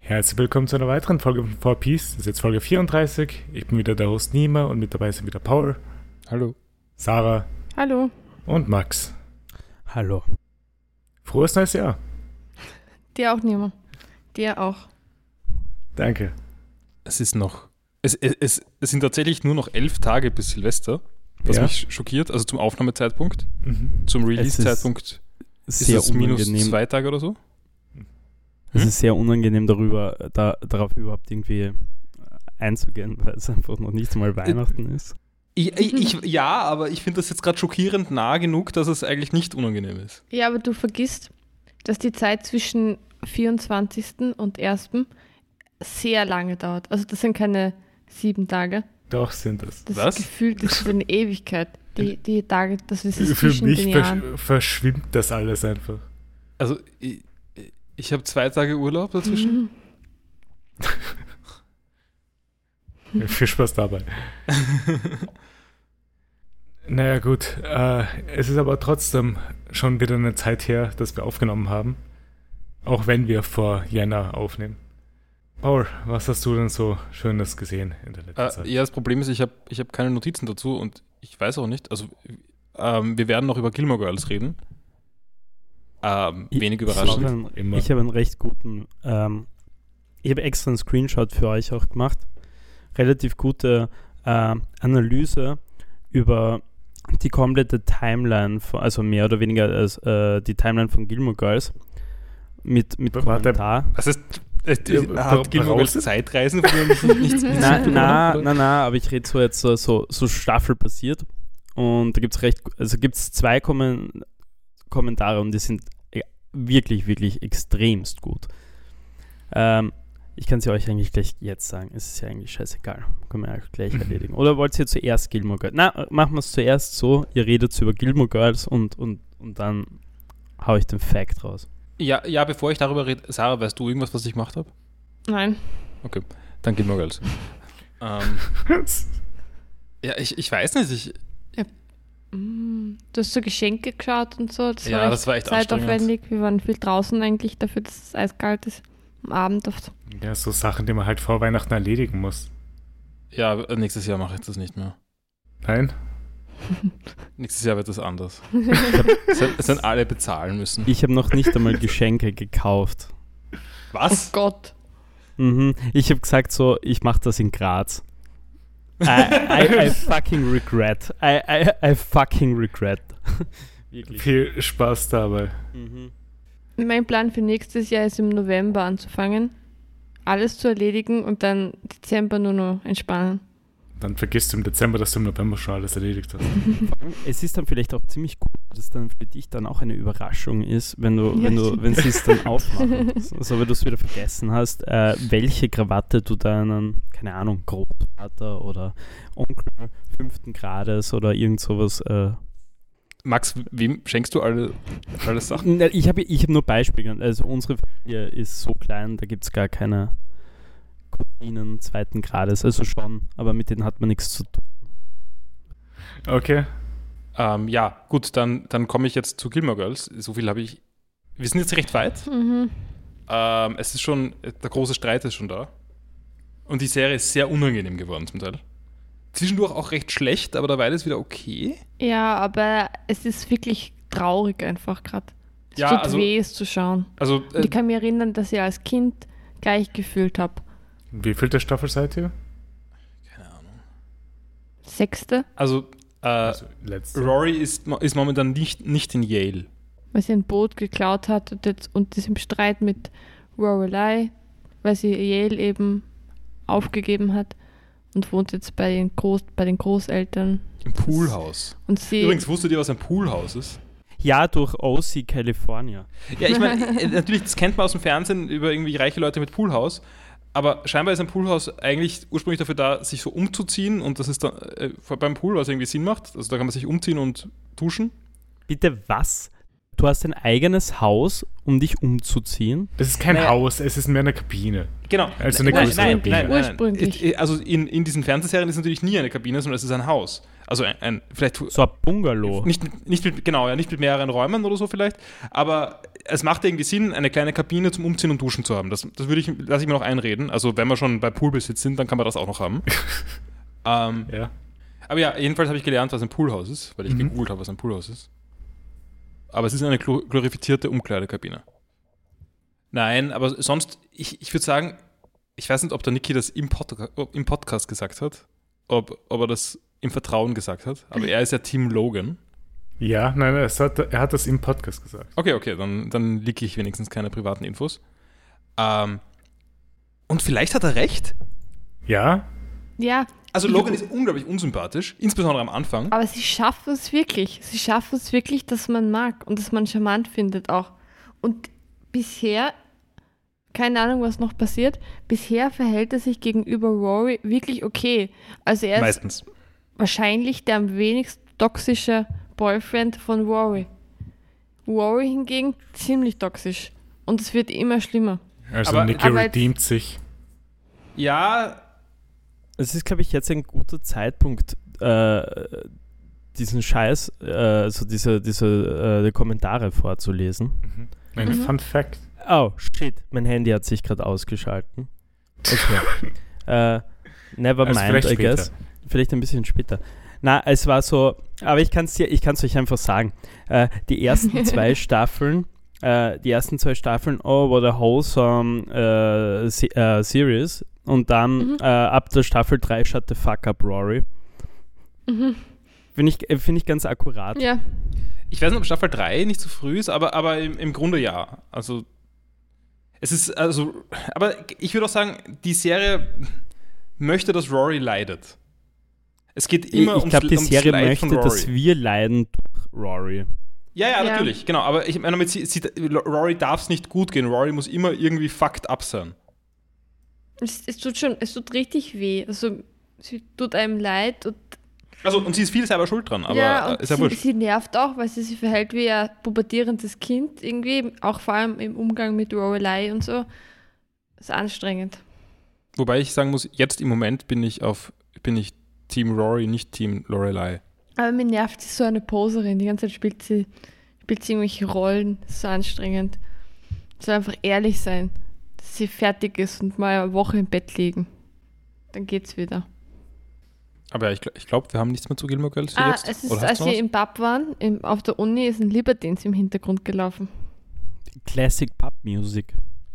Herzlich willkommen zu einer weiteren Folge von 4Piece. Das ist jetzt Folge 34. Ich bin wieder der Host Nima und mit dabei sind wieder Paul. Hallo. Sarah. Hallo. Und Max. Hallo. Frohes neues Jahr. Dir auch, Nima. Dir auch. Danke. Es ist noch. Es sind tatsächlich nur noch 11 Tage bis Silvester, was mich schockiert, also zum Aufnahmezeitpunkt. Zum Release-Zeitpunkt ist es minus 2 Tage oder so. Es ist sehr unangenehm, darauf überhaupt irgendwie einzugehen, weil es einfach noch nicht mal Weihnachten ist. Ja, aber ich finde das jetzt gerade schockierend nah genug, dass es eigentlich nicht unangenehm ist. Ja, aber du vergisst, dass die Zeit zwischen 24. und 1. sehr lange dauert. Also das sind keine 7 Tage. Doch, sind es. Das Was? Gefühlt ist eine Ewigkeit. Die Tage, das ist Für zwischen mich den Jahren. verschwimmt das alles einfach. Also ich habe 2 Tage Urlaub dazwischen. Viel Spaß dabei. Naja gut, es ist aber trotzdem schon wieder eine Zeit her, dass wir aufgenommen haben. Auch wenn wir vor Jänner aufnehmen. Paul, was hast du denn so Schönes gesehen in der letzten Zeit? Ja, das Problem ist, ich hab keine Notizen dazu und ich weiß auch nicht. Also wir werden noch über Gilmore Girls reden. Wenig überraschend. Ich habe einen recht guten, ich habe extra einen Screenshot für euch auch gemacht. Relativ gute Analyse über die komplette Timeline, also mehr oder weniger die Timeline von Gilmore Girls mit Kommentar. Was ist, hat Gilmore Girls Zeitreisen, von denen nichts Nein, aber ich rede so jetzt so staffelbasiert und da gibt's 2 Kommentare und die sind wirklich, wirklich extremst gut. Ich kann sie euch eigentlich gleich jetzt sagen. Es ist ja eigentlich scheißegal. Können wir ja gleich erledigen. Oder wollt ihr zuerst Gilmore Girls? Na, machen wir es zuerst so. Ihr redet über Gilmore Girls und dann hau ich den Fact raus. Ja, bevor ich darüber rede, Sarah, weißt du irgendwas, was ich gemacht habe? Nein. Okay, dann Gilmore Girls. Ja, ich weiß nicht. Du hast so Geschenke geschaut und so. Das war echt zeitaufwendig. Wir waren viel draußen eigentlich dafür, dass es eiskalt ist. Am Abend oft. Ja, so Sachen, die man halt vor Weihnachten erledigen muss. Ja, nächstes Jahr mache ich das nicht mehr. Nein? Nächstes Jahr wird das anders. Es werden alle bezahlen müssen. Ich habe noch nicht einmal Geschenke gekauft. Was? Oh Gott. Ich habe gesagt so, ich mache das in Graz. I fucking regret. I fucking regret. Wirklich. Viel Spaß dabei. Mein Plan für nächstes Jahr ist im November anzufangen, alles zu erledigen und dann Dezember nur noch entspannen. Dann vergisst du im Dezember, dass du im November schon alles erledigt hast. Es ist dann vielleicht auch ziemlich gut, dass es dann für dich dann auch eine Überraschung ist, wenn sie es dann aufmachen. So, wenn du es wieder vergessen hast, welche Krawatte du deinen, keine Ahnung, Großvater oder Onkel 5. Grades oder irgend sowas. Max, wem schenkst du alle Sachen? Ich hab nur Beispiele. Also unsere Familie ist so klein, da gibt es gar keine Cousinen 2. Grades, also schon, aber mit denen hat man nichts zu tun. Okay. Ja, gut, dann komme ich jetzt zu Gilmore Girls. So viel habe ich. Wir sind jetzt recht weit. Es ist schon, der große Streit ist schon da. Und die Serie ist sehr unangenehm geworden zum Teil. Zwischendurch auch recht schlecht, aber dabei ist wieder okay. Ja, aber es ist wirklich traurig einfach gerade. Es tut weh, es zu schauen. Also, und ich kann mich erinnern, dass ich als Kind gleich gefühlt habe. Wie vielte Staffel seid ihr? Keine Ahnung. 6. Also letzte. Rory ist momentan nicht in Yale. Weil sie ein Boot geklaut hat und ist im Streit mit Lorelei, weil sie Yale eben aufgegeben hat und wohnt jetzt bei den Großeltern. Im Poolhaus. Übrigens, wusstet ihr, was ein Poolhaus ist? Ja, durch OC California. Ja, ich meine, natürlich, das kennt man aus dem Fernsehen über irgendwie reiche Leute mit Poolhaus. Aber scheinbar ist ein Poolhaus eigentlich ursprünglich dafür da, sich so umzuziehen und dass es dann beim Poolhaus irgendwie Sinn macht. Also da kann man sich umziehen und duschen. Bitte was? Du hast ein eigenes Haus, um dich umzuziehen? Das ist kein Haus, es ist mehr eine Kabine. Genau. Also eine große Kabine. Nein. Ursprünglich. Also in diesen Fernsehserien ist natürlich nie eine Kabine, sondern es ist ein Haus. Also vielleicht so ein Bungalow. Nicht mit mehreren Räumen oder so vielleicht, aber es macht irgendwie Sinn, eine kleine Kabine zum Umziehen und Duschen zu haben. Das lasse ich mir noch einreden. Also wenn wir schon bei Poolbesitz sind, dann kann man das auch noch haben. Ja. Aber ja, jedenfalls habe ich gelernt, was ein Poolhaus ist, weil ich gegoogelt habe, was ein Poolhaus ist. Aber es ist eine glorifizierte Umkleidekabine. Nein, aber sonst, ich würde sagen, ich weiß nicht, ob der Niki das im Podcast gesagt hat, ob er das im Vertrauen gesagt hat, aber er ist ja Team Logan. Ja, nein, er hat das im Podcast gesagt. Okay, dann leake ich wenigstens keine privaten Infos. Und vielleicht hat er recht. Ja? Ja. Also Logan ist unglaublich unsympathisch, insbesondere am Anfang. Aber sie schaffen es wirklich. Sie schaffen es wirklich, dass man mag und dass man charmant findet auch. Und bisher, keine Ahnung, was noch passiert, bisher verhält er sich gegenüber Rory wirklich okay. Also er Meistens. ist wahrscheinlich der am wenigst toxische Boyfriend von Rory. Rory hingegen ziemlich toxisch. Und es wird immer schlimmer. Also Niki redeemt sich. Ja. Es ist, glaube ich, jetzt ein guter Zeitpunkt, diesen Scheiß, also diese Kommentare vorzulesen. Ein Fun Fact. Oh, shit, mein Handy hat sich gerade ausgeschalten. Okay. Never Also mind, I guess. Vielleicht ein bisschen später. Na, es war so, aber ich kann es euch einfach sagen. Die ersten zwei Staffeln, what a wholesome series. Und dann ab der Staffel 3 Shut the fuck up, Rory. Finde ich ganz akkurat. Ja. Ich weiß nicht, ob Staffel 3 nicht zu früh ist, aber im Grunde ja. Also es ist, aber ich würde auch sagen, die Serie möchte, dass Rory leidet. Es geht immer ich glaube, die Serie Leid möchte, dass wir leiden durch Rory. Ja, natürlich, genau. Aber ich meine, Rory darf es nicht gut gehen. Rory muss immer irgendwie fucked up sein. Es tut richtig weh. Also sie tut einem leid und sie ist viel selber schuld dran, aber ja, ist ja wurscht. Sie nervt auch, weil sie sich verhält wie ein pubertierendes Kind irgendwie, auch vor allem im Umgang mit Lorelei und so. Das ist anstrengend. Wobei ich sagen muss, jetzt im Moment bin ich Team Rory, nicht Team Lorelei. Aber mir nervt sie so eine Poserin. Die ganze Zeit spielt sie irgendwelche Rollen. Das ist so anstrengend. Soll einfach ehrlich sein, dass sie fertig ist und mal eine Woche im Bett liegen. Dann geht's wieder. Aber ich glaube, wir haben nichts mehr zu Gilmore Girls für jetzt. Es ist, als wir im Pub waren, auf der Uni, ist ein Libertines im Hintergrund gelaufen. Classic Pub Music.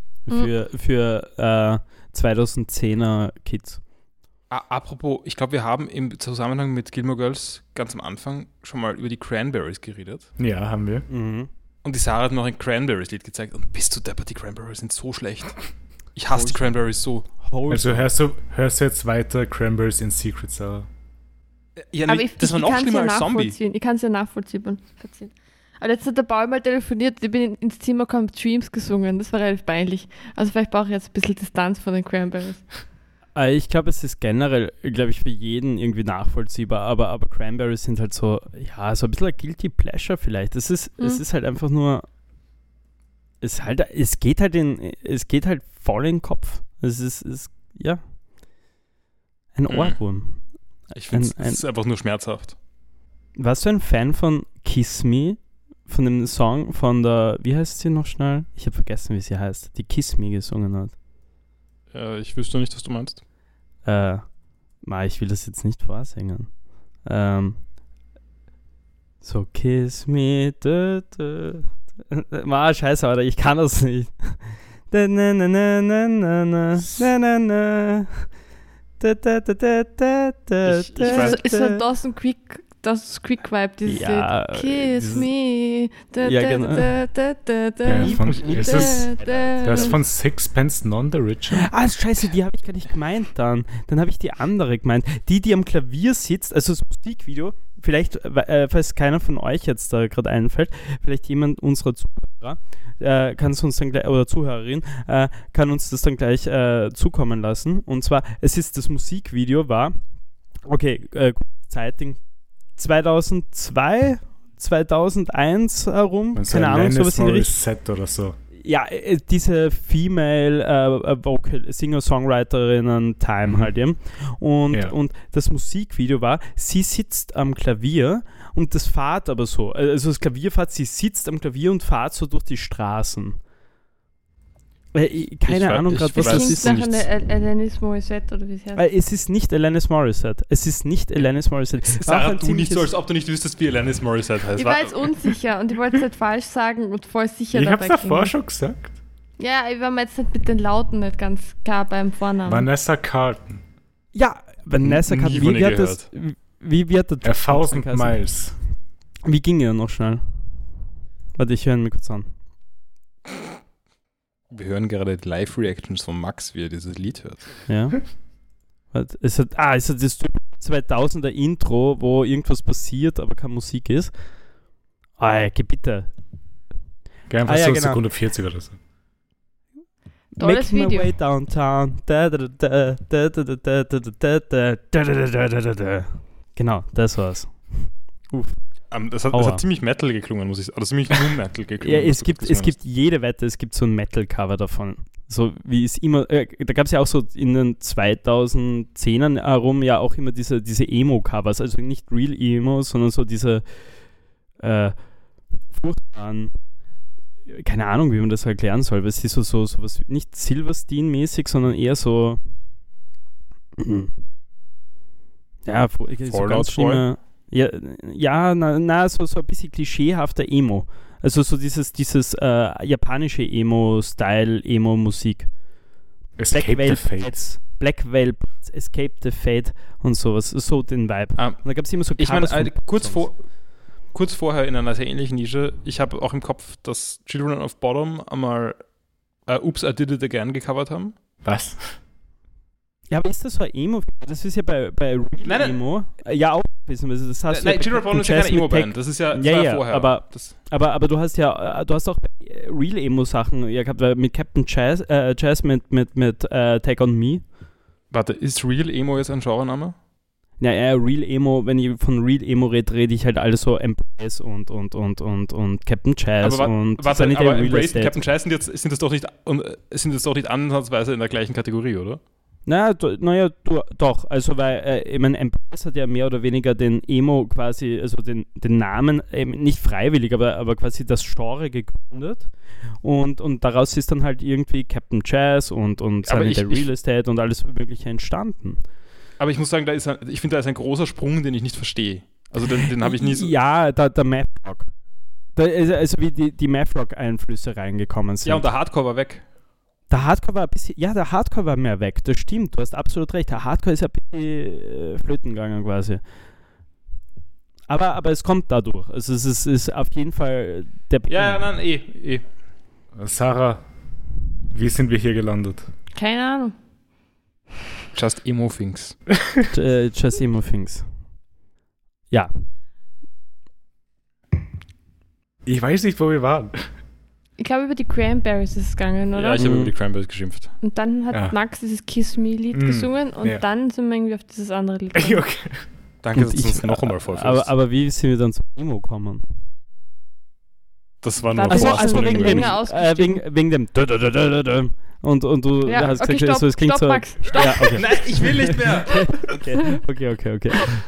Für 2010er Kids. Apropos, ich glaube, wir haben im Zusammenhang mit Gilmore Girls ganz am Anfang schon mal über die Cranberries geredet. Ja, haben wir. Und die Sarah hat mir noch ein Cranberries-Lied gezeigt. Und bist du deppert, die Cranberries sind so schlecht. Ich hasse die Cranberries so. Also hörst du jetzt weiter Cranberries in Secret, Sarah? Ja, das war noch schlimmer als Zombie. Ich kann es ja nachvollziehen. Aber jetzt hat der Paul mal telefoniert, ich bin ins Zimmer gekommen, Dreams gesungen. Das war relativ peinlich. Also vielleicht brauche ich jetzt ein bisschen Distanz von den Cranberries. Ich glaube, es ist generell, für jeden irgendwie nachvollziehbar, aber Cranberries sind halt so, ja, so ein bisschen ein Guilty Pleasure vielleicht. Es ist halt einfach nur, es geht halt voll in den Kopf. Es ist ein Ohrwurm. Ich finde, es ist einfach nur schmerzhaft. Warst du ein Fan von Kiss Me? Von dem Song von der, wie heißt sie noch schnell? Ich habe vergessen, wie sie heißt, die Kiss Me gesungen hat. Ich wüsste nicht, was du meinst. Ich will das jetzt nicht vorsingen. So Kiss Me. Scheiße, Alter, ich kann das nicht. Ist so ein Dawson's Quick Vibe, dieses ja, Kiss Me. Das ist von Sixpence None the Richer. Scheiße, die habe ich gar nicht gemeint dann. Dann habe ich die andere gemeint. Die am Klavier sitzt, also das Musikvideo, vielleicht, falls keiner von euch jetzt da gerade einfällt, vielleicht jemand unserer Zuhörer, kann es uns dann gleich, oder Zuhörerin, kann uns das dann gleich zukommen lassen. Und zwar, das Musikvideo war, Zeiting 2002, 2001 herum, also keine Ahnung, sowas in die Richtung. Set oder so. diese Female Vocal Singer-Songwriterinnen Time halt eben. Und das Musikvideo war, sie sitzt am Klavier und das fährt aber so. Also das Klavier fährt, sie sitzt am Klavier und fährt so durch die Straßen. Keine Ahnung gerade, was das ist. Das ist nach einer Alanis Morissette oder wie es heißt. Es ist nicht Alanis Morissette. Sarah, tu nicht so, als ob du nicht wüsstest, wie Alanis Morissette heißt. Ich war jetzt unsicher und ich wollte es nicht falsch sagen und voll sicher ich dabei hab's davor schon gesagt. Ja, ich war mir jetzt nicht mit den Lauten nicht ganz klar beim Vornamen. Vanessa Carlton. Ja, Vanessa Carlton. Wie hat das? 1000 Miles. Wie ging er noch schnell? Warte, ich höre ihn mir kurz an. Wir hören gerade die Live-Reactions von Max, wie er dieses Lied hört. Ja. Es hat das 2000er Intro, wo irgendwas passiert, aber keine Musik ist. Bitte. Geh einfach so Sekunde 40 oder so. Tolles Making Video. my way downtown. Genau, das war's. Das hat ziemlich Metal geklungen, muss ich sagen. Oder ziemlich Metal geklungen. Ja, es gibt jede Wette, es gibt so ein Metal-Cover davon. So wie es immer, da gab es ja auch so in den 2010ern herum ja auch immer diese Emo-Covers, also nicht Real Emo, sondern so diese furchtbaren, keine Ahnung, wie man das erklären soll, weil es ist so was, nicht Silverstein-mäßig, sondern eher so so ganz schlimme. So ein bisschen klischeehafter Emo. Also so dieses japanische Emo-Style, Emo-Musik. Black Veil, Escape the Fate und sowas. So den Vibe. Und da gab es immer so kurz vorher in einer sehr ähnlichen Nische, ich habe auch im Kopf, dass Children of Bodom einmal Oops, I Did It Again gecovert haben. Was? Ja, aber ist das so ein Emo? Das ist ja bei Real Emo. Ja, auch. Das hast Children of Bodom ist ja keine Emo-Band. Das ist ja vorher. Aber du hast auch Real Emo-Sachen gehabt, mit Captain Jazz mit Take On Me. Warte, ist Real Emo jetzt ein Genrename? Ja, Real Emo, wenn ich von Real Emo rede ich halt alles so Embrace und Captain Jazz und Embrace und Captain Jazz sind das doch nicht ansatzweise in der gleichen Kategorie, oder? Doch. Also, weil, ich meine, Embrace hat ja mehr oder weniger den Emo quasi, also den Namen, nicht freiwillig, aber quasi das Genre gegründet. Und daraus ist dann halt irgendwie Captain Jazz und Sanitary Real Estate und alles Mögliche entstanden. Aber ich muss sagen, ich finde, da ist ein großer Sprung, den ich nicht verstehe. Also, den habe ich nie so. Ja, der Math-Rock. Also, wie die Math-Rock-Einflüsse reingekommen sind. Ja, und der Hardcore war weg. Der Hardcore war mehr weg, das stimmt, du hast absolut recht. Der Hardcore ist ein bisschen flöten gegangen quasi. Aber es kommt dadurch. Also es ist auf jeden Fall der Beginn. Sarah, wie sind wir hier gelandet? Keine Ahnung. Just Emo Things. Just Emo Things. Ja. Ich weiß nicht, wo wir waren. Ich glaube, über die Cranberries ist es gegangen, oder? Ja, ich habe über die Cranberries geschimpft. Und dann hat Max dieses Kiss Me-Lied gesungen und dann sind wir irgendwie auf dieses andere Lied gekommen. Okay. Danke, dass du uns noch einmal vorführst. Aber wie sind wir dann zu Emo gekommen? Das war nur wegen dem und du hast gesagt, stopp, so, es klingt stopp, so. Max, stopp. Ja, okay. Nein, ich will nicht mehr. Okay.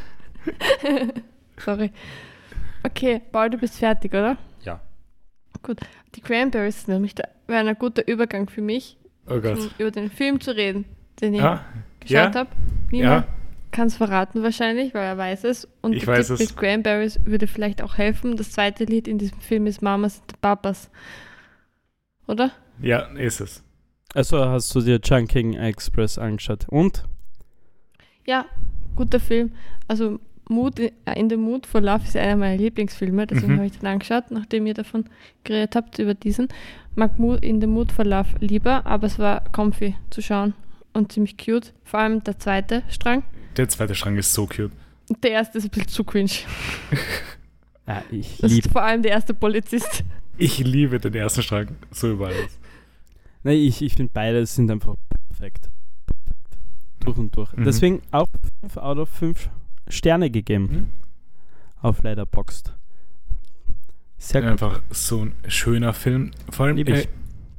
Sorry. Okay, Paul, du bist fertig, oder? Ja. Gut. Die Cranberries wäre ein guter Übergang für mich, um über den Film zu reden, den ich geschaut habe. Niemand kann es verraten wahrscheinlich, weil er weiß es. Und ich weiß es. Mit Cranberries würde vielleicht auch helfen. Das zweite Lied in diesem Film ist Mamas and Papas. Oder? Ja, ist es. Also hast du dir Chungking Express angeschaut. Und? Ja, guter Film. Also In the Mood for Love ist einer meiner Lieblingsfilme, deswegen habe ich den angeschaut, nachdem ihr davon geredet habt, über diesen. Mag In the Mood for Love lieber, aber es war comfy zu schauen und ziemlich cute. Vor allem der zweite Strang. Der zweite Strang ist so cute. Und der erste ist ein bisschen zu cringe. Ja, das ist vor allem der erste Polizist. Ich liebe den ersten Strang, so über alles. Nein, ich finde beide sind einfach perfekt. Durch und durch. Deswegen auch 5 out of 5 Sterne gegeben auf Letterboxd. Sehr einfach so ein schöner Film. Vor allem,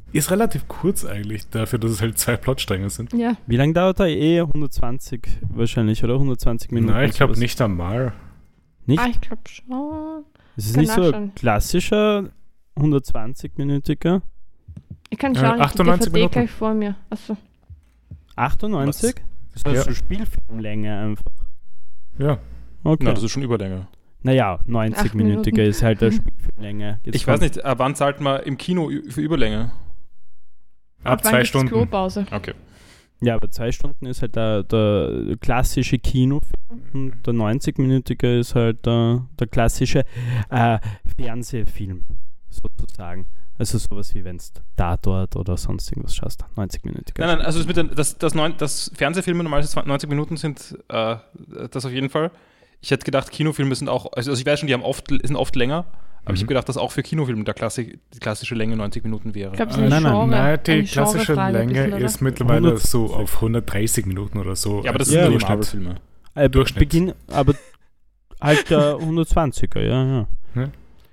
Ist relativ kurz eigentlich, dafür, dass es halt 2 Plotstränge sind. Ja. Wie lange dauert er? 120 wahrscheinlich, oder? 120 Minuten? Nein, ich glaube sowas. nicht einmal. Nicht? Ich glaube schon. Es ist kann nicht so ein nachschauen. klassischer 120-minütiger. Ich kann schauen, ich 98 die DVD Minuten. gleich vor mir. Achso. 98? Das ist Ja. so Spielfilmlänge einfach. Ja. Okay. Na, das ist schon Überlänge. Naja, 90-minütiger 8 ist halt der Spielfilmlänge. Jetzt Ich weiß nicht, wann zahlt man im Kino für Überlänge? Ab wann 2 gibt's Stunden. Klopause. Okay. Ja, aber 2 Stunden ist halt der klassische Kinofilm und der 90-minütige ist halt der klassische Fernsehfilm, sozusagen. Also sowas wie wenn es Tatort oder sonst irgendwas schaust. 90-minütiger. Nein, also das Fernsehfilme normalerweise 90 Minuten sind, das auf jeden Fall. Ich hätte gedacht, Kinofilme sind auch, also ich weiß schon, sind oft länger, aber ich habe gedacht, dass auch für Kinofilme die klassische Länge 90 Minuten wäre. Ich glaube, es ist Nein, eine nein, Genre. Nein, die eine klassische Genrefrage ein Länge bisschen, oder? ist mittlerweile 100. so auf 130 Minuten oder so. Ja, aber das als sind nur die Durchschnitt. Marvel-Filme. Durchschnitt. Beginn, aber halt der 120er, ja. Ja.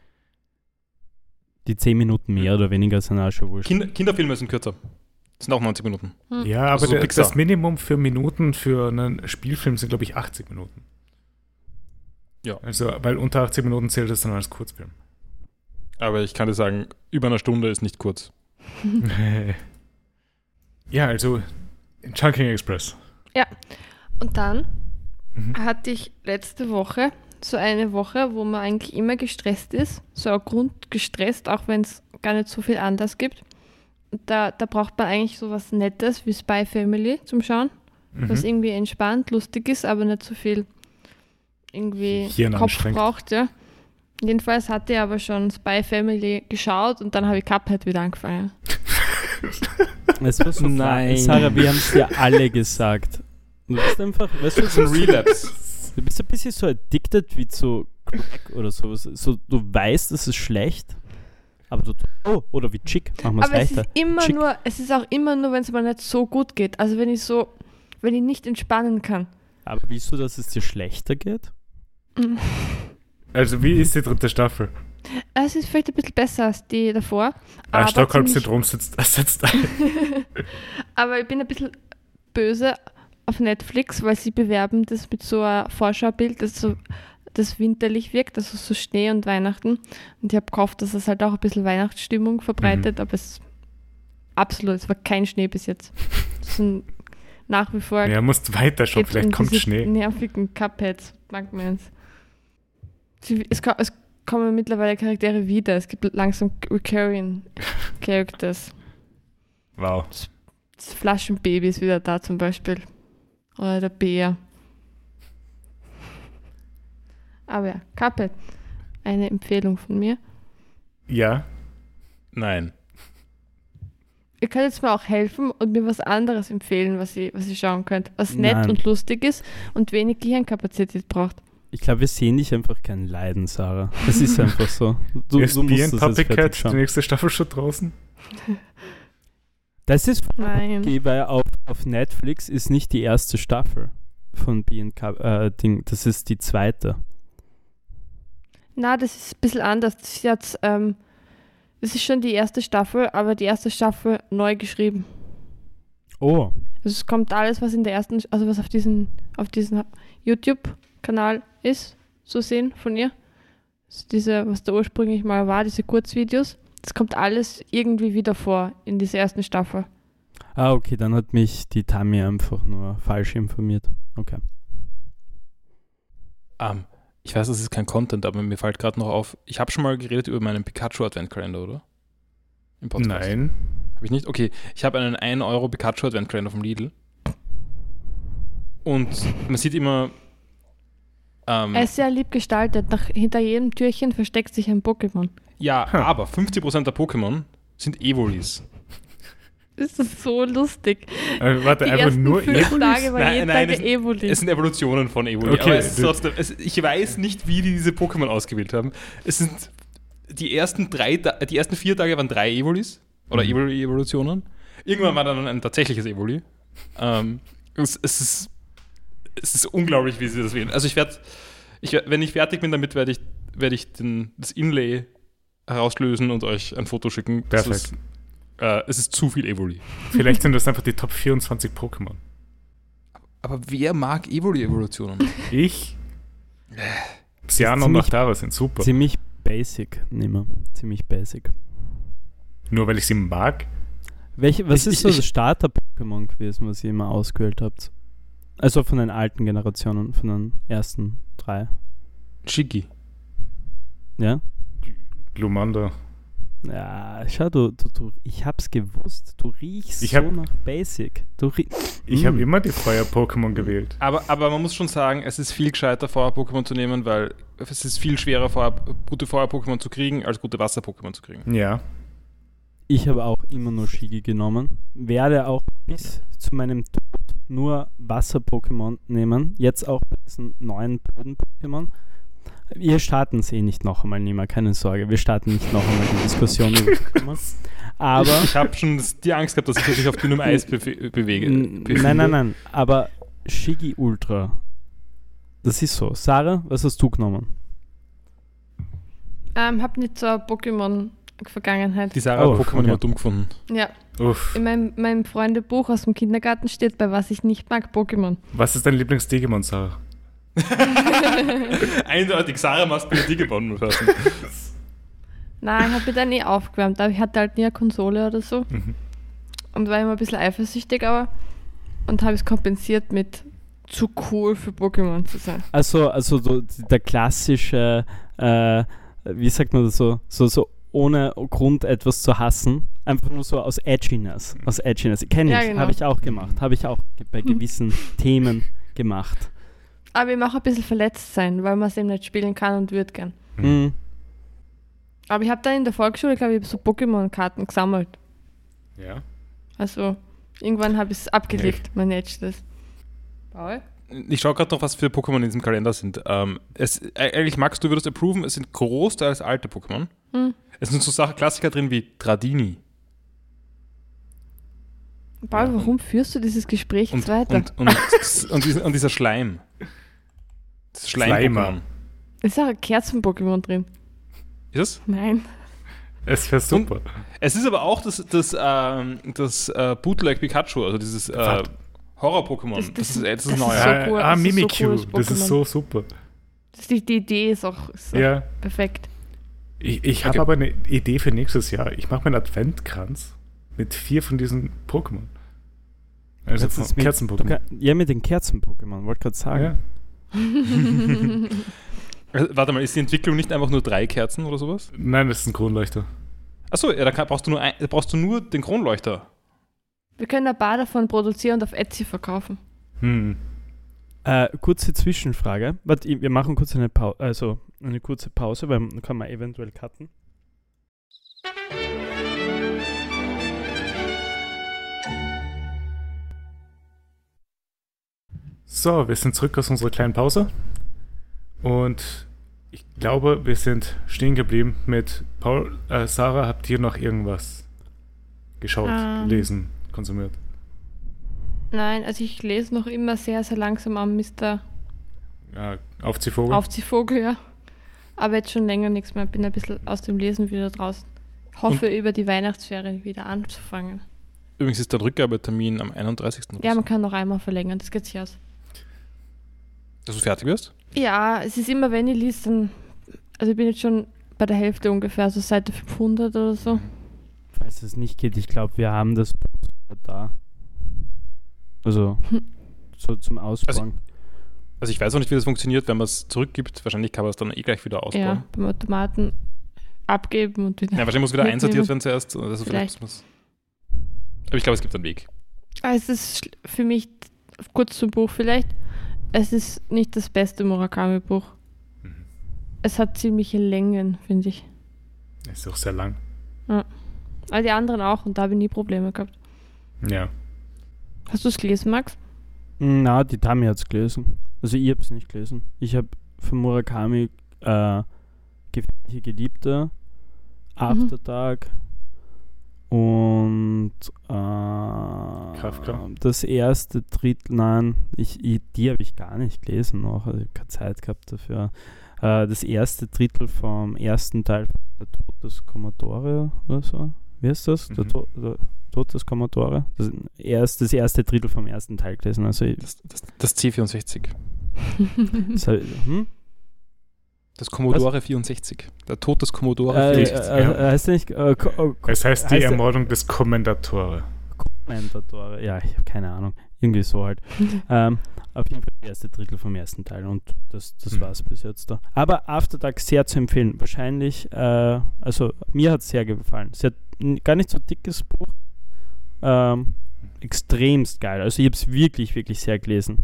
Die 10 Minuten mehr oder weniger sind auch schon wurscht. Kinderfilme sind kürzer. Das sind auch 90 Minuten. Ja, aber Also so Pixar. das Minimum für Minuten für einen Spielfilm sind, glaube ich, 80 Minuten. Ja. Also, weil unter 80 Minuten zählt das dann als Kurzfilm. Aber ich kann dir sagen, über eine Stunde ist nicht kurz. Ja, also Chunking Express. Und dann Mhm. hatte ich letzte Woche so eine Woche, wo man eigentlich immer gestresst ist. So ein Grund gestresst, auch wenn es gar nicht so viel anders gibt. Und da braucht man eigentlich so was Nettes wie Spy Family zum Schauen. Was irgendwie entspannt, lustig ist, aber nicht so viel irgendwie Hirn Kopf anstrengend. braucht. Ja. Jedenfalls hatte ich aber schon Spy Family geschaut und dann habe ich Cuphead wieder angefangen. Es war so Nein. Sarah, wir haben es ja alle gesagt. Du bist einfach, weißt du, Das ist ein Relapse. du bist ein bisschen so addicted wie zu Crack oder sowas. So, du weißt, es ist schlecht, aber oder wie Chick, machen wir es Aber es leichter. ist immer Chick. nur, es ist auch immer nur, wenn es mir nicht so gut geht. Also wenn ich nicht entspannen kann. Aber willst du, dass es dir schlechter geht? Also, wie ist die 3. Staffel? Es ist vielleicht ein bisschen besser als die davor. aber Stockholm-Syndrom setzt ein. Aber ich bin ein bisschen böse auf Netflix, weil sie bewerben das mit so einem Vorschaubild, das winterlich wirkt, also so Schnee und Weihnachten. Und ich habe gehofft, dass es halt auch ein bisschen Weihnachtsstimmung verbreitet, aber es war kein Schnee bis jetzt. Es sind nach wie vor Ja, musst weiter schauen, geht's vielleicht kommt diese Schnee. nervigen Cupheads, mag man es kommen mittlerweile Charaktere wieder. Es gibt langsam recurring Characters. Wow. Das Flaschenbaby ist wieder da zum Beispiel. Oder der Bär. Aber ja, Cuphead. Eine Empfehlung von mir. Ja. Nein. Ihr könnt jetzt mal auch helfen und mir was anderes empfehlen, was ihr schauen könnt. Was nett Nein. und lustig ist und wenig Gehirnkapazität braucht. Ich glaube, wir sehen dich einfach kein Leiden, Sarah. Es ist einfach so. Du Ist musst Bee das and jetzt fertig Puppycat die schauen. nächste Staffel schon draußen? Das ist Nein. okay, weil auf Netflix ist nicht die erste Staffel von Ding. Das ist die 2. Na, das ist ein bisschen anders. Das ist jetzt, das ist schon die erste Staffel, aber die erste Staffel neu geschrieben. Oh, Also es kommt alles, was in der ersten, also was auf diesem YouTube-Kanal ist, zu sehen von ihr. Also was da ursprünglich mal war, diese Kurzvideos, das kommt alles irgendwie wieder vor in dieser ersten Staffel. okay, dann hat mich die Tami einfach nur falsch informiert. Okay. Ich weiß, das ist kein Content, aber mir fällt gerade noch auf, ich habe schon mal geredet über meinen Pikachu-Adventkalender, oder? Im Podcast. Nein. Habe ich nicht? Okay, ich habe einen 1 Euro Pikachu-Adventkalender vom Lidl. Und man sieht immer... Er ist sehr lieb gestaltet. Hinter jedem Türchen versteckt sich ein Pokémon. ja, aber 50% der Pokémon sind Evolis. Das ist so lustig. Warte, Die einfach ersten nur 5 Evolis? Tage war jeden Tag es- ein Evoli. Es sind Evolutionen von Evoli. Okay, Aber es ist trotzdem, ich weiß nicht, wie die diese Pokémon ausgewählt haben. Es sind die ersten 4 Tage waren 3 Evolis oder Evoli-Evolutionen. Irgendwann war dann ein tatsächliches Evoli. Es ist unglaublich, wie sie das wählen. Also wenn ich fertig bin damit, werde ich das Inlay herauslösen und euch ein Foto schicken. Das Perfekt. ist Es ist zu viel Evoli. Vielleicht sind das einfach die Top 24 Pokémon. Aber wer mag Evoli-Evolutionen? Ich? Psyano und Nachtara sind super. Ziemlich basic, nehmen. Ziemlich basic. Nur weil ich sie mag? Was ist so das Starter-Pokémon gewesen, was ihr immer ausgewählt habt? Also von den alten Generationen, von den ersten 3. Shiggy. Ja? Glumanda. Ja, schau, ich hab's gewusst. Du riechst nach Basic. Ich habe immer die Feuer-Pokémon gewählt. Aber man muss schon sagen, es ist viel gescheiter, Feuer-Pokémon zu nehmen, weil es ist viel schwerer, gute Feuer-Pokémon zu kriegen, als gute Wasser-Pokémon zu kriegen. Ja. Ich habe auch immer nur Shigi genommen. Werde auch bis zu meinem Tod nur Wasser-Pokémon nehmen. Jetzt auch bei diesen neuen Boden-Pokémon. Wir starten es nicht noch einmal, Nima, keine Sorge. Wir starten nicht noch einmal die Diskussion über Pokémon. Aber ich habe schon die Angst gehabt, dass ich mich auf dünnem Eis bewege. Nein. Aber Shigi Ultra, das ist so. Sarah, was hast du genommen? Hab nicht so eine Pokémon-Vergangenheit. Die Sarah hat Pokémon immer dumm gefunden. Ja. Uff. In meinem Freundebuch aus dem Kindergarten steht, bei was ich nicht mag, Pokémon. Was ist dein Lieblings-Digimon, Sarah? Eindeutig, Sarah must be a Digimon. Nein, ich habe mich da nie aufgewärmt, aber ich hatte halt nie eine Konsole oder so. Und war immer ein bisschen eifersüchtig, und habe es kompensiert mit zu cool für Pokémon zu sein. Also der klassische, wie sagt man das so ohne Grund etwas zu hassen, einfach nur so aus Edginess. Kenne ich, genau. Habe ich auch gemacht, habe ich auch bei gewissen Themen gemacht. Aber ich auch ein bisschen verletzt sein, weil man es eben nicht spielen kann und würde gern. Aber ich habe dann in der Volksschule, glaube ich, so Pokémon-Karten gesammelt. Ja. Also, irgendwann habe ich es abgelegt, mein Edgeless. Paul? Ich schaue gerade noch, was für Pokémon in diesem Kalender sind. Eigentlich, Max, du würdest approven, es sind großteils alte Pokémon. Es sind so Klassiker drin wie Dradini. Paul, warum führst du dieses Gespräch jetzt weiter? Und dieser Schleim. Das Schleim-Pokémon. Ist auch ein Kerzen-Pokémon drin. Ist es? Nein. Es wäre super. Es ist aber auch das Bootleg Pikachu, also dieses Horror-Pokémon. Das ist neu. So cool. Mimikyu, So das ist so super. Die Idee ist auch perfekt. Ich habe aber eine Idee für nächstes Jahr. Ich mache mir einen Adventkranz mit 4 von diesen Pokémon. Also Kerzen-Pokémon. Ja, mit den Kerzen-Pokémon, wollte gerade sagen. Ja. Warte mal, ist die Entwicklung nicht einfach nur 3 Kerzen oder sowas? Nein, das ist ein Kronleuchter. Achso, ja, da brauchst du nur den Kronleuchter. Wir können ein paar davon produzieren und auf Etsy verkaufen. Kurze Zwischenfrage. Warte, wir machen kurz eine kurze Pause, weil dann kann man eventuell cutten. So, wir sind zurück aus unserer kleinen Pause. Und ich glaube, wir sind stehen geblieben mit Paul. Sarah, habt ihr noch irgendwas geschaut, gelesen, konsumiert? Nein, also ich lese noch immer sehr, sehr langsam am Mr. Aufziehvogel, ja. Aber jetzt schon länger nichts mehr. Bin ein bisschen aus dem Lesen wieder draußen. Hoffe, über die Weihnachtsferien wieder anzufangen. Übrigens ist der Rückgabetermin am 31. Ja, man kann noch einmal verlängern, das geht sich aus. Dass du fertig wirst? Ja, es ist immer, wenn ich lese, dann... Also ich bin jetzt schon bei der Hälfte ungefähr, also Seite 500 oder so. Falls es nicht geht, ich glaube, wir haben das da. Also, so zum Ausbauen. Also ich weiß auch nicht, wie das funktioniert, wenn man es zurückgibt. Wahrscheinlich kann man es dann gleich wieder ausbauen. Ja, beim Automaten abgeben und wieder... Ja, wahrscheinlich muss wieder einsortiert werden zuerst. Also vielleicht. Aber ich glaube, es gibt einen Weg. Es ist für mich, kurz zum Buch vielleicht, es ist nicht das beste Murakami-Buch. Es hat ziemliche Längen, finde ich. Ist auch sehr lang. Ja. Aber die anderen auch, und da habe ich nie Probleme gehabt. Ja. Hast du es gelesen, Max? Na, die Tami hat es gelesen. Also ich habe es nicht gelesen. Ich habe von Murakami Gefährliche Geliebte, Aftertag und Kafka. Das erste Drittel, nein, die habe ich gar nicht gelesen noch, also ich habe keine Zeit gehabt dafür. Das erste Drittel vom ersten Teil, der Tod des Commodore oder so, wie heißt das? Der Tod des Commodore. Er ist das erste Drittel vom ersten Teil gelesen. Also Das C64. Das Was? Commodore 64. Der Tod des Commodore 64. heißt der nicht? Es heißt die heißt der- Ermordung des Kommendatore. Kommentatore. Ja, ich habe keine Ahnung. Irgendwie so halt. Auf jeden Fall das erste Drittel vom ersten Teil und das war es bis jetzt da. Aber After Dark sehr zu empfehlen. Wahrscheinlich, also mir hat es sehr gefallen. Es hat gar nicht so dickes Buch. Extremst geil. Also ich habe es wirklich, wirklich sehr gelesen.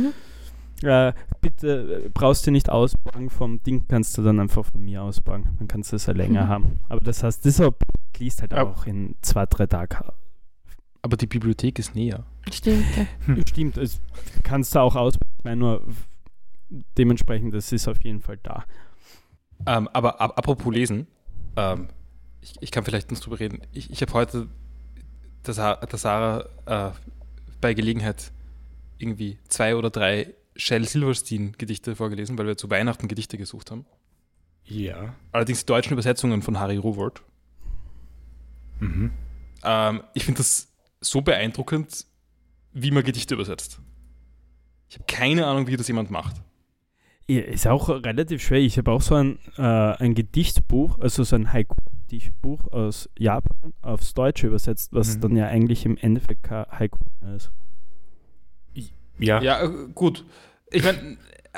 Bitte brauchst du nicht ausborgen vom Ding, kannst du dann einfach von mir ausborgen. Dann kannst du es ja länger haben. Aber das heißt, dieser Buch liest halt auch in 2-3 Tagen. Aber die Bibliothek ist näher. Stimmt. Ja. Stimmt, es kannst du auch ausborgen. Ich meine nur, dementsprechend, das ist auf jeden Fall da. Aber apropos Lesen, ich kann vielleicht noch drüber reden. Ich habe heute der Sarah bei Gelegenheit irgendwie 2 oder 3 Shel Silverstein-Gedichte vorgelesen, weil wir zu Weihnachten Gedichte gesucht haben. Ja. Allerdings die deutschen Übersetzungen von Harry Rowohlt. Mhm. Ich finde das so beeindruckend, wie man Gedichte übersetzt. Ich habe keine Ahnung, wie das jemand macht. Ja, ist auch relativ schwer. Ich habe auch so ein Gedichtsbuch, also so ein Haiku-Gedichtbuch aus Japan aufs Deutsche übersetzt, was dann ja eigentlich im Endeffekt kein Haiku ist. Ja. Ja, gut. Ich meine,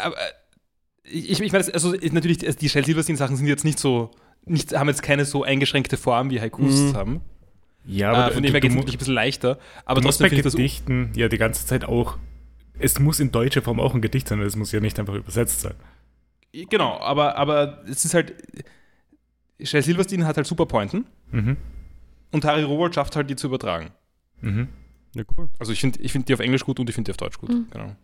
ich meine, also natürlich, die Shel Silverstein-Sachen sind jetzt haben jetzt keine so eingeschränkte Form, wie Haikus haben. Ja, aber von dem her geht es natürlich ein bisschen leichter. Aber du musst trotzdem bei finde ich das Gedichten ja die ganze Zeit auch, es muss in deutscher Form auch ein Gedicht sein, es muss ja nicht einfach übersetzt sein. Genau, aber es ist halt, Shel Silverstein hat halt super Pointen und Harry Rowohlt schafft halt, die zu übertragen. Ja, cool. Also ich finde die auf Englisch gut und ich finde die auf Deutsch gut. Genau.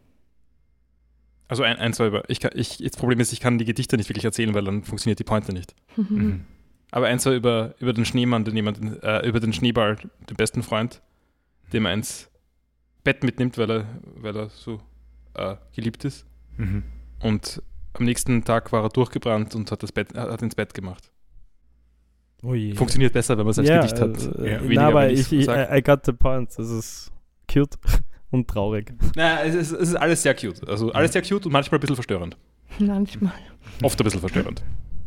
Also zwei das Problem ist, ich kann die Gedichte nicht wirklich erzählen, weil dann funktioniert die Pointe nicht. Aber ein, zwei über den Schneemann, über den Schneeball, den besten Freund, dem er ins Bett mitnimmt, weil er so geliebt ist. Und am nächsten Tag war er durchgebrannt und hat ins Bett gemacht. Oh je. Funktioniert besser, wenn man es als Gedicht hat. Ja. Aber I got the point. Das ist cute und traurig. Naja, es ist alles sehr cute. Also alles sehr cute und manchmal ein bisschen verstörend. Manchmal. Oft ein bisschen verstörend.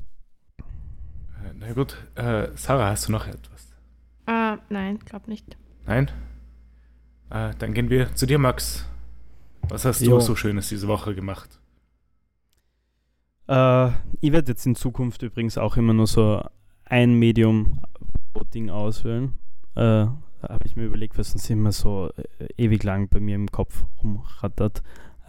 Na gut, Sarah, hast du noch etwas? Nein, glaub nicht. Nein? Dann gehen wir zu dir, Max. Was hast Jo. du so Schönes diese Woche gemacht? Ich werde jetzt in Zukunft übrigens auch immer nur so ein Medium pro Ding auswählen. Habe ich mir überlegt, weil sonst immer so ewig lang bei mir im Kopf rumrattert.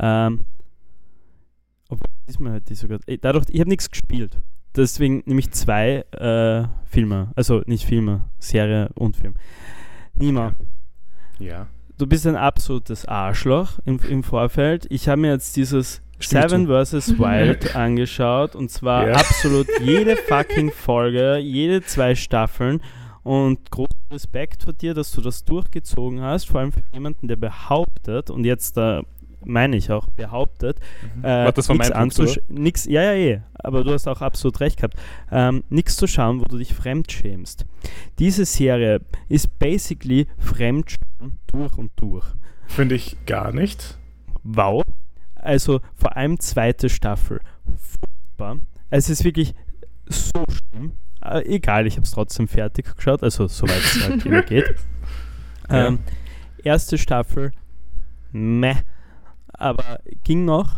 Obwohl diesmal halt sogar. Dadurch, ich habe nichts gespielt. Deswegen nehme ich 2 Filme. Also nicht Filme, Serie und Film. Nima, Ja. du bist ein absolutes Arschloch im Vorfeld. Ich habe mir jetzt dieses Seven vs. Wild angeschaut und zwar absolut jede fucking Folge, jede 2 Staffeln und großen Respekt vor dir, dass du das durchgezogen hast, vor allem für jemanden, der behauptet, und jetzt meine ich auch, behauptet, das war mein Punkt, nix, aber du hast auch absolut recht gehabt, nichts zu schauen, wo du dich fremdschämst. Diese Serie ist basically Fremdschämen durch und durch. Finde ich gar nicht. Wow. Also vor allem 2. Staffel. Furchtbar. Es ist wirklich so schlimm. Egal, ich habe es trotzdem fertig geschaut, also soweit es halt immer geht. Erste Staffel, meh. Aber ging noch.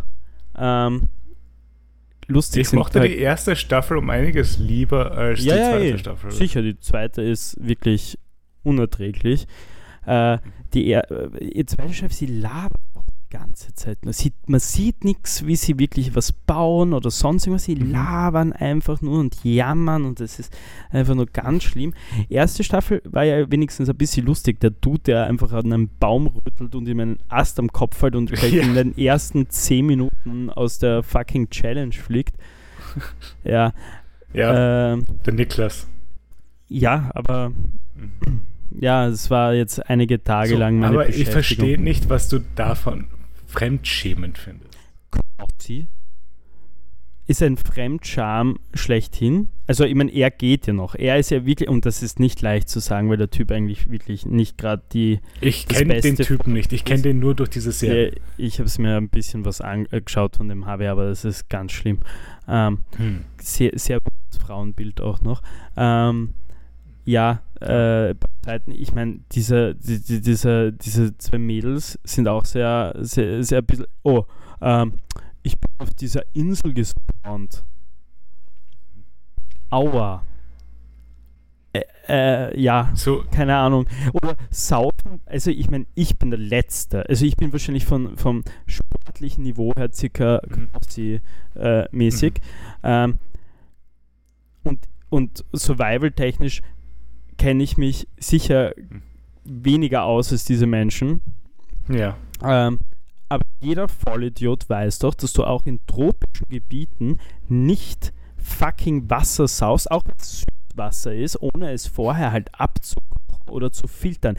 Lustig Ich mochte die erste Staffel um einiges lieber als die zweite Staffel. Sicher, die zweite ist wirklich unerträglich. Die zweite Staffel, sie labert die ganze Zeit. Man sieht nichts, wie sie wirklich was bauen oder sonst irgendwas. Sie labern einfach nur und jammern und das ist einfach nur ganz schlimm. Erste Staffel war ja wenigstens ein bisschen lustig. Der Dude, der einfach an einem Baum rüttelt und ihm einen Ast am Kopf fällt und gleich in den ersten 10 Minuten aus der fucking Challenge fliegt. Ja. Der Niklas. Ja, aber ja, es war jetzt einige Tage lang meine Aber ich Beschäftigung. verstehe nicht, was du davon fremdschämend findest. Sie ist ein Fremdscham schlechthin, Also ich meine, er geht ja noch. Er ist ja wirklich, und das ist nicht leicht zu sagen, weil der Typ eigentlich wirklich nicht gerade Ich kenne den Typen nicht. Ich kenne den nur durch diese Serie. Ich habe es mir ein bisschen was angeschaut von dem Harvey, aber das ist ganz schlimm. Sehr, sehr gutes Frauenbild auch noch. Ich meine, diese zwei Mädels sind auch sehr, sehr, sehr ein bisschen. Ich bin auf dieser Insel gespawnt. Aua. So. Keine Ahnung. Oder saufen, also ich meine, ich bin der Letzte. Also ich bin wahrscheinlich vom sportlichen Niveau her circa mäßig. Und survival-technisch kenne ich mich sicher weniger aus als diese Menschen. Ja. Aber jeder Vollidiot weiß doch, dass du auch in tropischen Gebieten nicht fucking Wasser saust, auch wenn es Süßwasser ist, ohne es vorher halt abzukochen oder zu filtern.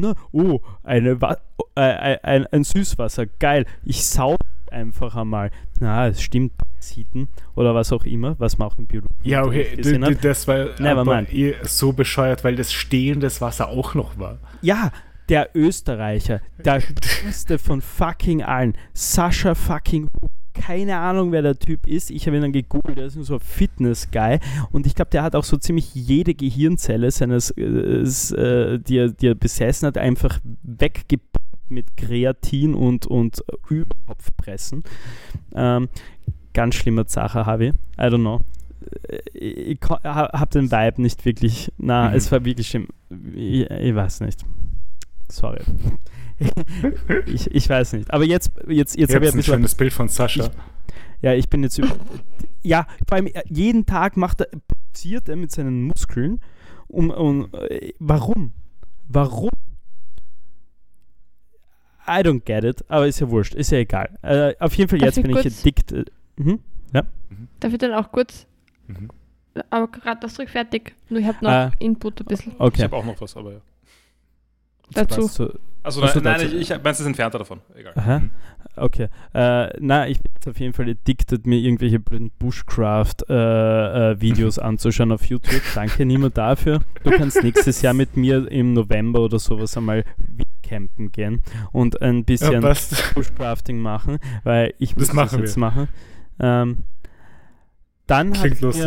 Ein Süßwasser, geil. Ich saug einfach einmal. Na, es stimmt, Parasiten oder was auch immer, was man auch im Biologie Ja, okay, das war aber so bescheuert, weil das stehendes Wasser auch noch war. Ja, der Österreicher, der schlimmste von fucking allen, Sascha fucking, keine Ahnung, wer der Typ ist. Ich habe ihn dann gegoogelt, der ist nur so ein Fitness-Guy und ich glaube, der hat auch so ziemlich jede Gehirnzelle die er besessen hat, einfach weggepumpt mit Kreatin und Überkopfpressen. Ganz schlimmer Sache, Harvey. I don't know. Ich habe den Vibe nicht wirklich. Es war wirklich schlimm. Ich weiß nicht. Sorry. ich weiß nicht. Aber jetzt habe ich ein schönes Bild von Sascha. Ich bin jetzt vor allem jeden Tag produziert er mit seinen Muskeln. Warum? I don't get it, aber ist ja wurscht, ist ja egal. Auf jeden Fall, jetzt bin ich addicted. Ja. Darf ich dann auch kurz? Aber gerade das zurück fertig. Nur ich habe noch Input ein bisschen. Okay. Ich habe auch noch was, aber ja. Dazu. Nein, ich meins ist entfernter davon. Egal. Aha. Okay. Ich bin jetzt auf jeden Fall addicted, mir irgendwelche Bushcraft-Videos anzuschauen auf YouTube. Danke, niemand dafür. Du kannst nächstes Jahr mit mir im November oder sowas einmal campen gehen und ein bisschen Bushcrafting machen, weil ich muss das jetzt machen. Dann klingt lustig.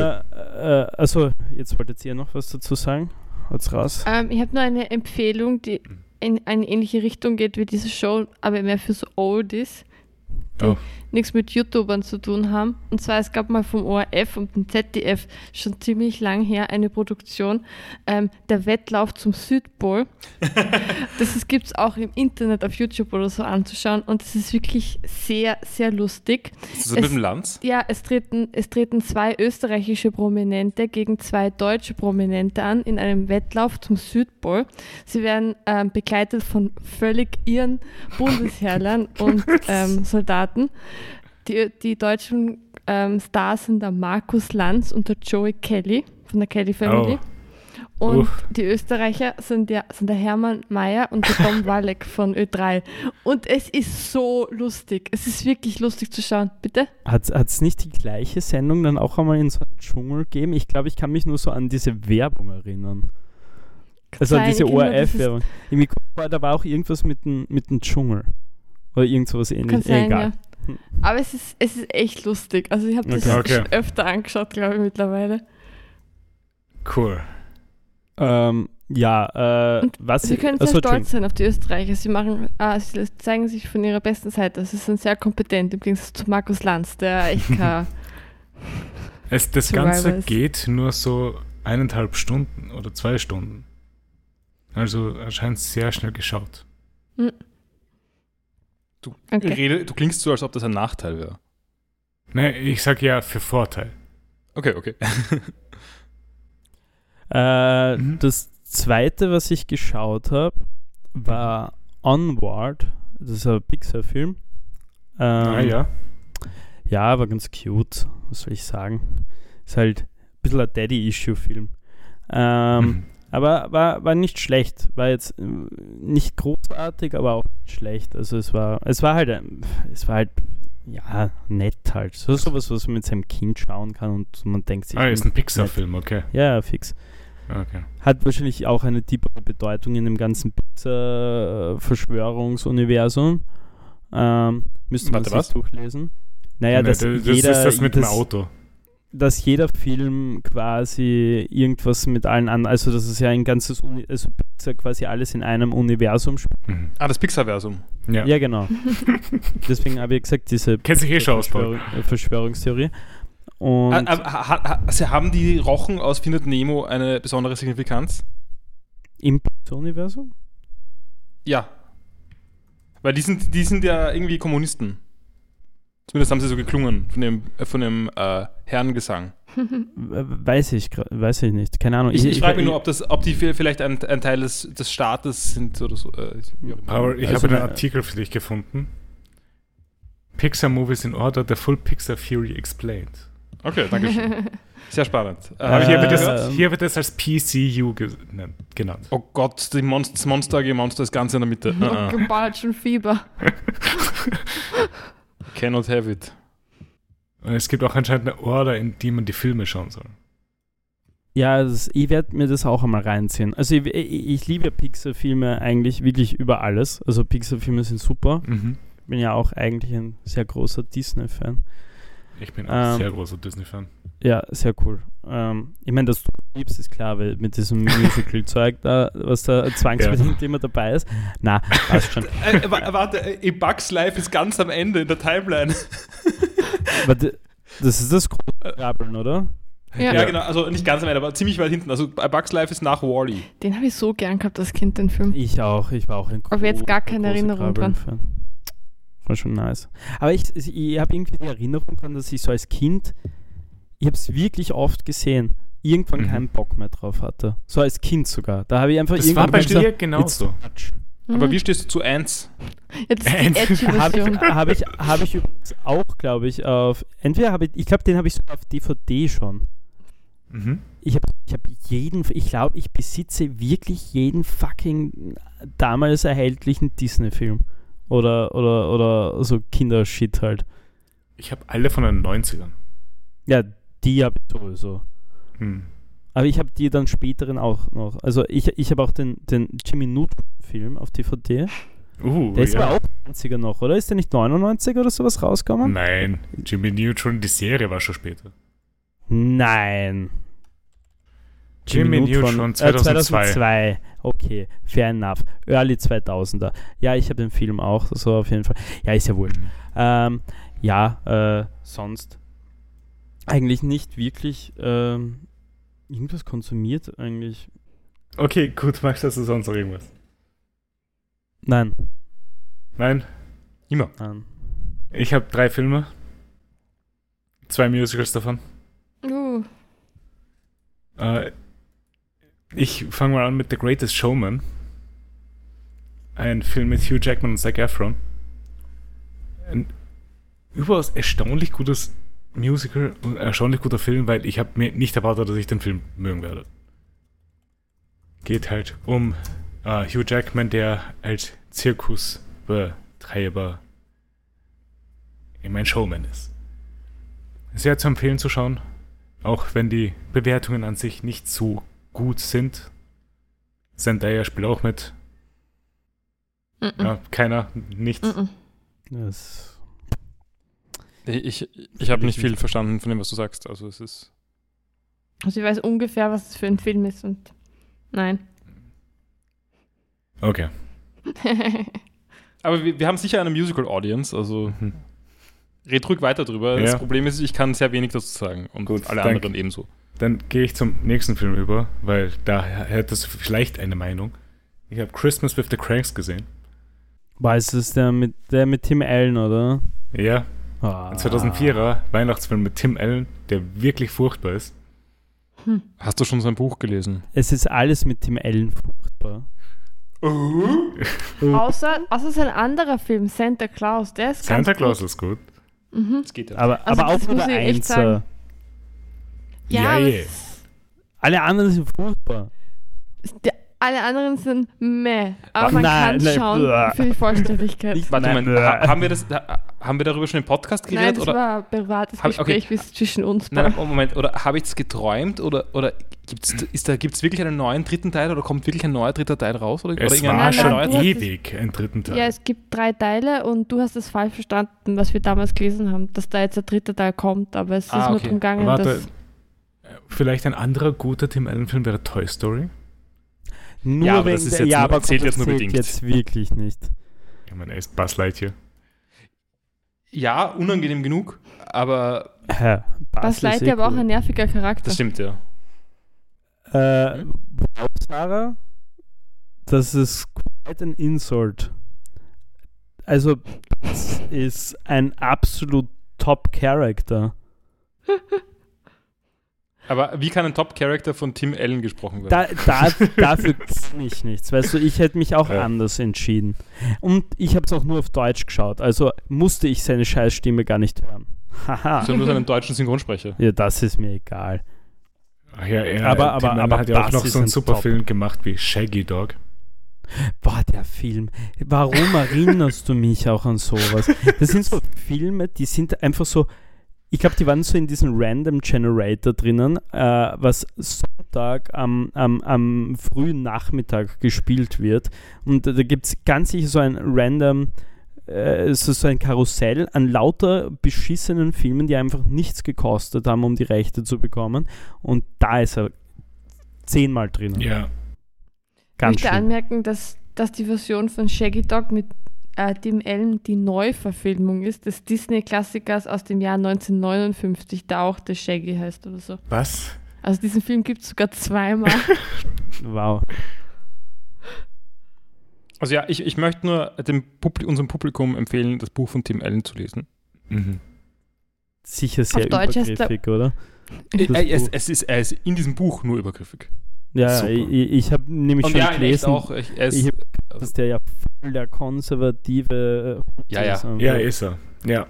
Jetzt wolltet ihr noch was dazu sagen? Haut's raus. Ich habe nur eine Empfehlung, die in eine ähnliche Richtung geht wie diese Show, aber mehr für so Oldies, die nichts mit YouTubern zu tun haben. Und zwar, es gab mal vom ORF und dem ZDF schon ziemlich lang her eine Produktion, der Wettlauf zum Südpol. Das gibt es auch im Internet auf YouTube oder so anzuschauen und es ist wirklich sehr, sehr lustig. Ist das mit dem Lanz? Ja, es treten 2 österreichische Prominente gegen 2 deutsche Prominente an in einem Wettlauf zum Südpol. Sie werden begleitet von völlig irren Bundesheerlern und Soldaten. Die deutschen Stars sind der Markus Lanz und der Joey Kelly von der Kelly Family. Und die Österreicher sind der Hermann Mayer und der Tom Walleck von Ö3. Und es ist so lustig. Es ist wirklich lustig zu schauen. Bitte? Hat es nicht die gleiche Sendung dann auch einmal in so einem Dschungel gegeben? Ich glaube, ich kann mich nur so an diese Werbung erinnern. Also an diese ORF-Werbung. Da war auch irgendwas mit dem Dschungel. Oder irgend sowas ähnliches. Egal. Ja. Aber es ist echt lustig. Also ich habe das schon öfter angeschaut, glaube ich, mittlerweile. Cool. Sie können sehr stolz sein auf die Österreicher. Sie zeigen sich von ihrer besten Seite. Sie sind sehr kompetent, im Gegensatz zu Markus Lanz, der echt kein Das Ganze geht nur so 1,5 Stunden oder 2 Stunden. Also anscheinend sehr schnell geschaut. Du klingst so, als ob das ein Nachteil wäre. Ne, ich sag ja für Vorteil. Okay. Das zweite, was ich geschaut habe, war Onward. Das ist ein Pixar-Film. Ja, war ganz cute. Was soll ich sagen? Ist halt ein bisschen ein Daddy-Issue-Film. Aber war nicht schlecht. War jetzt nicht großartig, aber auch nicht schlecht. Also es war halt ja, nett halt. Sowas, was man mit seinem Kind schauen kann und man denkt sich... ist ein Pixar-Film, okay. Ja, fix. Okay. Hat wahrscheinlich auch eine tiefere Bedeutung in dem ganzen Pixar-Verschwörungsuniversum. Müsste man sich durchlesen. Naja, das ist das mit dem Auto. Dass jeder Film quasi irgendwas mit allen anderen, also dass es ja ein ganzes, also Pixar quasi alles in einem Universum spielt. Mhm. Das Pixar-Versum. Ja, genau. Deswegen habe ich gesagt, diese kennt sich schon aus, Verschwörungstheorie. Und also haben die Rochen aus Findet Nemo eine besondere Signifikanz? Im Pixar-Universum? Ja. Weil die sind ja irgendwie Kommunisten. Zumindest haben sie so geklungen von dem Herrengesang. Weiß ich nicht. Keine Ahnung. Ich frage mich nur, ob die vielleicht ein Teil des Staates sind oder so. Ich habe einen Artikel für dich gefunden. Pixar Movies in Order, the full Pixar Theory explained. Okay, danke schön. Sehr spannend. Hier wird es als PCU genannt. Oh Gott, das Monster AG Monster ist ganz in der Mitte. Bald schon Fieber. Cannot have it. Und es gibt auch anscheinend eine Order, in die man die Filme schauen soll. Ja, ich werde mir das auch einmal reinziehen. Also ich liebe Pixar-Filme eigentlich wirklich über alles. Also Pixar-Filme sind super. Mhm. Ich bin ja auch eigentlich ein sehr großer Disney-Fan. Ich bin auch ein sehr großer Disney-Fan. Ja, sehr cool. Ich meine, dass du liebst, ist klar, weil mit diesem Musical-Zeug da, was da zwangsbedingt immer dabei ist. Na, passt schon. Warte, Bugs Life ist ganz am Ende in der Timeline. Das ist das große Krabbeln, oder? Ja, genau. Also nicht ganz am Ende, aber ziemlich weit hinten. Also Bugs Life ist nach Wall-E. Den habe ich so gern gehabt als Kind, den Film. Ich auch. Ich war auch ein aber jetzt gar keine Erinnerung dran. War schon nice. Aber ich habe irgendwie die Erinnerung dran, dass ich so als Kind, ich habe es wirklich oft gesehen, irgendwann keinen Bock mehr drauf hatte. So als Kind sogar. Da habe ich einfach das war bei dir genauso. Aber wie stehst du zu Ants? Jetzt die Edgy-Version. Habe ich übrigens auch, glaube ich, auf, entweder ich glaube, den habe ich sogar auf DVD schon. Mhm. Ich glaube, ich besitze wirklich jeden fucking damals erhältlichen Disney-Film. Oder so Kindershit halt. Ich habe alle von den 90ern. Ja, die habe ich sowieso. Aber ich habe die dann späteren auch noch. Also ich habe auch den Jimmy Neutron-Film auf DVD. Der ist aber auch 90er noch, oder? Ist der nicht 99 oder sowas rausgekommen? Nein, Jimmy Neutron, die Serie war schon später. Nein. Jimmy Neutron 2002. Okay, fair enough. Early 2000er. Ja, ich habe den Film auch, so auf jeden Fall. Ja, ist ja wohl. Sonst eigentlich nicht wirklich irgendwas konsumiert eigentlich. Okay, gut, magst du sonst noch irgendwas? Nein. Nein? Immer. Nein. Ich habe 3 Filme. 2 Musicals davon. Ich fange mal an mit The Greatest Showman. Ein Film mit Hugh Jackman und Zac Efron. Ein überaus erstaunlich gutes Musical und erstaunlich guter Film, weil ich habe mir nicht erwartet, dass ich den Film mögen werde. Geht halt um Hugh Jackman, der als Zirkusbetreiber ein Showman ist. Sehr zu empfehlen zu schauen, auch wenn die Bewertungen an sich nicht so gut sind. Zendaya spielt auch mit. Ja, keiner, nichts. Ich habe nicht viel verstanden von dem, was du sagst. Also es ist. Also ich weiß ungefähr, was es für ein Film ist und nein. Okay. Aber wir haben sicher eine Musical-Audience, also red ruhig weiter drüber. Ja. Das Problem ist, ich kann sehr wenig dazu sagen und gut, alle anderen ebenso. Dann gehe ich zum nächsten Film über, weil da hättest du vielleicht eine Meinung. Ich habe Christmas with the Cranks gesehen. Ist es der mit Tim Allen, oder? Ja. Ein 2004er Weihnachtsfilm mit Tim Allen, der wirklich furchtbar ist. Hast du schon sein Buch gelesen? Es ist alles mit Tim Allen furchtbar. Außer sein anderer Film, Santa Claus, der ist Santa Claus ist gut. Das geht ja. Aber auch nur der Einser. Ja, alle anderen sind furchtbar. Alle anderen sind meh. Aber man kann schauen für die Vollständigkeit. Warte mal, Haben wir darüber schon im Podcast geredet? Nein, das oder? war ein privates Okay. Gespräch, wie es zwischen uns Nein, war. Moment, oder habe ich es geträumt? Oder gibt's wirklich einen neuen dritten Teil oder kommt wirklich ein neuer dritter Teil raus? Oder Es irgendein war schon neuer du hast ewig ein dritten Teil. Ja, es gibt 3 Teile und du hast es falsch verstanden, was wir damals gelesen haben, dass da jetzt der 3. Teil kommt, aber es ist nur okay. darum gegangen, Warte, dass... vielleicht ein anderer guter Tim Allen-Film wäre Toy Story. Nur Ja, aber wegen das ist der, jetzt ja, nur- aber zählt komm, jetzt das nur zählt bedingt. jetzt wirklich nicht. Ich meine, er ist Buzz Lightyear. Ja, unangenehm genug, aber Buzz Buzz Lightyear aber auch ein nerviger Charakter. das stimmt, ja. Wow, Sarah, das ist quite an insult. Also, das ist ein absolut Top-Character. Aber wie kann ein Top-Character von Tim Allen gesprochen werden? Dafür kann ich nichts. Weißt du, ich hätte mich auch Ja. anders entschieden. Und ich habe es auch nur auf Deutsch geschaut. Also musste ich seine Scheißstimme gar nicht hören. Haha. Sondern nur seinen deutschen Synchronsprecher. Ja, das ist mir egal. Ach ja, Aber Tim Allen hat ja auch das noch ist so einen ein super Top. Film gemacht wie Shaggy Dog. Boah, der Film. Warum erinnerst du mich auch an sowas? Das sind so Filme, die sind einfach so, ich glaube, die waren so in diesem Random Generator drinnen, was Sonntag am frühen Nachmittag gespielt wird. Und da gibt es ganz sicher so ein random, so ein Karussell an lauter beschissenen Filmen, die einfach nichts gekostet haben, um die Rechte zu bekommen. Und da ist er 10-mal drinnen. Ja. Ich Ganz möchte schlimm. anmerken, dass die Version von Shaggy Dog mit Tim Allen die Neuverfilmung ist, des Disney-Klassikers aus dem Jahr 1959, der auch The Shaggy heißt oder so. Was? Also diesen Film gibt es sogar 2-mal. Wow. Also ja, ich möchte nur unserem Publikum empfehlen, das Buch von Tim Allen zu lesen. Mhm. Sicher sehr Auf Deutsch heißt übergriffig, oder? Das Buch. Er ist in diesem Buch nur übergriffig. Ja, Super. ich habe nämlich Und schon ja, in echt gelesen, auch. dass der ja voll der konservative Ja, ja. ist. Ja, ist er. Ja.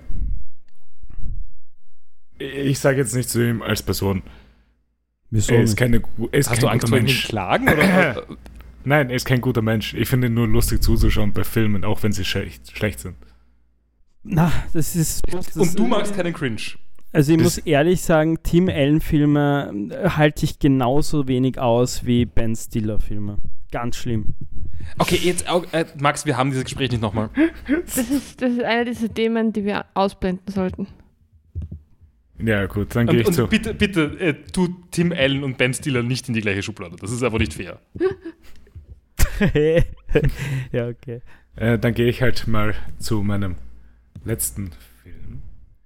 Ich sage jetzt nicht zu ihm als Person. Wieso Er ist, nicht? er ist Hast kein du Angst guter vor ihm Mensch. klagen? Oder? Nein, er ist kein guter Mensch. Ich finde ihn nur lustig zuzuschauen bei Filmen, auch wenn sie schlecht sind. Na, das ist... Und du magst keinen Cringe. Also ich das- muss ehrlich sagen, Tim Allen-Filme halte ich genauso wenig aus wie Ben Stiller-Filme. Ganz schlimm. Okay, jetzt, Max, wir haben dieses Gespräch nicht nochmal. Das ist einer dieser Themen, die wir ausblenden sollten. Ja, gut, dann gehe ich zu. Und bitte tu Tim Allen und Ben Stiller nicht in die gleiche Schublade. Das ist einfach nicht fair. Ja, okay. Dann gehe ich halt mal zu meinem letzten Film.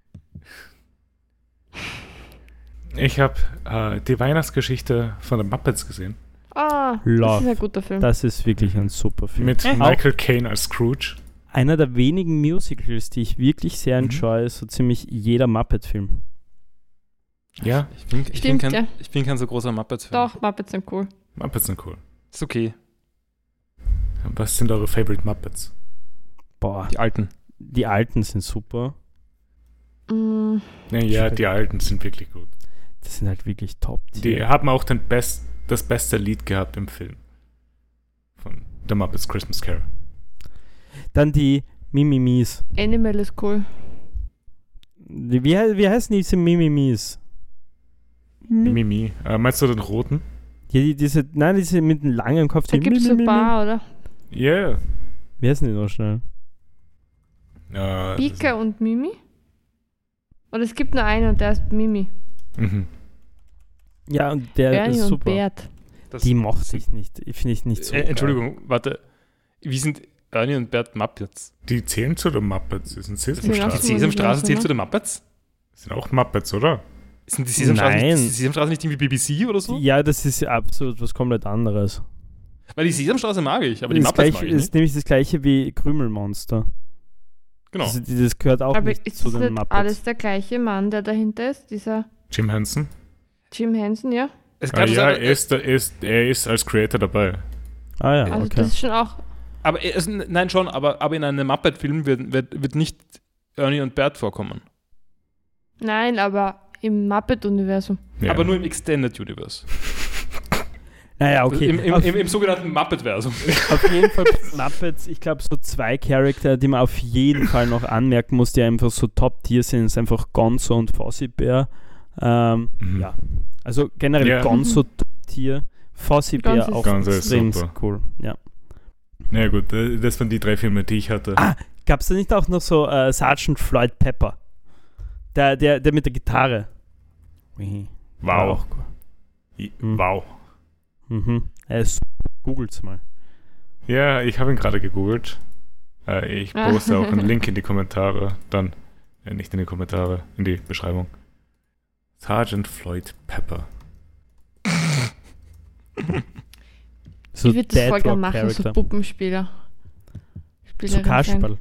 Ich habe die Weihnachtsgeschichte von den Muppets gesehen. Ah, das Love. ist ein guter Film. Das ist wirklich ein super Film. Mit Michael Caine als Scrooge. Einer der wenigen Musicals, die ich wirklich sehr Mhm. enjoy, ist so ziemlich jeder Muppet-Film. Ja, Ich bin kein so großer Muppets-Fan. Doch, Muppets sind cool. Muppets sind cool. Ist okay. Was sind eure Favorite Muppets? Boah, Die alten. die alten sind super. Mm, Ja, die alten sind wirklich gut. Das sind halt wirklich top. Die haben auch das beste Lied gehabt im Film. Von The Muppets Christmas Carol. Dann die Mimimis. Animal ist cool. Wie heißen diese Mimimis? Mimi. Meinst du den roten? Diese mit dem langen Kopf. Da die gibt es ein paar, oder? Ja. Yeah. Wie heißen die noch schnell? Pika und Mimi? Oder es gibt nur einen und der ist Mimi. Mhm. Ja, und der Ernie ist und super. Bert. Die mochte ich nicht. Finde ich nicht so. Entschuldigung, warte. Wie sind Ernie und Bert Muppets? Die zählen zu den Muppets. Das sind sind Die auch Sesamstraßen. so- Sesamstraße zählt ne? zu den Muppets? Das sind auch Muppets, oder? Sind die Sesamstraßen Nein. nicht, ist die Sesamstraße nicht irgendwie BBC oder so? Ja, das ist absolut was komplett anderes. Weil die Sesamstraße mag ich, aber die das Muppets gleiche, mag ich ist nicht. nämlich das gleiche wie Krümelmonster. Genau. Das gehört auch Aber nicht ist zu das den nicht Muppets. alles der gleiche Mann, der dahinter ist? Dieser Jim Henson? Jim Henson, ja? Es kann schon Ja, sein, er ist als Creator dabei. Ah ja, Also okay. das ist schon auch... aber nein, schon, aber in einem Muppet-Film wird nicht Ernie und Bert vorkommen. Nein, aber im Muppet-Universum. Ja. Aber nur im Extended Universe. Naja, okay. Im sogenannten Muppet-Versum. Auf jeden Fall Muppets, ich glaube, so 2 Charakter, die man auf jeden Fall noch anmerken muss, die einfach so Top-Tier sind, ist einfach Gonzo und Fozzie Bear. Ja, also generell Gonzo Top-Tier, Fozzie Bear auch extrem cool. Ja. Ja gut, das waren die 3 Filme, die ich hatte. Gab es da nicht auch noch so Sergeant Floyd Pepper? Der mit der Gitarre. Wow. Wow. Googelt's mal. Ja, ich habe ihn gerade gegoogelt. Ich poste auch einen Link in die Kommentare. Dann, nicht in die Kommentare, in die Beschreibung. Sergeant Floyd Pepper. So ich würde das voll gerne machen, so Puppenspieler. So Kasperl.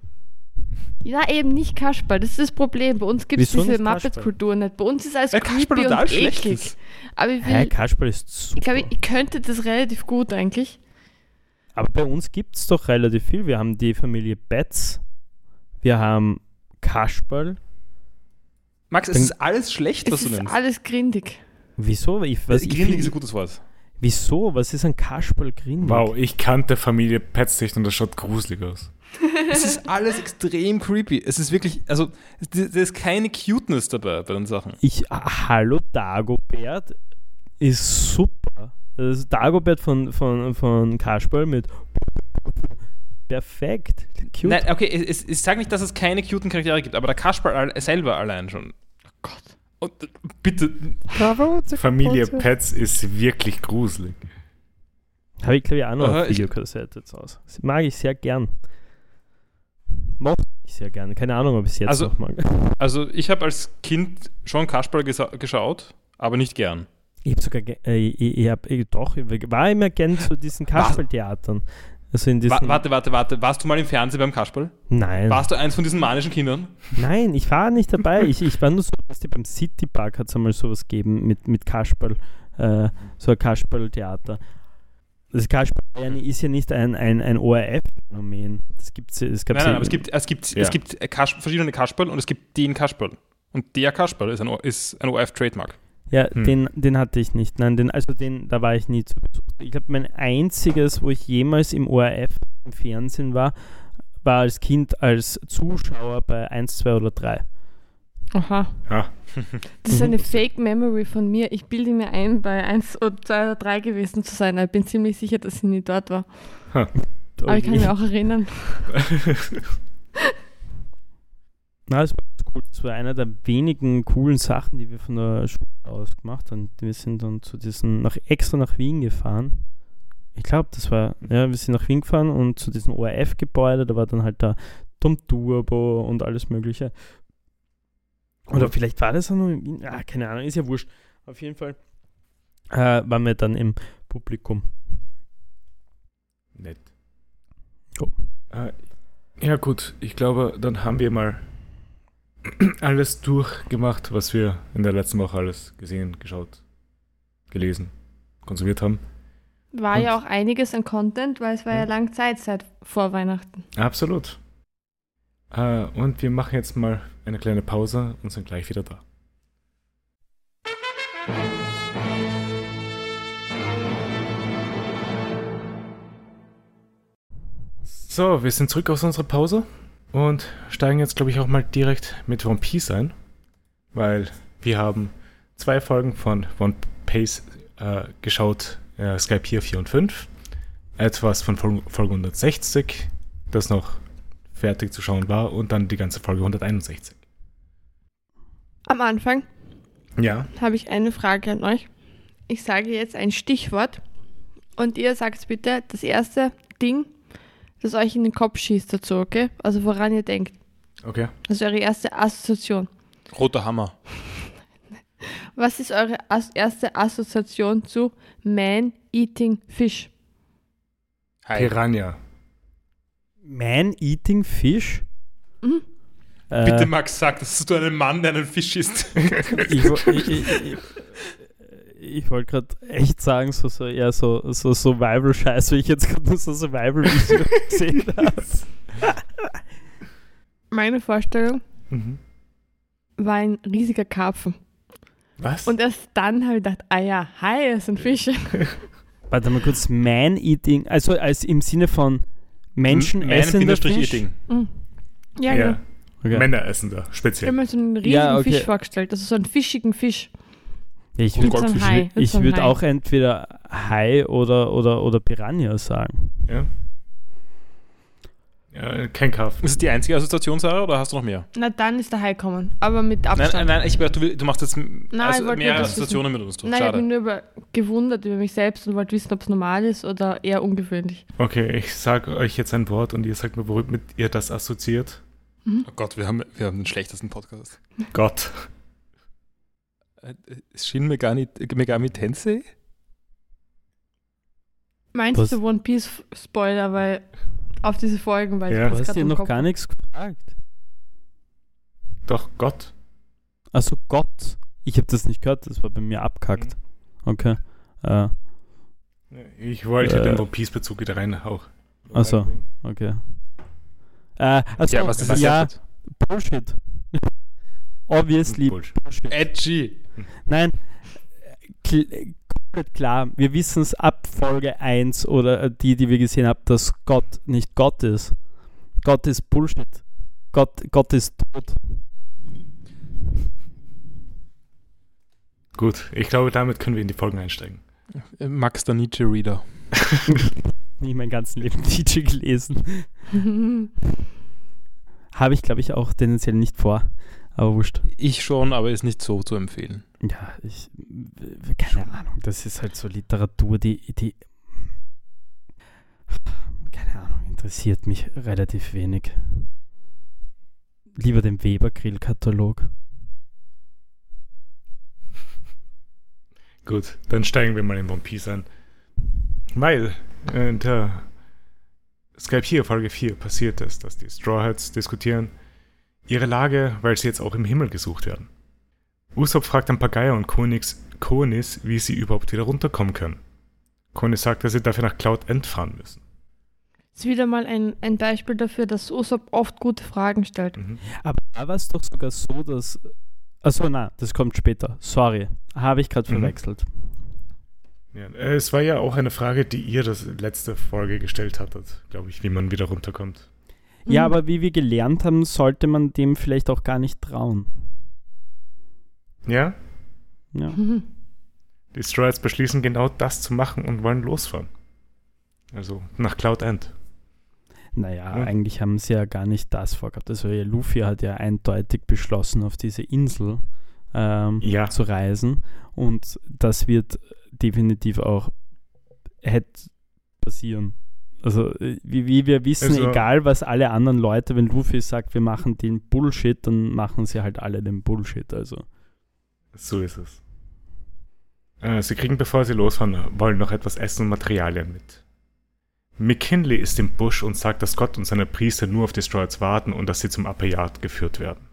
Ja, eben nicht Kasperl, das ist das Problem. Bei uns gibt es diese Muppet-Kultur nicht. Bei uns ist alles creepy und eklig. Aber Kasperl ist super. Ich glaube, ich könnte das relativ gut eigentlich. Aber bei uns gibt es doch relativ viel. Wir haben die Familie Betz, wir haben Kasperl. Max, es ist alles schlecht, was du nennst. Es ist alles grindig. Wieso? Grindig ist ein gutes Wort. Wieso? Was ist ein Kasperl grindig? Wow, ich kannte Familie Betz nicht und das schaut gruselig aus. Es ist alles extrem creepy. Es ist wirklich, also, da ist keine Cuteness dabei bei den Sachen. Hallo, Dagobert ist super. Das ist Dagobert von Kasperl mit perfekt. Cute. Nein, okay, ich sage nicht, dass es keine cuten Charaktere gibt, aber der Kasperl selber allein schon. Oh Gott. Und bitte. Familie Petz ist wirklich gruselig. Habe ich, glaube ich, auch noch auf Videokassette jetzt aus. Das mag ich sehr gern. Mochte ich sehr gerne. Keine Ahnung, ob ich es jetzt noch mag. Also ich habe als Kind schon Kasperl geschaut, aber nicht gern. Ich habe sogar, ich war immer gern zu diesen Kasperl-Theatern. Also in diesen warte. Warst du mal im Fernsehen beim Kasperl? Nein. Warst du eins von diesen manischen Kindern? Nein, ich war nicht dabei. ich war nur so, dass die beim City Park hat es einmal sowas gegeben mit Kasperl, so ein Kasperl-Theater. Das Kasperl ist ja nicht ein ORF-Phänomen. Nein, aber es gibt verschiedene Kasperl und es gibt den Kasperl. Und der Kasperl ist ein ORF-Trademark. Ja, den hatte ich nicht. Nein, da war ich nie zu Besuch. Ich glaube, mein einziges, wo ich jemals im ORF im Fernsehen war als Kind als Zuschauer bei 1, 2 oder 3. Aha. Ja. Das ist eine Fake-Memory von mir. Ich bilde mir ein, bei 1 oder 2 oder 3 gewesen zu sein. Ich bin ziemlich sicher, dass ich nie dort war. Aber ich kann mich auch erinnern. Na, das war cool. Das war einer der wenigen coolen Sachen, die wir von der Schule aus gemacht haben. Wir sind dann extra nach Wien gefahren. Ich glaube, wir sind nach Wien gefahren und zu diesem ORF-Gebäude, da war dann halt der Tom Turbo und alles Mögliche. Oder vielleicht war das auch noch in Wien. Keine Ahnung, ist ja wurscht. Auf jeden Fall waren wir dann im Publikum. Nett. Oh. Ja gut, ich glaube, dann haben wir mal alles durchgemacht, was wir in der letzten Woche alles gesehen, geschaut, gelesen, konsumiert haben. War ja auch einiges an Content, weil es war ja lang Zeit seit vor Weihnachten. Absolut. Und wir machen jetzt mal eine kleine Pause und sind gleich wieder da. So, wir sind zurück aus unserer Pause und steigen jetzt, glaube ich, auch mal direkt mit One Piece ein, weil wir haben 2 Folgen von One Piece geschaut, Sky Pier 4 und 5, etwas von Folge 160, das noch fertig zu schauen war, und dann die ganze Folge 161. Am Anfang Ja. habe ich eine Frage an euch. Ich sage jetzt ein Stichwort und ihr sagt bitte das erste Ding, das euch in den Kopf schießt dazu, okay? Also woran ihr denkt. Okay. Das ist eure erste Assoziation. Roter Hammer. Was ist eure erste Assoziation zu Man-Eating Fish? Hi. Piranha. Man-Eating Fish? Mhm. Bitte, Max, sag, dass du einen Mann, der einen Fisch isst. Ich wollte gerade echt sagen, so Survival-Scheiß, wie ich jetzt gerade nur so Survival-Video gesehen habe. Meine Vorstellung war ein riesiger Karpfen. Was? Und erst dann habe ich gedacht, Haie sind Fische. Warte mal kurz, Man-Eating, also als im Sinne von Menschen essender Fisch? Eating. Ja, Ja. genau. Okay. Männeressender, Ich habe speziell. mir so einen riesigen Ja, okay. Fisch vorgestellt, also so einen fischigen Fisch. Ja, ich Und Mit so einem Goldfisch. Hai. mit so einem würde Hai. auch entweder Hai oder Piranha sagen. Ja. Ja, kein Karpfen. Ist es die einzige Assoziation, Sarah, oder hast du noch mehr? Na, dann ist der Hai kommen, aber mit Abstand. Nein, du machst jetzt ich wollte nur mehrere das Assoziationen mit uns. Nein, ich habe Schade. mich nur gewundert über mich selbst und wollte wissen, ob es normal ist oder eher ungewöhnlich. Okay, ich sage euch jetzt ein Wort und ihr sagt mir, womit ihr das assoziiert. Oh Gott, wir haben den schlechtesten Podcast. Gott. Shin Megami Tensei? Meinst Was? du One Piece Spoiler, weil auf diese Folgen, weil Ja. ich Du das hast gerade dir im noch Kopf gar habe. nichts gefragt. Doch, Gott. Also Gott. Ich habe das nicht gehört, das war bei mir abkackt. Okay. Ich wollte Äh. den One Piece Bezug wieder reinhauchen. Ach so. Okay. Also, Ja, was ist das ja, jetzt? Bullshit. Obviously Bullshit. Bullshit. Edgy. Nein, komplett klar. Wir wissen es ab Folge 1 oder die wir gesehen haben, dass Gott nicht Gott ist. Gott ist Bullshit. Gott ist tot. Gut, ich glaube, damit können wir in die Folgen einsteigen. Max der Nietzsche-Reader. Nie mein ganzes Leben Nietzsche gelesen. Habe ich, glaube ich, auch tendenziell nicht vor. Aber wurscht. Ich schon, aber ist nicht so zu empfehlen. Ja, keine Ahnung. Das ist halt so Literatur, die keine Ahnung, interessiert mich relativ wenig. Lieber den Weber-Grill-Katalog. Gut, dann steigen wir mal in One Piece ein. Weil in der Skype hier, Folge 4, passiert es, dass die Straw Hats diskutieren ihre Lage, weil sie jetzt auch im Himmel gesucht werden. Usopp fragt dann Pagaya und Konis, wie sie überhaupt wieder runterkommen können. Konis sagt, dass sie dafür nach Cloud End fahren müssen. Das ist wieder mal ein Beispiel dafür, dass Usopp oft gute Fragen stellt. Aber da war es doch sogar so, dass... Achso, nein, das kommt später. Sorry, habe ich gerade verwechselt. Ja, es war ja auch eine Frage, die ihr das letzte Folge gestellt hattet, glaube ich, wie man wieder runterkommt. Ja, aber wie wir gelernt haben, sollte man dem vielleicht auch gar nicht trauen. Ja? Ja. Die Straw Hats beschließen genau das zu machen und wollen losfahren. Also nach Cloud End. Naja, Ja. eigentlich haben sie ja gar nicht das vorgehabt. Also Luffy hat ja eindeutig beschlossen, auf diese Insel Ja. zu reisen. Und das wird definitiv auch passieren. Also wie wir wissen, Also- egal was alle anderen Leute, wenn Luffy sagt, wir machen den Bullshit, dann machen sie halt alle den Bullshit. Also So ist es. Sie kriegen, bevor sie losfahren, wollen noch etwas Essen und Materialien mit. McKinley ist im Busch und sagt, dass Gott und seine Priester nur auf die Straw Hats warten und dass sie zum Upper Yard geführt werden.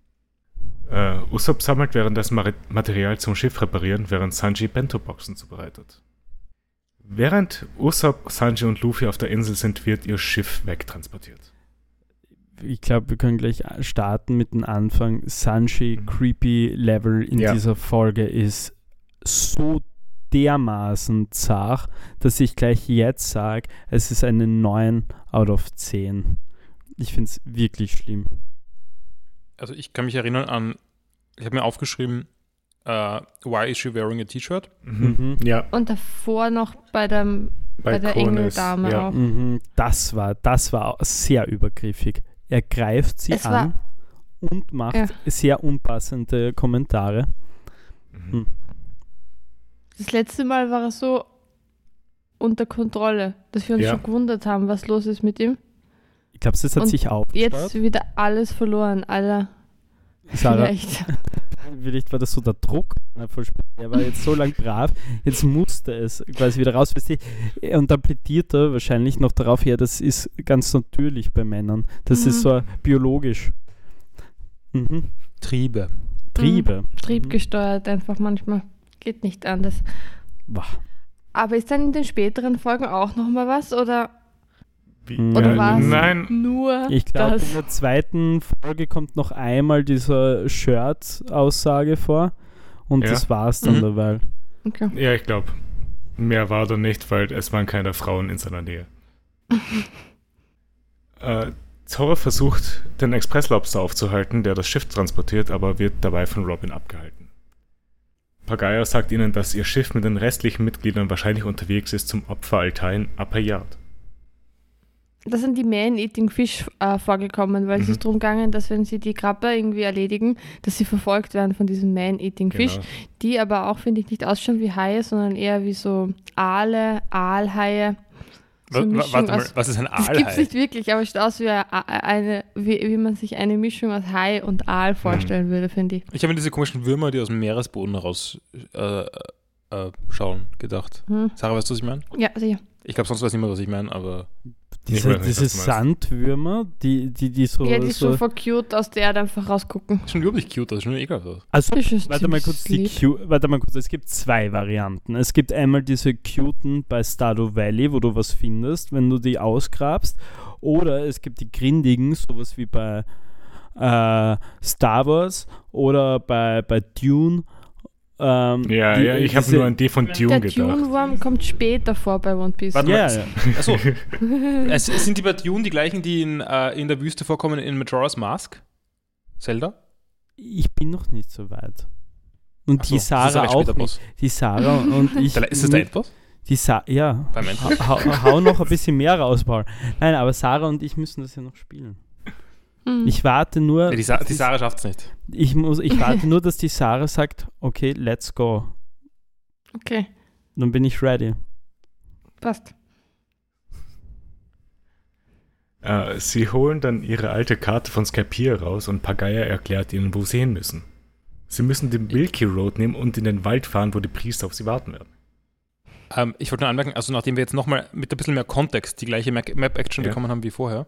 Usopp sammelt währenddessen Material zum Schiff reparieren, während Sanji Bento-Boxen zubereitet. Während Usopp, Sanji und Luffy auf der Insel sind, wird ihr Schiff wegtransportiert. ich glaube, wir können gleich starten mit dem Anfang. Sanji Creepy Level in Ja. dieser Folge ist so dermaßen zart, dass ich gleich jetzt sage, es ist eine 9 out of 10. Ich finde es wirklich schlimm. Also ich kann mich erinnern an, ich habe mir aufgeschrieben, why is she wearing a T-Shirt? Mhm. Ja, Und davor noch bei der Konis, Engeldame ja. auch. Mhm. Das war auch sehr übergriffig. Er greift sie Es an war- und macht Ja. sehr unpassende Kommentare. Mhm. Das letzte Mal war er so unter Kontrolle, dass wir uns Ja. schon gewundert haben, was los ist mit ihm. Ich glaube, das hat Und sich aufgestaut. Jetzt wieder alles verloren, Alter. Sarah, Vielleicht. vielleicht war das so der Druck. Er war jetzt so lang brav, jetzt musste es quasi wieder raus. Weißt du, und dann plädiert er wahrscheinlich noch darauf, ja, das ist ganz natürlich bei Männern. Das ist so biologisch. Mhm. Triebe. Triebe. Triebgesteuert einfach manchmal. Geht nicht anders. Boah. Aber ist dann in den späteren Folgen auch nochmal was? Oder Oder war es Nein, nur Ich glaube, in das? der zweiten Folge kommt noch einmal diese Shirt-Aussage vor und Ja. das war's dann Mhm. dabei. Okay. ja, ich glaube. Mehr war da nicht, weil es waren keine Frauen in seiner Nähe. Zora versucht, den Expresslobster aufzuhalten, der das Schiff transportiert, aber wird dabei von Robin abgehalten. Pagaya sagt ihnen, dass ihr Schiff mit den restlichen Mitgliedern wahrscheinlich unterwegs ist zum Opferaltar in Upper Yard. Da sind die Man-Eating Fish vorgekommen, weil es ist darum gegangen, dass wenn sie die Krabbe irgendwie erledigen, dass sie verfolgt werden von diesem Man-Eating Fish, die aber auch, finde ich, nicht ausschauen wie Haie, sondern eher wie so Aale, Aalhaie. So warte mal, was ist ein Aalhai? Das gibt es nicht wirklich, aber es sieht aus wie man sich eine Mischung aus Hai und Aal vorstellen würde, finde ich. Ich habe mir diese komischen Würmer, die aus dem Meeresboden raus schauen, gedacht. Sarah, weißt du, was ich meine? Ja, sicher. Ich glaube, sonst weiß niemand, was ich meine, aber... Diese Sandwürmer, die so... Ja, die so voll cute aus der Erde einfach rausgucken. Das ist schon überhaupt nicht cute, das ist schon ekelhaft aus. Also, warte mal kurz, es gibt zwei Varianten. Es gibt einmal diese cuten bei Stardew Valley, wo du was findest, wenn du die ausgrabst. Oder es gibt die grindigen, sowas wie bei Star Wars oder bei Dune. Ich habe nur an die von Dune gedacht. Der Dune-Wurm kommt später vor bei One Piece. Warte mal. Achso. Sind die bei Dune die gleichen, die in der Wüste vorkommen in Majora's Mask? Zelda? Ich bin noch nicht so weit. Und die Sarah auch nicht. Boss. Die Sarah und ich... Ist es der Endboss? Ja. Hau noch ein bisschen mehr raus, Paul. Nein, aber Sarah und ich müssen das ja noch spielen. Ich warte nur... Ja, die Sarah schafft es nicht. Ich warte nur, dass die Sarah sagt, okay, let's go. Okay. Dann bin ich ready. Passt. Sie holen dann ihre alte Karte von Skypiea raus und Pagaya erklärt ihnen, wo sie hin müssen. Sie müssen den Milky Road nehmen und in den Wald fahren, wo die Priester auf sie warten werden. Ich wollte nur anmerken, also nachdem wir jetzt nochmal mit ein bisschen mehr Kontext die gleiche Map-Action bekommen haben wie vorher,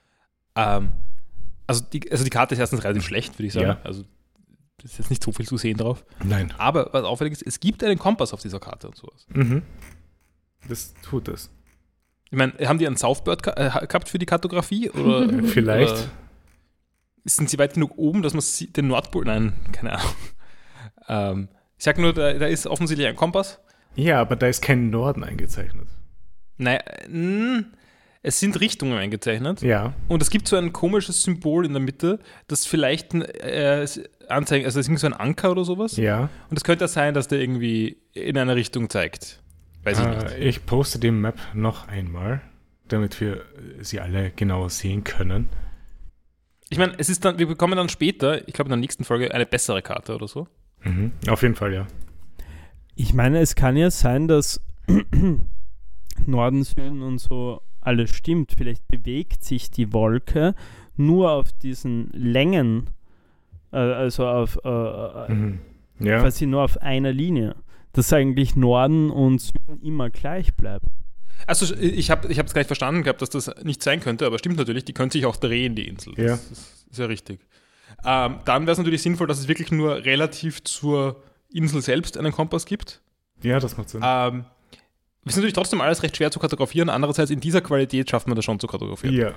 also die Karte ist erstens relativ schlecht, würde ich sagen. Ja. Also es ist jetzt nicht so viel zu sehen drauf. Nein. Aber was auffällig ist, es gibt einen Kompass auf dieser Karte und sowas. Das tut es. Ich meine, haben die einen Southbird gehabt für die Kartografie? Oder, vielleicht. Oder sind sie weit genug oben, dass man den Nordpol... Nein, keine Ahnung. Ich sag nur, da ist offensichtlich ein Kompass. Ja, aber da ist kein Norden eingezeichnet. Nein, es sind Richtungen eingezeichnet. Ja. Und es gibt so ein komisches Symbol in der Mitte, das vielleicht anzeigen, also es ist so ein Anker oder sowas. Ja. Und es könnte sein, dass der irgendwie in eine Richtung zeigt. Weiß ich nicht. Ich poste die Map noch einmal, damit wir sie alle genauer sehen können. Ich meine, wir bekommen dann später, ich glaube in der nächsten Folge, eine bessere Karte oder so. Auf jeden Fall, ja. Ich meine, es kann ja sein, dass Norden, Süden und so alles stimmt. Vielleicht bewegt sich die Wolke nur auf diesen Längen, also auf quasi nur auf einer Linie, dass eigentlich Norden und Süden immer gleich bleibt. Also ich habe es gar nicht verstanden gehabt, dass das nicht sein könnte, aber stimmt natürlich, die könnte sich auch drehen, die Insel. Das ist ja richtig. Dann wäre es natürlich sinnvoll, dass es wirklich nur relativ zur Insel selbst einen Kompass gibt. Ja, das macht Sinn. Ist natürlich trotzdem alles recht schwer zu kartografieren, andererseits in dieser Qualität schafft man das schon zu kartografieren. Ja.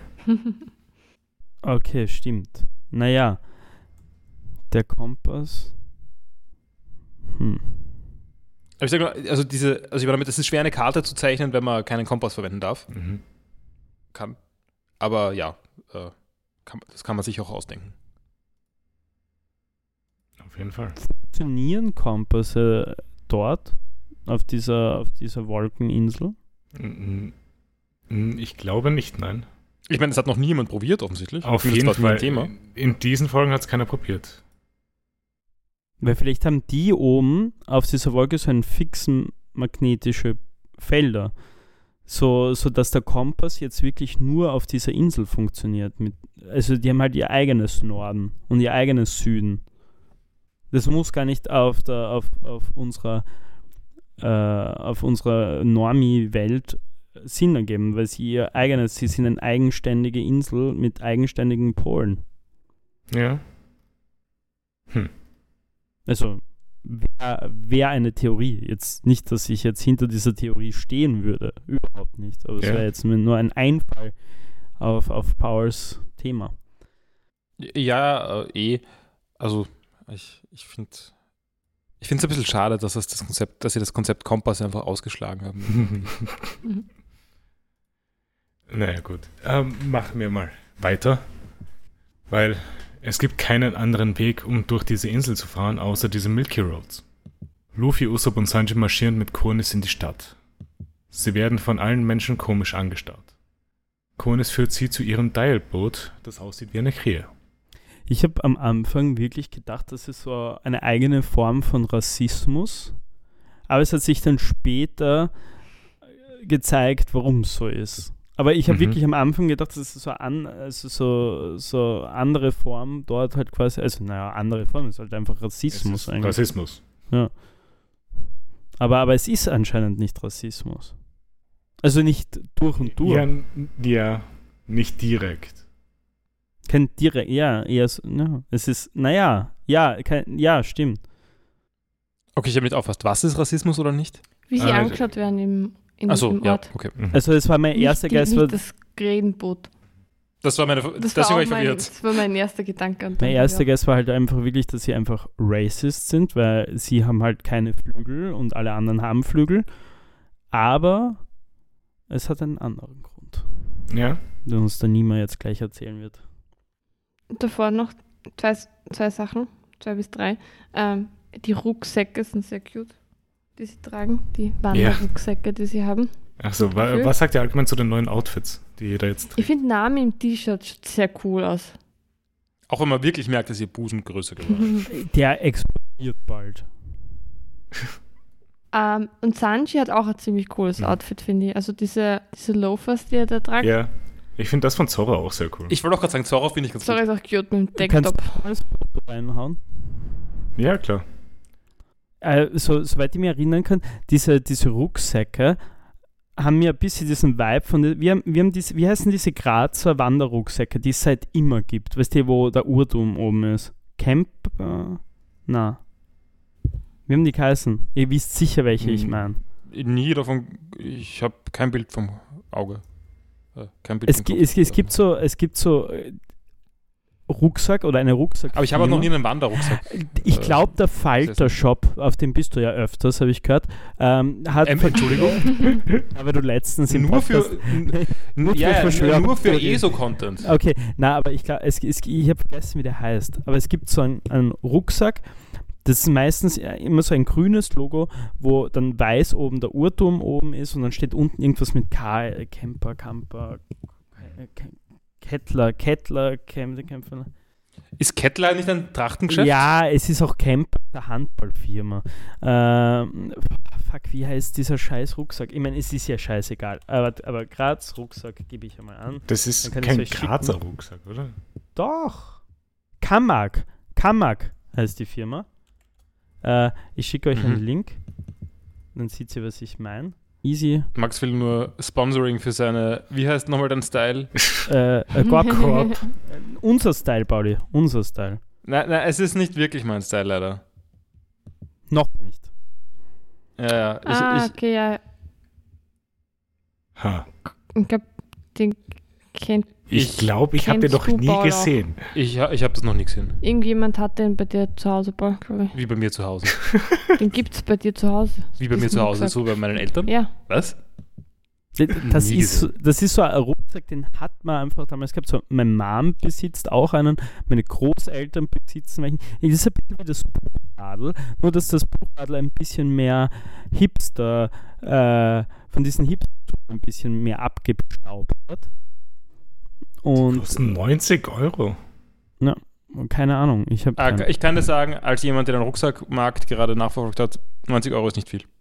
Okay, stimmt. Naja, der Kompass. Aber ich sage nur, also ich meine damit, es ist schwer, eine Karte zu zeichnen, wenn man keinen Kompass verwenden darf. Kann. Aber ja, das kann man sich auch ausdenken. Auf jeden Fall. Funktionieren Kompasse dort? Auf dieser Wolkeninsel? Ich glaube nicht, nein. Ich meine, das hat noch nie jemand probiert, offensichtlich. Auf jeden Fall. Thema. In diesen Folgen hat es keiner probiert. Weil vielleicht haben die oben auf dieser Wolke so einen fixen magnetische Felder, so dass der Kompass jetzt wirklich nur auf dieser Insel funktioniert. Also die haben halt ihr eigenes Norden und ihr eigenes Süden. Das muss gar nicht auf unserer Normie-Welt Sinn ergeben, weil sie sind eine eigenständige Insel mit eigenständigen Polen. Ja. Also wäre eine Theorie. Jetzt nicht, dass ich jetzt hinter dieser Theorie stehen würde. Überhaupt nicht. Aber es wäre jetzt nur ein Einfall auf Powers Thema. Ja, Also ich finde, Ich finde es ein bisschen schade, dass sie das Konzept Kompass einfach ausgeschlagen haben. Naja, gut. Machen wir mal weiter. Weil es gibt keinen anderen Weg, um durch diese Insel zu fahren, außer diese Milky Roads. Luffy, Usopp und Sanji marschieren mit Konis in die Stadt. Sie werden von allen Menschen komisch angestarrt. Konis führt sie zu ihrem Dialboot, das aussieht wie eine Krähe. Ich habe am Anfang wirklich gedacht, das ist so eine eigene Form von Rassismus. Aber es hat sich dann später gezeigt, warum es so ist. Aber ich habe wirklich am Anfang gedacht, das ist so andere Form dort halt quasi, also andere Form, es ist halt einfach Rassismus eigentlich. Rassismus. Ja. Aber es ist anscheinend nicht Rassismus. Also nicht durch und durch. Ja, nicht direkt. Kein direkt, eher so, ja. Es ist, stimmt. Okay, ich habe nicht aufgepasst. Was ist Rassismus oder nicht? Wie sie angeschaut werden im Ort. Okay. Also das war mein erster Geist. Nicht das Krähenboot. Das war ich verwirrt. Das war mein erster Gedanke. Mein erster Guess war halt einfach wirklich, dass sie einfach racist sind, weil sie haben halt keine Flügel und alle anderen haben Flügel. Aber es hat einen anderen Grund. Ja. Den uns der Nima jetzt gleich erzählen wird. Davor noch zwei Sachen, 2 bis 3. Die Rucksäcke sind sehr cute, die sie tragen. Die Wanderrucksäcke, die sie haben. Achso, was sagt ihr allgemein zu den neuen Outfits, die jeder jetzt trägt? Ich finde Nami im T-Shirt sieht sehr cool aus. Auch wenn man wirklich merkt, dass ihr Busen größer geworden ist. Der explodiert bald. Und Sanji hat auch ein ziemlich cooles Outfit, finde ich. Also diese Loafers, die er da trägt. Ja, ich finde das von Zora auch sehr cool. Ich wollte auch gerade sagen, Zora finde ich ganz Zora gut. ist auch cute mit dem Du kannst Tanktop. alles Foto reinhauen. Ja, klar. Soweit ich mich erinnern kann, diese Rucksäcke haben mir ein bisschen diesen Vibe von, wir haben diese, wie heißen diese Grazer Wanderrucksäcke, die es seit immer gibt, weißt du, wo der Uhrturm oben ist? Wie haben die geheißen? Ihr wisst sicher, welche ich meine. Nie davon, ich habe kein Bild vom Auge. Kein Bild Es gibt so Rucksack oder eine Rucksack. Aber ich habe auch noch nie einen Wanderrucksack. Ich glaube, der Falter-Shop, auf dem bist du ja öfters, habe ich gehört, hat... Entschuldigung? aber du letztens im nur Podcast... nur für ESO-Content. Okay, aber ich glaube, ich habe vergessen, wie der heißt, aber es gibt so einen Rucksack, das ist meistens immer so ein grünes Logo, wo dann weiß oben der Uhrturm oben ist und dann steht unten irgendwas mit Camper, Kettler. Ist Kettler nicht ein Trachtengeschäft? Ja, es ist auch Camper, der Handballfirma. Wie heißt dieser scheiß Rucksack? Ich meine, es ist ja scheißegal, aber Graz Rucksack gebe ich einmal an. Das ist kein Grazer Rucksack, oder? Doch. Kamag heißt die Firma. Ich schicke euch einen Link, dann seht ihr, was ich meine. Easy. Max will nur Sponsoring für seine, wie heißt nochmal dein Style? Korb. Unser Style, Pauli, unser Style. Nein, es ist nicht wirklich mein Style, leider. Noch nicht. Ja. Okay, ja. Ha. Ich glaube, den kennt... Ich glaube, ich habe den noch nie gesehen. Ich habe das noch nie gesehen. Irgendjemand hat den bei dir zu Hause, Paul, glaube ich. Wie bei mir zu Hause. Den gibt es bei dir zu Hause. Wie bei mir zu Hause, so bei meinen Eltern? Ja. Was? Das ist so ein Rucksack, den hat man einfach damals gehabt. So, meine Mom besitzt auch einen, meine Großeltern besitzen welchen. Das ist ein bisschen wie das Buchradl, nur dass das Buchradl ein bisschen mehr Hipster, von diesen Hipster ein bisschen mehr abgestaubt hat. Und die kosten 90 €. Ja, keine Ahnung. Ich kann dir sagen, als jemand, der den Rucksackmarkt gerade nachverfolgt hat, 90 € ist nicht viel.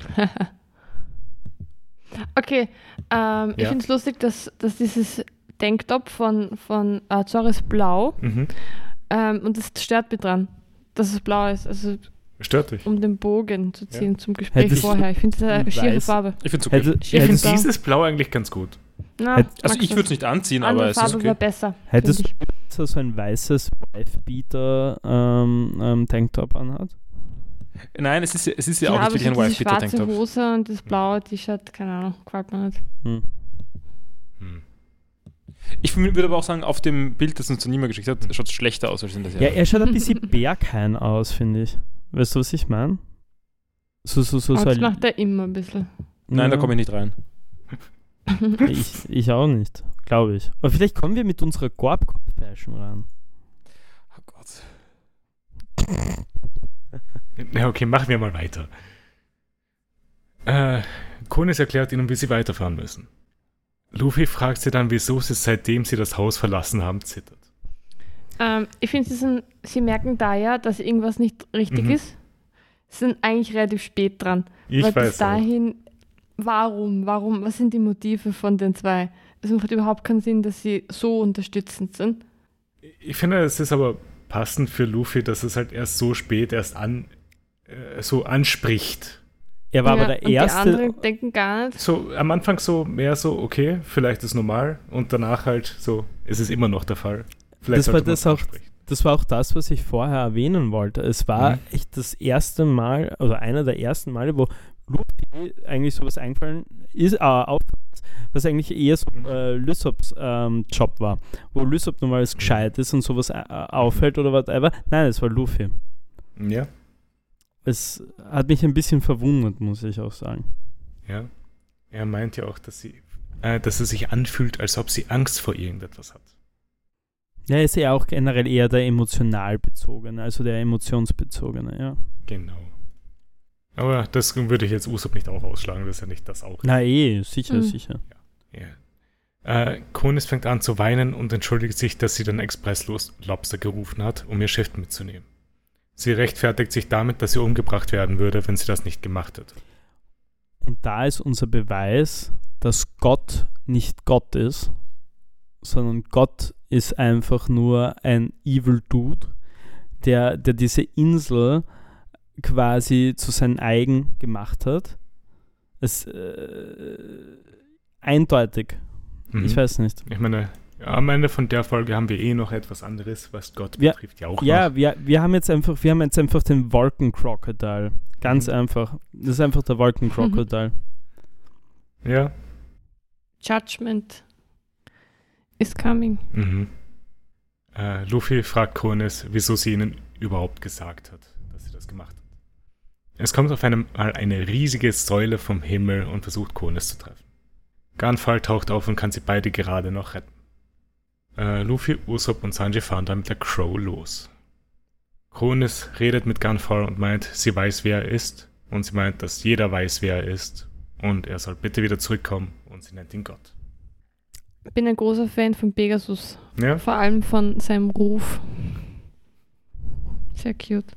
Okay, ich finde es lustig, dass dieses Tanktop von Zora ist blau und das stört mich dran, dass es blau ist. Also stört dich? Um den Bogen zu ziehen zum Gespräch vorher. Ich finde es eine schiere Farbe. Ich finde es okay. Ich finde dieses Blau eigentlich ganz gut. Also ich würde es nicht anziehen, aber es ist okay. Wäre besser. Hättest du so ein weißes Wife-Beater Tanktop anhat? Nein, es ist ja auch nicht wirklich ein Wife-Beater Tanktop. Die schwarze Hose und das blaue T-Shirt, keine Ahnung, gefällt mir nicht. Ich würde aber auch sagen, auf dem Bild, das uns Nima geschickt hat, schaut es schlechter aus als in der Serie. Ja, er schaut ein bisschen Berghain aus, finde ich. Weißt du, was ich meine? Aber das macht er immer ein bisschen. Nein, da komme ich nicht rein. Ich auch nicht, glaube ich. Aber vielleicht kommen wir mit unserer Gorb-Fashion ran. Oh Gott. Ja, okay, machen wir mal weiter. Konis erklärt ihnen, wie sie weiterfahren müssen. Luffy fragt sie dann, wieso sie seitdem sie das Haus verlassen haben, zittert. Ich finde, sie merken da ja, dass irgendwas nicht richtig ist. Sie sind eigentlich relativ spät dran. Ich weil weiß bis dahin, warum, was sind die Motive von den zwei? Es macht überhaupt keinen Sinn, dass sie so unterstützend sind. Ich finde, es ist aber passend für Luffy, dass es halt erst so spät so anspricht. Er war aber der Erste. Die anderen denken gar nicht. So am Anfang so mehr so, okay, vielleicht ist normal und danach halt so, es ist immer noch der Fall. Vielleicht das war auch das, was ich vorher erwähnen wollte. Es war echt das erste Mal, oder einer der ersten Male, wo Luffy eigentlich sowas eingefallen ist, was eigentlich eher so Lysops Job war, wo Lysop normales gescheit ist und sowas auffällt oder whatever. Nein, es war Luffy. Ja. Es hat mich ein bisschen verwundert, muss ich auch sagen. Ja. Er meint ja auch, dass es sich anfühlt, als ob sie Angst vor irgendetwas hat. Ja, er ist ja auch generell eher der emotional bezogene, also der emotionsbezogene, ja. Genau. Aber das würde ich jetzt Usopp nicht auch ausschlagen, dass er nicht das auch ist. Na sicher. Ja. Konis fängt an zu weinen und entschuldigt sich, dass sie den Express-Lobster gerufen hat, um ihr Schiff mitzunehmen. Sie rechtfertigt sich damit, dass sie umgebracht werden würde, wenn sie das nicht gemacht hätte. Und da ist unser Beweis, dass Gott nicht Gott ist, sondern Gott ist einfach nur ein Evil Dude, der diese Insel quasi zu seinem eigen gemacht hat. Es eindeutig. Ich weiß nicht. Ich meine, am Ende von der Folge haben wir noch etwas anderes, was Gott betrifft, ja auch noch. Wir haben jetzt einfach den Wolkencrocodile. Ganz einfach. Das ist einfach der Wolkencrocodile. Ja. Judgment is coming. Luffy fragt Konis, wieso sie ihnen überhaupt gesagt hat, dass sie das gemacht hat. Es kommt auf einmal eine riesige Säule vom Himmel und versucht Konis zu treffen. Gunfall taucht auf und kann sie beide gerade noch retten. Luffy, Usopp und Sanji fahren dann mit der Crow los. Konis redet mit Gunfall und meint, sie weiß, wer er ist, und sie meint, dass jeder weiß, wer er ist, und er soll bitte wieder zurückkommen, und sie nennt ihn Gott. Ich bin ein großer Fan von Pegasus. Ja? Vor allem von seinem Ruf. Sehr cute.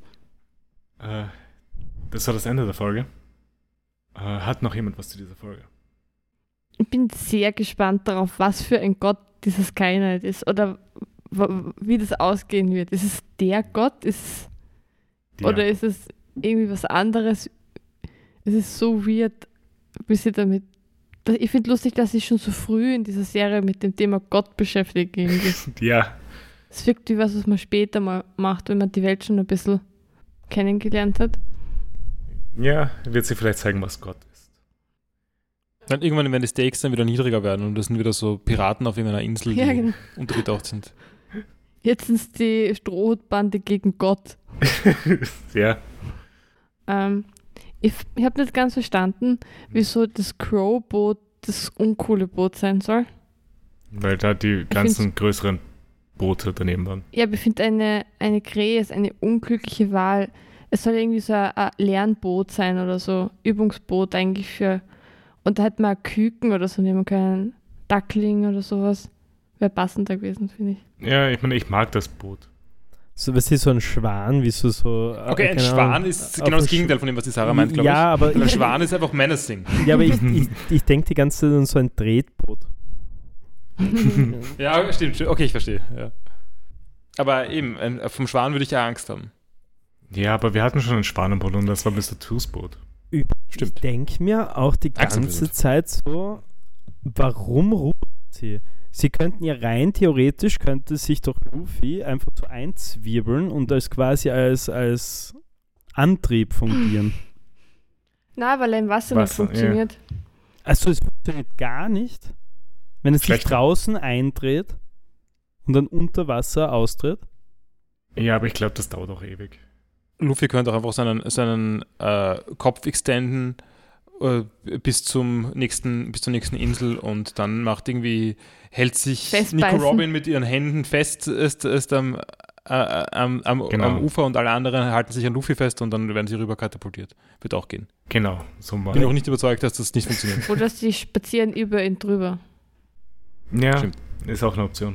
Das war das Ende der Folge. Hat noch jemand was zu dieser Folge? Ich bin sehr gespannt darauf, was für ein Gott dieses Skynight ist oder wie das ausgehen wird. Ist es der Gott? Oder ist es irgendwie was anderes? Es ist so weird, wie sie damit. Ich finde lustig, dass sie schon so früh in dieser Serie mit dem Thema Gott beschäftigt irgendwie. Ja. Es wirkt wie was man später mal macht, wenn man die Welt schon ein bisschen kennengelernt hat. Ja, wird sie vielleicht zeigen, was Gott ist. Dann irgendwann werden die Stakes dann wieder niedriger werden und das sind wieder so Piraten auf irgendeiner Insel, die untergetaucht sind. Jetzt sind es die Strohhutbande gegen Gott. Ja. Ich habe nicht ganz verstanden, wieso das Crow-Boot das uncoole Boot sein soll. Weil da die ganzen größeren Boote daneben waren. Ja, aber ich finde eine Krähe ist eine unglückliche Wahl. Es soll irgendwie so ein Lernboot sein oder so. Übungsboot eigentlich für. Und da hätte man ein Küken oder so nehmen können. Duckling oder sowas. Wäre passender gewesen, finde ich. Ja, ich meine, ich mag das Boot. So, was ist so ein Schwan, wie so. Okay, ein Schwan ist genau das Gegenteil von dem, was die Sarah meint, glaube ich. Ja, aber. Ein Schwan ist einfach menacing. Ja, aber ich denke die ganze Zeit an so ein Tretboot. Ja, stimmt. Okay, ich verstehe. Ja. Aber eben, vom Schwan würde ich ja Angst haben. Ja, aber wir hatten schon ein Schwanenboot und das war Mr. Toos Boot. Stimmt. Ich denke mir auch die ganze Zeit so, warum rufen sie? Sie könnten ja rein theoretisch, könnte sich doch Luffy einfach so einzwirbeln und als Antrieb fungieren. Na, weil er im Wasser nicht funktioniert. Ja. Also es funktioniert gar nicht, wenn es sich draußen eindreht und dann unter Wasser austritt? Ja, aber ich glaube, das dauert auch ewig. Luffy könnte auch einfach seinen Kopf extenden bis zur nächsten Insel und dann hält sich Nico Robin mit ihren Händen fest, ist am Ufer und alle anderen halten sich an Luffy fest und dann werden sie rüber katapultiert. Wird auch gehen. Genau, so mal. Bin auch nicht überzeugt, dass das nicht funktioniert. Oder sie spazieren über ihn drüber. Ja, stimmt. Ist auch eine Option.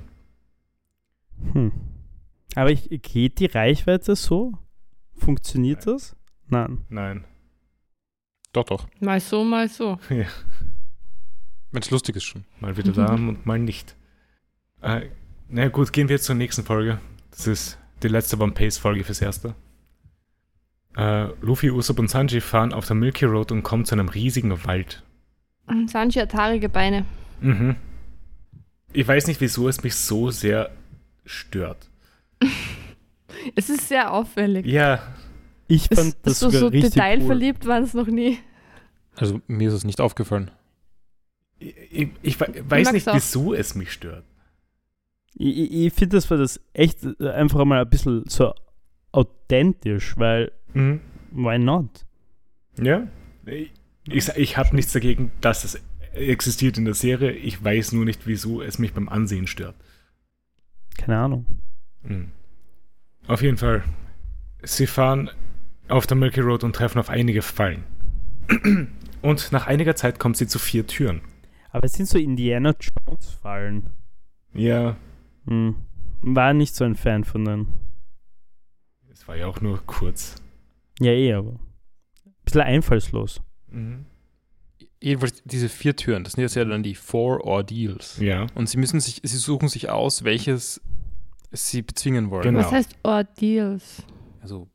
Aber geht die Reichweite so? Funktioniert das? Nein. Doch. Mal so, mal so. Ja. Wenn es lustig ist schon. Mal wieder da und mal nicht. Na gut, gehen wir zur nächsten Folge. Das ist die letzte One Piece Folge fürs Erste. Luffy, Usopp und Sanji fahren auf der Milky Road und kommen zu einem riesigen Wald. Sanji hat haarige Beine. Mhm. Ich weiß nicht, wieso es mich so sehr stört. Es ist sehr auffällig. Ja. Ich fand das so richtig detailverliebt cool. waren es noch nie. Also mir ist es nicht aufgefallen. Ich weiß nicht, wieso es mich stört. Ich finde, das war das echt einfach mal ein bisschen so authentisch, weil why not? Ja. Ich habe nichts dagegen, dass es existiert in der Serie. Ich weiß nur nicht, wieso es mich beim Ansehen stört. Keine Ahnung. Auf jeden Fall. Sie fahren auf der Milky Road und treffen auf einige Fallen. Und nach einiger Zeit kommt sie zu 4 Türen. Aber es sind so Indiana Jones Fallen. Ja. War nicht so ein Fan von denen. Es war ja auch nur kurz. Ja, aber ein bisschen einfallslos. Jedenfalls diese 4 Türen, das sind jetzt ja dann die 4 Ordeals. Ja. Und sie suchen sich aus, welches sie bezwingen wollen. Genau. Was heißt Ordeals? Also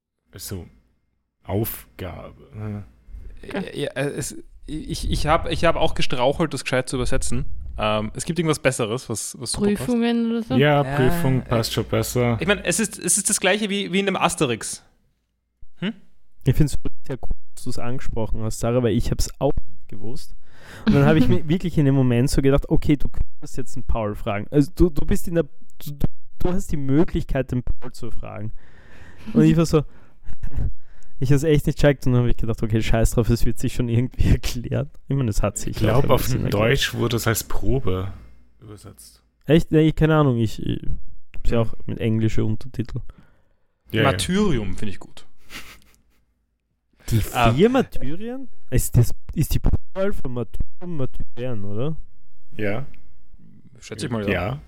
Aufgabe. Ich hab auch gestrauchelt, das gescheit zu übersetzen. Es gibt irgendwas Besseres, was Prüfungen oder so? Ja, Prüfung passt schon besser. Ich meine, es ist das gleiche wie in einem Asterix. Ich finde es sehr gut, dass du es angesprochen hast, Sarah, weil ich habe es auch gewusst. Und dann habe ich mir wirklich in dem Moment so gedacht, okay, du könntest jetzt einen Paul fragen. Also du bist du hast die Möglichkeit, den Paul zu fragen. Und ich war so, ich habe es echt nicht checkt und dann habe ich gedacht, okay, scheiß drauf, es wird sich schon irgendwie erklären. Ich meine, es hat sich. Ich glaube, auf Deutsch wurde es als Probe übersetzt. Echt? Nee, keine Ahnung, ich habe es ja auch mit englischen Untertiteln. Ja, Martyrium finde ich gut. Die 4 Martyrien? Ist die Plural von Martyrium Martyrian, oder? Ja. Schätze ich mal, ja.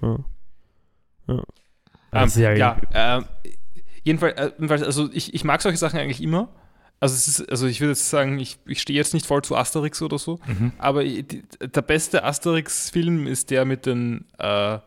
Jedenfalls, also ich mag solche Sachen eigentlich immer. Also ich würde jetzt sagen, ich stehe jetzt nicht voll zu Asterix oder so, aber der beste Asterix-Film ist der mit den was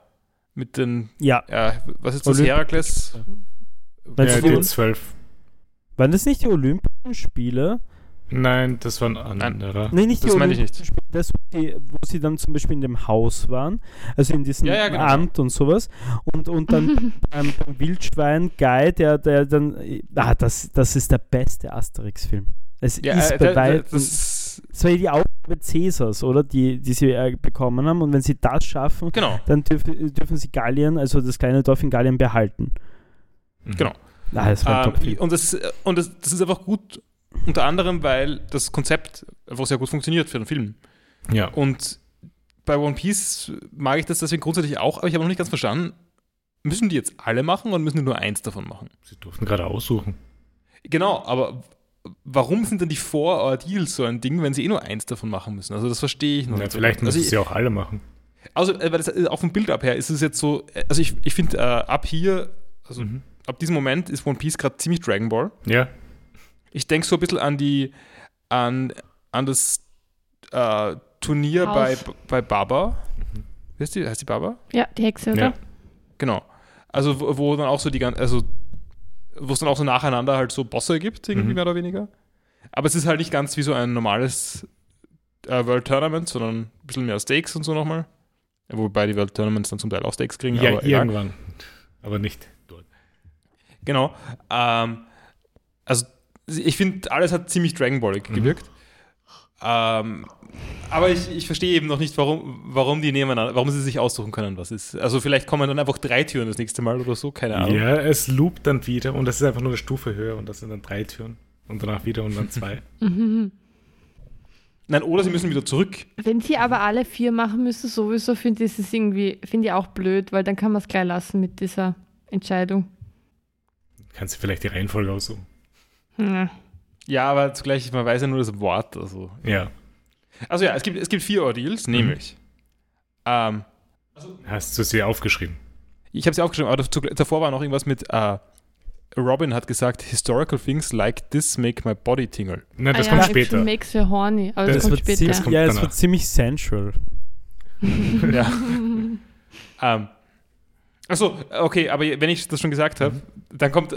ist das, Herakles? Ja, die 12. Waren das nicht die Olympischen Spiele? Nein, das war ein anderer. Nein, nicht die das meine ich nicht. Spiele, das, wo sie dann zum Beispiel in dem Haus waren, also in diesem genau. Amt und sowas. Und dann beim Wildschwein Guy, der dann, das ist der beste Asterix-Film. Es ist bei weitem. Das war ja die Aufgabe Cäsars, oder? Die sie bekommen haben. Und wenn sie das schaffen, dann dürfen sie Gallien, also das kleine Dorf in Gallien, behalten. Genau. Das war und das ist einfach gut, unter anderem, weil das Konzept einfach sehr gut funktioniert für den Film. Ja. Und bei One Piece mag ich das deswegen grundsätzlich auch, aber ich habe noch nicht ganz verstanden, müssen die jetzt alle machen oder müssen die nur eins davon machen? Sie durften gerade aussuchen. Genau, aber warum sind denn die 4 Ordeals so ein Ding, wenn sie nur eins davon machen müssen? Also das verstehe ich noch nicht. Vielleicht müssen sie auch alle machen. Also, weil das auch vom Bild ab her ist es jetzt so, also ich finde ab hier, also ab diesem Moment ist One Piece gerade ziemlich Dragon Ball. Ja. Ich denke so ein bisschen an das Turnier bei Baba. Heißt die Baba? Ja, die Hexe, oder? Ja. Genau. Also wo dann auch so wo es dann auch so nacheinander halt so Bosse gibt, irgendwie mehr oder weniger. Aber es ist halt nicht ganz wie so ein normales World Tournament, sondern ein bisschen mehr Stakes und so nochmal. Wobei die World Tournaments dann zum Teil auch Stakes kriegen. Ja, aber irgendwann. Aber nicht dort. Genau. Also ich finde, alles hat ziemlich Dragon Ballig gewirkt. Aber ich verstehe eben noch nicht, warum die nebeneinander, warum sie sich aussuchen können, was ist. Also vielleicht kommen dann einfach 3 Türen das nächste Mal oder so, keine Ahnung. Ja, es loopt dann wieder und das ist einfach nur eine Stufe höher und das sind dann 3 Türen und danach wieder und dann 2. Nein, oder sie müssen wieder zurück. Wenn sie aber alle 4 machen müssen, sowieso finde ich auch blöd, weil dann kann man es gleich lassen mit dieser Entscheidung. Kannst du vielleicht die Reihenfolge aussuchen? Ja, aber zugleich, man weiß ja nur das Wort. Also Ja. Also ja, es gibt 4 Ordeals, nämlich. Hast du sie aufgeschrieben? Ich habe sie aufgeschrieben, aber davor war noch irgendwas mit Robin hat gesagt, historical things like this make my body tingle. Na, das kommt später. Makes you horny, aber Das das kommt wird später. das kommt Ja, es danach. wird ziemlich sensual. Ja. Achso, okay, aber wenn ich das schon gesagt habe, dann kommt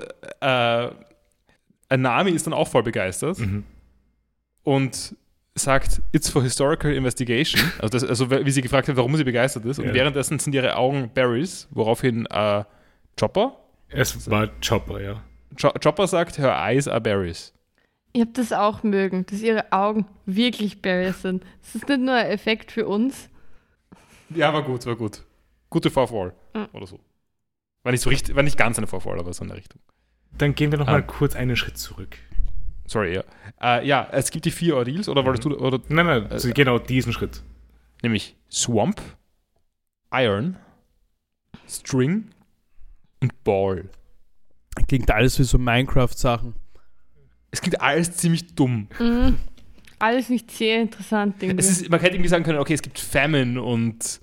Nami ist dann auch voll begeistert und sagt, it's for historical investigation. Also wie sie gefragt hat, warum sie begeistert ist. Und währenddessen sind ihre Augen Berries, woraufhin Chopper? Es war Chopper, ja. Chopper sagt, her eyes are berries. Ich habe das auch mögen, dass ihre Augen wirklich Berries sind. Das ist nicht nur ein Effekt für uns. Ja, war gut. Gute Vorfall oder so. War nicht ganz eine Vorfall, aber so in der Richtung. Dann gehen wir noch mal kurz einen Schritt zurück. Sorry, ja. Ja, es gibt die 4 Ordeals, oder wolltest du... Oder, Nein, genau diesen Schritt. nämlich Swamp, Iron, String und Ball. Klingt alles wie so Minecraft-Sachen. Es klingt alles ziemlich dumm. Alles nicht sehr interessant. Irgendwie. Man hätte irgendwie sagen können, okay, es gibt Famine und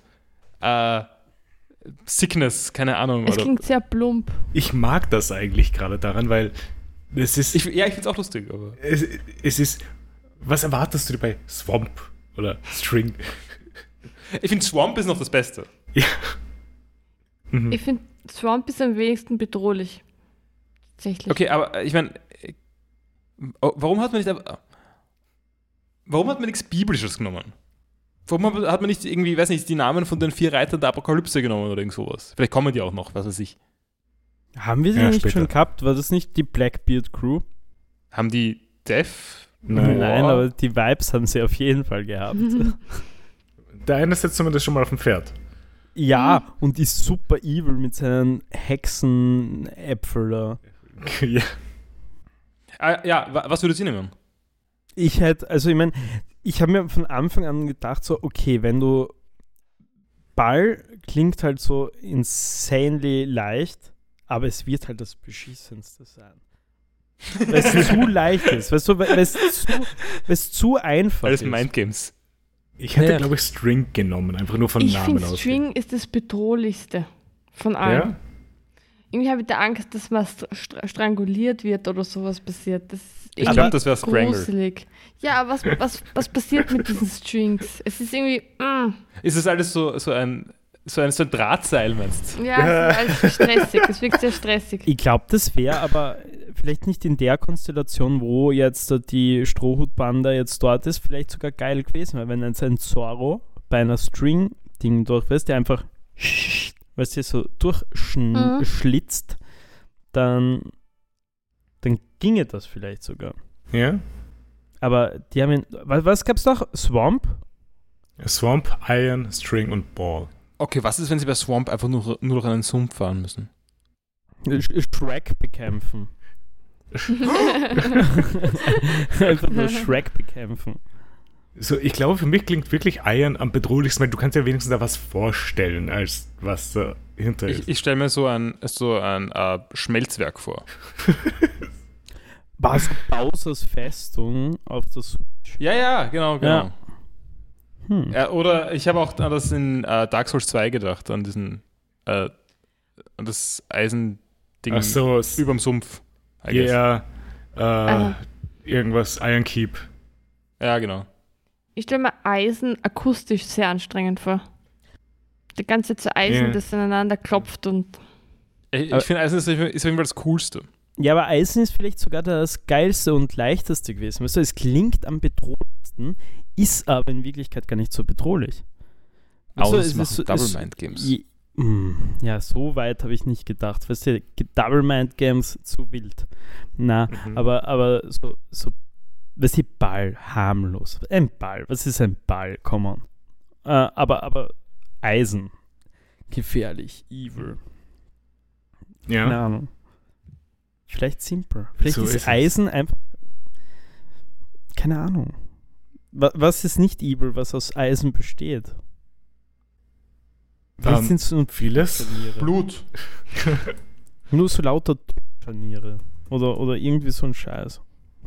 Sickness, keine Ahnung. Es klingt sehr plump. Ich mag das eigentlich gerade daran, weil es ist... ich finde es auch lustig, aber... Es ist... Was erwartest du dir bei Swamp oder String? Ich finde, Swamp ist noch das Beste. Ja. Ich finde, Swamp ist am wenigsten bedrohlich. Tatsächlich. Okay, aber ich meine, warum hat man nichts Biblisches genommen? Warum hat man nicht irgendwie, weiß nicht, die Namen von den 4 Reitern der Apokalypse genommen oder irgend sowas? Vielleicht kommen die auch noch, was weiß ich. Haben wir sie Ja, nicht später. schon gehabt? War das nicht die Blackbeard Crew? Haben die Death? Nein. Nein, aber die Vibes haben sie auf jeden Fall gehabt. Der eine sitzt zumindest schon mal auf dem Pferd. Ja, und ist super evil mit seinen Hexenäpfel da. Ja. Ja, was würdet ihr nehmen? Ich habe mir von Anfang an gedacht, so, okay, wenn du Ball klingt halt so insanely leicht, aber es wird halt das Beschissenste sein. Weil es zu leicht ist, weil es zu einfach Alles ist. Mindgames. Ich hätte, Ja. glaube ich, String genommen, einfach nur von Ich Namen finde, aus. String ist das bedrohlichste von allen. Ja? Irgendwie habe ich da Angst, dass man stranguliert wird oder sowas passiert. Das ist Ich irgendwie glaube, das wäre Strangle. gruselig. Ja, aber was passiert mit diesen Strings? Es ist irgendwie... Ist es alles so ein Drahtseil, meinst du? Ja, es ist alles stressig. Es wirkt sehr stressig. Ich glaube, das wäre aber vielleicht nicht in der Konstellation, wo jetzt die Strohhutbande jetzt dort ist, vielleicht sogar geil gewesen, weil wenn jetzt ein Zorro bei einer String-Ding durch, weißt du, einfach weißt du, so durchschlitzt, dann ginge das vielleicht sogar. Ja? Aber die haben was gab's noch? Swamp? Swamp, Iron, String und Ball. Okay, was ist, wenn sie bei Swamp einfach nur durch einen Sumpf fahren müssen? Shrek bekämpfen. Einfach nur Shrek bekämpfen. So, ich glaube, für mich klingt wirklich Iron am bedrohlichsten, weil du kannst ja wenigstens da was vorstellen, als was dahinter ist. Ich stelle mir so ein Schmelzwerk vor. Was? Bowsers Festung auf das... Ja, genau. Ja. Oder ich habe auch an das in Dark Souls 2 gedacht, an diesen an das Eisending Ach so, überm Sumpf. I guess. ja, irgendwas, Iron Keep. Ja, genau. Ich stelle mir Eisen akustisch sehr anstrengend vor. Die ganze Zeit Eisen, das ineinander klopft und... Ich finde, Eisen ist auf jeden Fall das Coolste. Ja, aber Eisen ist vielleicht sogar das geilste und leichteste gewesen. Weißt du, es klingt am bedrohlichsten, ist aber in Wirklichkeit gar nicht so bedrohlich. Außer Also, es machen Double Mind Games. Ja, so weit habe ich nicht gedacht. Weißt du, Double Mind Games zu wild. Na, aber so Was ist Ball? Harmlos. Ein Ball. Was ist ein Ball? Come on. Aber Eisen. Gefährlich. Evil. Ja. Keine Ahnung. Vielleicht simpel. Vielleicht So ist ist Eisen einfach. Keine Ahnung. Was ist nicht evil, was aus Eisen besteht? Vielleicht sind es nur vieles. Scharniere. Blut. Nur so lauter Scharniere. Oder irgendwie so ein Scheiß.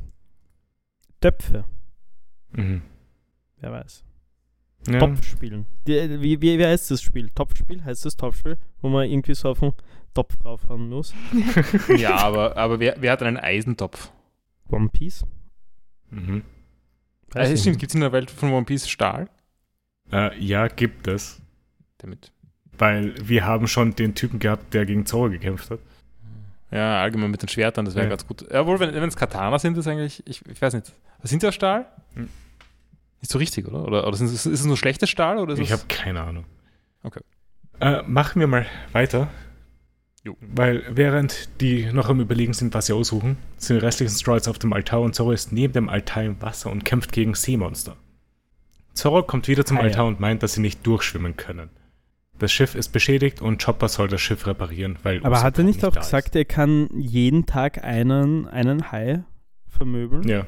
Töpfe. Mhm. Wer weiß. Ja. Topfspielen. Wie heißt das Spiel? Topfspiel? Heißt das Topfspiel? Wo man irgendwie so auf den Topf draufhauen muss? Ja, aber wer hat einen Eisentopf? One Piece? Mhm. Weiß ich Stimmt, nicht. gibt es in der Welt von One Piece Stahl? Ja, gibt es. Damit. Weil wir haben schon den Typen gehabt, der gegen Zorro gekämpft hat. Ja, allgemein mit den Schwertern, das wäre Ja. ganz gut. Jawohl, wenn es Katana sind, ist eigentlich, ich weiß nicht. Sind die aus Stahl? Hm. Nicht so richtig, oder? Oder ist es nur schlechtes Stahl? Oder ist Ich es- habe keine Ahnung. Okay. Machen wir mal weiter. Jo. Weil während die noch am Überlegen sind, was sie aussuchen, sind die restlichen Stroids auf dem Altar und Zorro ist neben dem Altar im Wasser und kämpft gegen Seemonster. Zorro kommt wieder zum Ah, Altar ja. und meint, dass sie nicht durchschwimmen können. Das Schiff ist beschädigt und Chopper soll das Schiff reparieren, weil Aber Usopp hat er nicht auch da gesagt, er kann jeden Tag einen Hai vermöbeln? ist. Ja,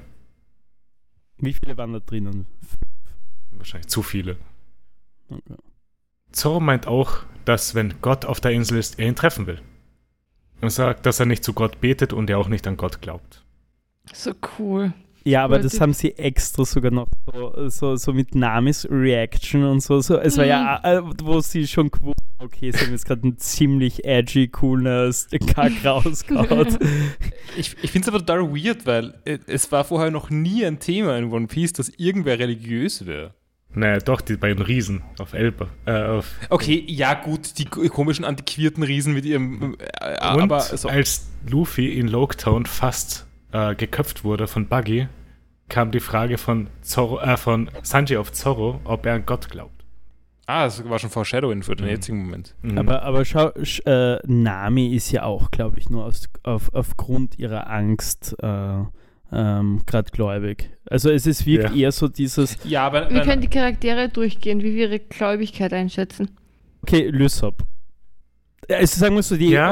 Wie viele waren da drinnen? wahrscheinlich zu viele. Okay. Zorro meint auch, dass wenn Gott auf der Insel ist, er ihn treffen will. Er sagt, dass er nicht zu Gott betet und er auch nicht an Gott glaubt. So cool. Ja, aber Cool, das die- haben sie extra sogar noch so mit Namis Reaction und so. Es war ja, wo sie schon gewusst haben, okay, sie haben jetzt gerade einen ziemlich edgy, coolen Kack rausgehauen. Ich finde es aber total weird, weil es war vorher noch nie ein Thema in One Piece, dass irgendwer religiös wäre. Naja, doch, die beiden Riesen auf Elba. Okay, ja gut, die komischen antiquierten Riesen mit ihrem... Und aber so, als Luffy in Loketown fast geköpft wurde von Buggy, kam die Frage von Sanji auf Zorro, ob er an Gott glaubt. das war schon Foreshadowing für den jetzigen Moment. Mhm. Aber schau, Nami ist ja auch, glaube ich, nur aufgrund ihrer Angst gerade gläubig. Also es ist wirklich eher so dieses, Ja, aber... Wir können die Charaktere durchgehen, wie wir ihre Gläubigkeit einschätzen. okay, Lysop. Also sagen wir so, die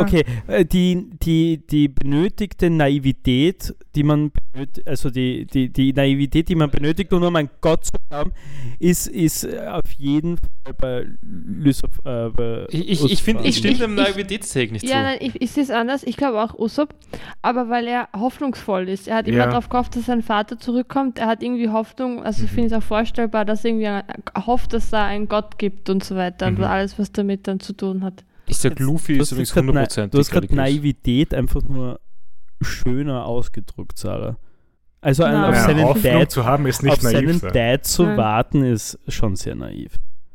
benötigte Naivität, die man benötigt, also die Naivität, die man benötigt, um an Gott zu glauben, ist auf jeden Fall bei Lysop. Ich finde, ich stimme ich- dem ich- Naivitätstake nicht Ja, zu. nein, ich sehe es anders. Ich glaube auch Usopp, aber weil er hoffnungsvoll ist. Er hat immer Ja. darauf gehofft, dass sein Vater zurückkommt. Er hat irgendwie Hoffnung, also ich finde es auch vorstellbar, dass er irgendwie hofft, dass da einen Gott gibt und so weiter und alles, was damit dann zu tun hat. Ich sag, Luffy ist übrigens 100%. Du hast gerade Naivität einfach nur schöner ausgedrückt, Sarah. Also Nein. auf Ja, seinen Hoffnung Dad, zu haben ist nicht auf naiv seinen sein. Dad zu Nein. warten, ist schon sehr naiv.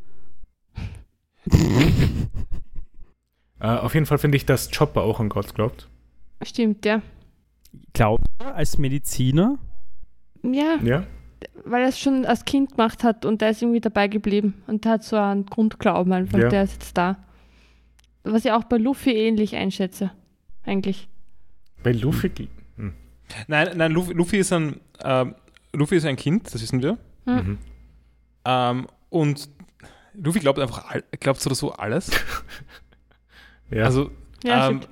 Auf jeden Fall finde ich, dass Chopper auch an Gott glaubt. Stimmt, ja. Glaubt er als Mediziner? Ja, Ja? weil er es schon als Kind gemacht hat und der ist irgendwie dabei geblieben und hat so einen Grundglauben einfach, Ja. der ist jetzt da. Was ich auch bei Luffy ähnlich einschätze, eigentlich. Bei Luffy. Nein, Luffy ist ein Kind, das wissen wir. Mhm. Und Luffy glaubt einfach, glaubt so oder so alles. Ja. Also, Ja, stimmt.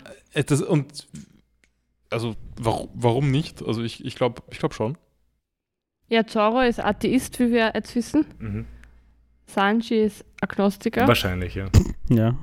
warum nicht? Also ich glaube schon. Ja, Zorro ist Atheist, wie wir jetzt wissen. Mhm. Sanji ist Agnostiker. Wahrscheinlich, ja. Ja.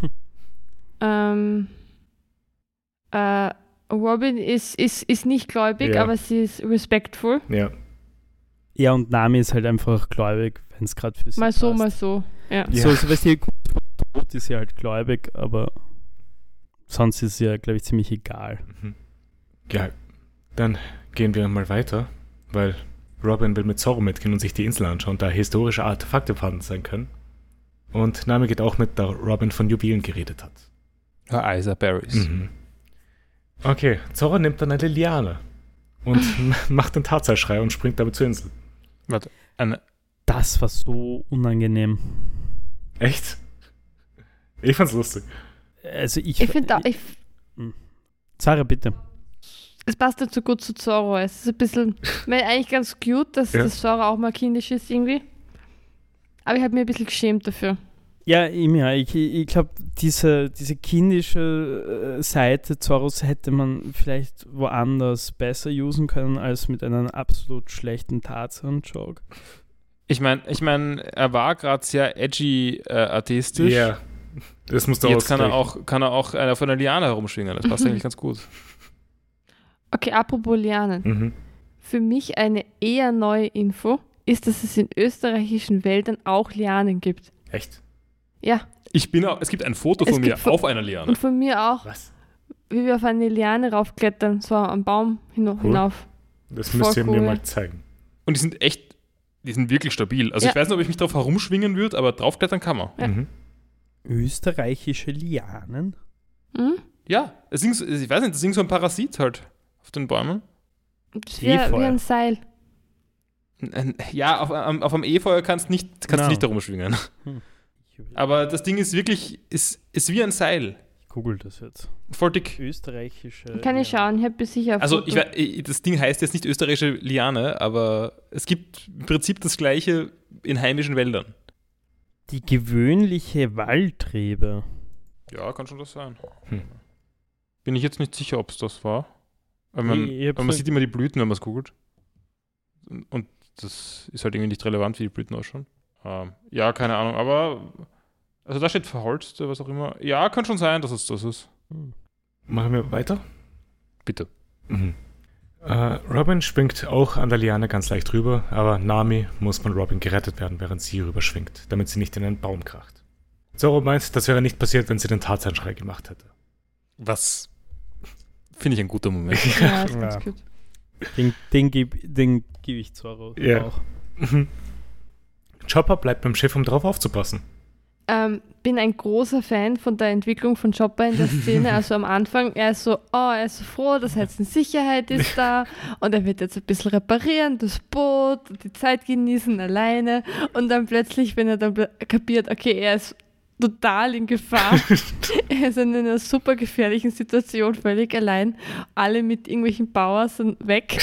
Robin ist nicht gläubig, Ja. aber sie ist respectful. Ja. Ja, und Nami ist halt einfach gläubig, wenn es gerade für sie Mal so, passt. mal so. Ja. Ja. So weißt du, tot ist sie halt gläubig, aber sonst ist sie ja, glaube ich, ziemlich egal. Ja, dann gehen wir mal weiter, weil Robin will mit Zorro mitgehen und sich die Insel anschauen, da historische Artefakte vorhanden sein können. Und Nami geht auch mit, da Robin von Juwelen geredet hat. Ja, Isa Berries. Mhm. Okay, Zorro nimmt dann eine Liane und macht einen Tarzanschrei und springt damit zur Insel. Warte, Das war so unangenehm. Echt? Ich fand's lustig. Also Ich finde, Sarah, bitte. Es passt nicht so gut zu Zoro. Es ist ein bisschen, eigentlich ganz cute, dass das Zoro auch mal kindisch ist irgendwie. Aber ich habe mir ein bisschen geschämt dafür. Ja, ich glaube, diese kindische Seite Zoros hätte man vielleicht woanders besser usen können, als mit einem absolut schlechten Tarzan-Joke. Ich meine, er war gerade sehr edgy atheistisch. Ja, das muss doch jetzt kann er auch auf einer Liane herumschwingen. Das passt eigentlich ganz gut. Okay, apropos Lianen. Für mich eine eher neue Info ist, dass es in österreichischen Wäldern auch Lianen gibt. Echt? Ja. Es gibt ein Foto von mir auf einer Liane. Und von mir auch. Was? Wie wir auf eine Liane raufklettern, so am Baum hinauf. Das müsst ihr mir mal zeigen. Und die sind wirklich stabil. Also ich weiß nicht, ob ich mich drauf herumschwingen würde, aber draufklettern kann man. Ja. Österreichische Lianen? Ja, ich weiß nicht, das ist so ein Parasit halt auf den Bäumen. Das wäre wie ein Seil. Ja, auf einem Efeu kannst du nicht herumschwingen. Aber das Ding ist wirklich, ist wie ein Seil. Ich google das jetzt. Voll dick. Österreichische. Kann ich schauen, ich habe sicher. Also das Ding heißt jetzt nicht österreichische Liane, aber es gibt im Prinzip das Gleiche in heimischen Wäldern. Die gewöhnliche Waldrebe. Ja, kann schon das sein. Bin ich jetzt nicht sicher, ob es das war. Weil man sieht immer die Blüten, wenn man es googelt. Und das ist halt irgendwie nicht relevant, wie die Blüten ausschauen. Ja, keine Ahnung, aber also da steht verholzt, was auch immer. Ja, kann schon sein, dass es das ist. Machen wir weiter? Bitte. Robin schwingt auch an der Liane ganz leicht rüber, aber Nami muss von Robin gerettet werden, während sie rüberschwingt, damit sie nicht in einen Baum kracht. Zoro meint, das wäre nicht passiert, wenn sie den Tarzan-Schrei gemacht hätte. Was finde ich ein guter Moment. Ja, das ist ganz gut. Den geb ich Zoro auch. Chopper bleibt beim Schiff, um drauf aufzupassen. Bin ein großer Fan von der Entwicklung von Chopper in der Szene. Also am Anfang, er ist so froh, dass er jetzt in Sicherheit ist da und er wird jetzt ein bisschen reparieren, das Boot und die Zeit genießen alleine und dann plötzlich, wenn er dann kapiert, okay, er ist total in Gefahr. Er ist in einer super gefährlichen Situation, völlig allein. Alle mit irgendwelchen Bauern sind weg.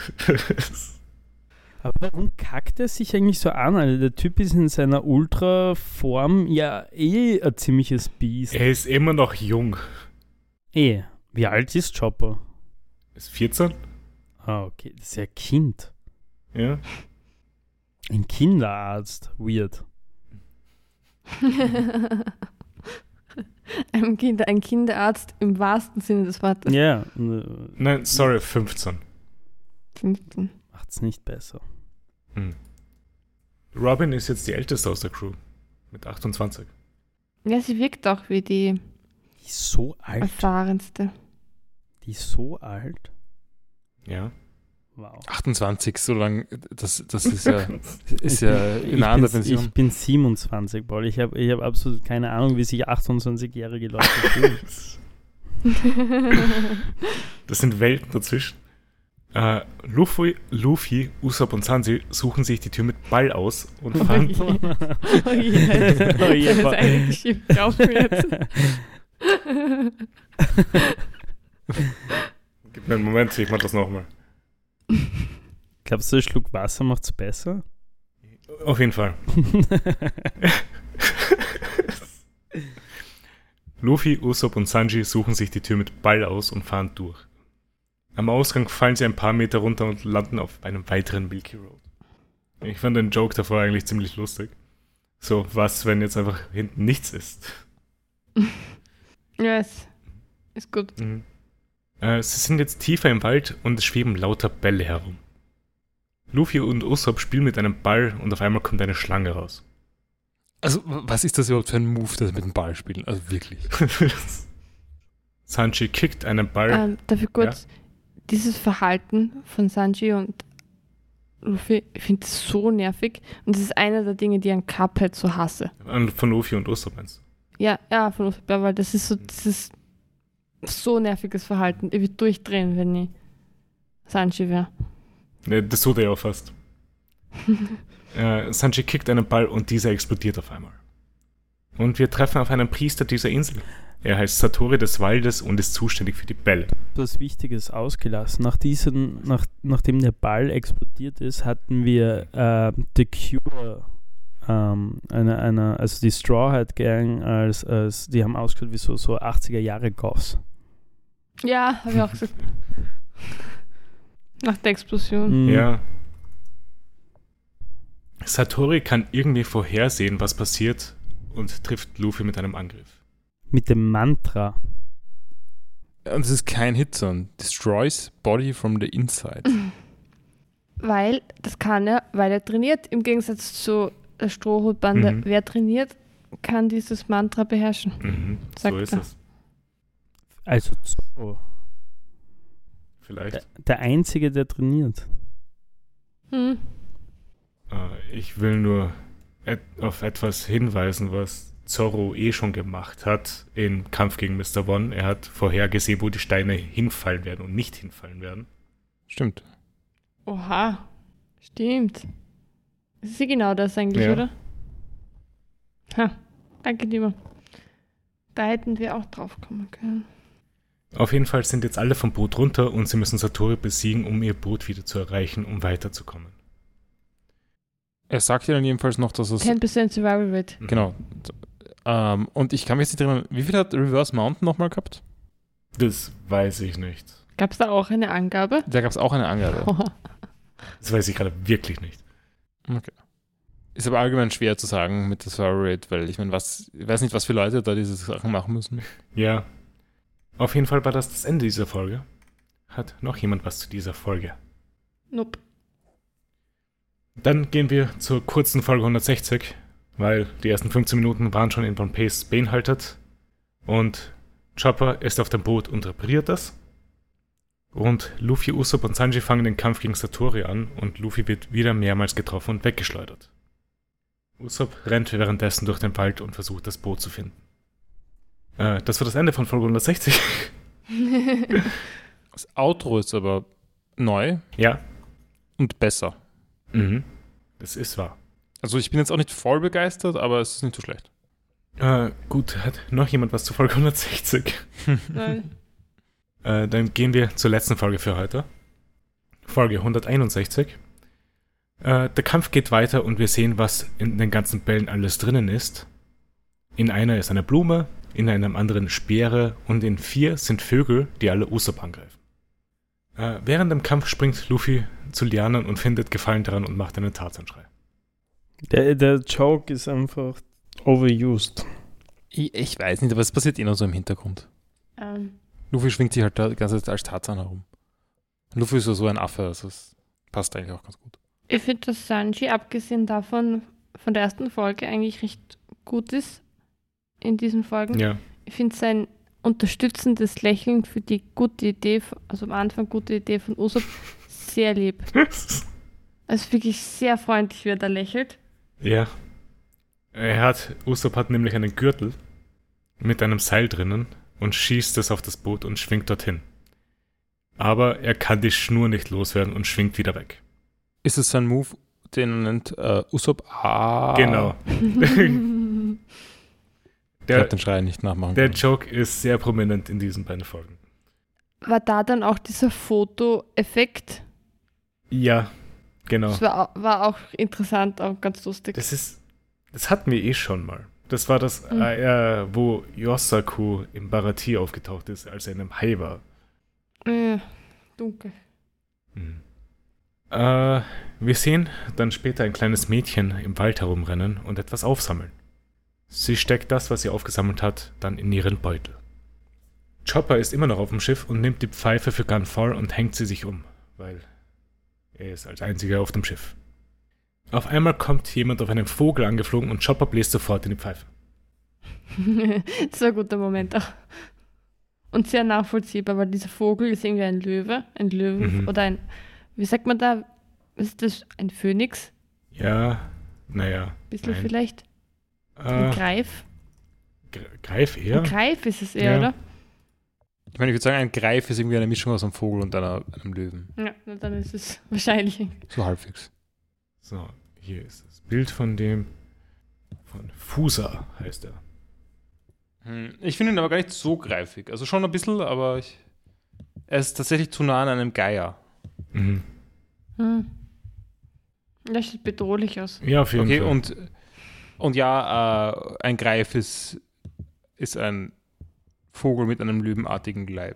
Aber warum kackt er sich eigentlich so an? Also der Typ ist in seiner Ultra-Form ja ein ziemliches Biest. Er ist immer noch jung. Wie alt ist Chopper? Ist 14? Ah, okay. Das ist ja ein Kind. Ja. Ein Kinderarzt. Weird. Ein Kinderarzt im wahrsten Sinne des Wortes. Ja. Nein, sorry, 15. 15. Macht's nicht besser. Robin ist jetzt die älteste aus der Crew. Mit 28. Ja, sie wirkt auch wie die Die ist so alt. erfahrenste. Die ist so alt. Ja. Wow. 28, so lang, das ist ja in einer anderen Pension. Ich bin 27, Paul. Ich hab absolut keine Ahnung, wie sich 28-jährige Leute fühlen. Das sind Welten dazwischen. Luffy, Usopp und Sanji suchen sich die Tür mit Ball aus und fahren. Oh je, das ist eigentlich schief gelaufen jetzt. Gib mir einen Moment, ich mach das nochmal. Glaubst du, ein Schluck Wasser macht's besser? Auf jeden Fall. Luffy, Usopp und Sanji suchen sich die Tür mit Ball aus und fahren durch. Am Ausgang fallen sie ein paar Meter runter und landen auf einem weiteren Milky Road. Ich fand den Joke davor eigentlich ziemlich lustig. So, was, wenn jetzt einfach hinten nichts ist? Ja, ist gut. Sie sind jetzt tiefer im Wald und es schweben lauter Bälle herum. Luffy und Usopp spielen mit einem Ball und auf einmal kommt eine Schlange raus. Also, was ist das überhaupt für ein Move, das mit dem Ball spielen? Also wirklich. Sanji kickt einen Ball. Dafür kurz, dieses Verhalten von Sanji und Luffy, ich finde es so nervig und das ist einer der Dinge, die ich an Cuphead so hasse. Von Luffy und Usopp meinst du? Ja, von Usopp, weil das ist so nerviges Verhalten. Ich würde durchdrehen, wenn ich Sanji wäre. Ne, das tut er ja auch fast. Sanji kickt einen Ball und dieser explodiert auf einmal. Und wir treffen auf einen Priester dieser Insel. Er heißt Satori des Waldes und ist zuständig für die Bälle. Was Wichtiges ausgelassen. Nachdem der Ball explodiert ist, hatten wir The Cure, also die Straw Hat Gang, als die haben ausgeschaut wie so 80er Jahre Goths. Ja, habe ich auch gesagt. Nach der Explosion. Ja. Satori kann irgendwie vorhersehen, was passiert und trifft Luffy mit einem Angriff. Mit dem Mantra. Und es ist kein Hit, sondern destroys body from the inside. Weil, das kann er, weil er trainiert, im Gegensatz zu der Strohhutbande. Mhm. Wer trainiert, kann dieses Mantra beherrschen. Mhm. Sagt So ist er. es. Also so. Vielleicht. Der Einzige, der trainiert. Hm. Ich will nur auf etwas hinweisen, was Zorro schon gemacht hat im Kampf gegen Mr. One. Er hat vorhergesehen, wo die Steine hinfallen werden und nicht hinfallen werden. Stimmt. Oha, stimmt. Das ist genau das eigentlich, Ja. oder? Ha, danke, Dima. Da hätten wir auch drauf kommen können. Auf jeden Fall sind jetzt alle vom Boot runter und sie müssen Satori besiegen, um ihr Boot wieder zu erreichen, um weiterzukommen. Er sagt ja dann jedenfalls noch, dass es... 10% Survival Rate. Genau. Und ich kann mich jetzt nicht erinnern, wie viel hat Reverse Mountain nochmal gehabt? Das weiß ich nicht. Gab es da auch eine Angabe? Da gab es auch eine Angabe. Das weiß ich gerade wirklich nicht. Okay. Ist aber allgemein schwer zu sagen mit der Survival Rate, weil ich meine, ich weiß nicht, was für Leute da diese Sachen machen müssen. Ja. Auf jeden Fall war das Ende dieser Folge. Hat noch jemand was zu dieser Folge? Nope. Dann gehen wir zur kurzen Folge 160, weil die ersten 15 Minuten waren schon in One Piece beinhaltet. Und Chopper ist auf dem Boot und repariert das. Und Luffy, Usopp und Sanji fangen den Kampf gegen Satori an und Luffy wird wieder mehrmals getroffen und weggeschleudert. Usopp rennt währenddessen durch den Wald und versucht, das Boot zu finden. Das war das Ende von Folge 160. Das Outro ist aber neu Ja. und besser. Mhm. Das ist wahr. Also ich bin jetzt auch nicht voll begeistert, aber es ist nicht so schlecht. Gut, hat noch jemand was zu Folge 160? Nein. Dann gehen wir zur letzten Folge für heute. Folge 161. Der Kampf geht weiter und wir sehen, was in den ganzen Bällen alles drinnen ist. In einer ist eine Blume, in einem anderen Speere und in 4 sind Vögel, die alle Usopp angreifen. Während dem Kampf springt Luffy zu Lianen und findet Gefallen daran und macht einen Tarzanschrei. Der Joke ist einfach overused. Ich weiß nicht, aber es passiert eh noch so im Hintergrund. Luffy schwingt sich halt da die ganze Zeit als Tarzan herum. Luffy ist ja so ein Affe, also es passt eigentlich auch ganz gut. Ich finde, dass Sanji, abgesehen davon, von der ersten Folge, eigentlich recht gut ist in diesen Folgen. Ja. Ich finde sein unterstützendes Lächeln für die gute Idee, also am Anfang gute Idee von Usopp, sehr lieb. Also wirklich sehr freundlich, wie er da lächelt. Ja. Usopp hat nämlich einen Gürtel mit einem Seil drinnen und schießt es auf das Boot und schwingt dorthin. Aber er kann die Schnur nicht loswerden und schwingt wieder weg. Ist es sein Move, den er nennt Usopp? Genau. Ich hab den Schrei nicht nachmachen Der können. Joke ist sehr prominent in diesen beiden Folgen. War da dann auch dieser Fotoeffekt? Ja, genau. Das war auch interessant, auch ganz lustig. Das hatten wir eh schon mal. Das war das, wo Yosaku im Baratie aufgetaucht ist, als er in einem Hai war. Dunkel. Wir sehen dann später ein kleines Mädchen im Wald herumrennen und etwas aufsammeln. Sie steckt das, was sie aufgesammelt hat, dann in ihren Beutel. Chopper ist immer noch auf dem Schiff und nimmt die Pfeife für Gunfall und hängt sie sich um, weil er ist als einziger auf dem Schiff. Auf einmal kommt jemand auf einen Vogel angeflogen und Chopper bläst sofort in die Pfeife. Das war ein guter Moment auch. Und sehr nachvollziehbar, weil dieser Vogel ist irgendwie ein Löwen oder ein, wie sagt man da, ist das ein Phönix? Ja, naja. Bisschen vielleicht? Ein Greif? Greif eher? Ein Greif ist es eher, Ja. oder? Ich meine, ich würde sagen, ein Greif ist irgendwie eine Mischung aus einem Vogel und einem Löwen. Ja, na, dann ist es wahrscheinlich. So halbwegs. So, hier ist das Bild von dem. Von Fusa heißt er. Ich finde ihn aber gar nicht so greifig. Also schon ein bisschen, aber er ist tatsächlich zu nah an einem Geier. Mhm. Das sieht bedrohlich aus. Ja, auf jeden Okay, Fall. und ja, ein Greif ist ein Vogel mit einem löwenartigen Leib.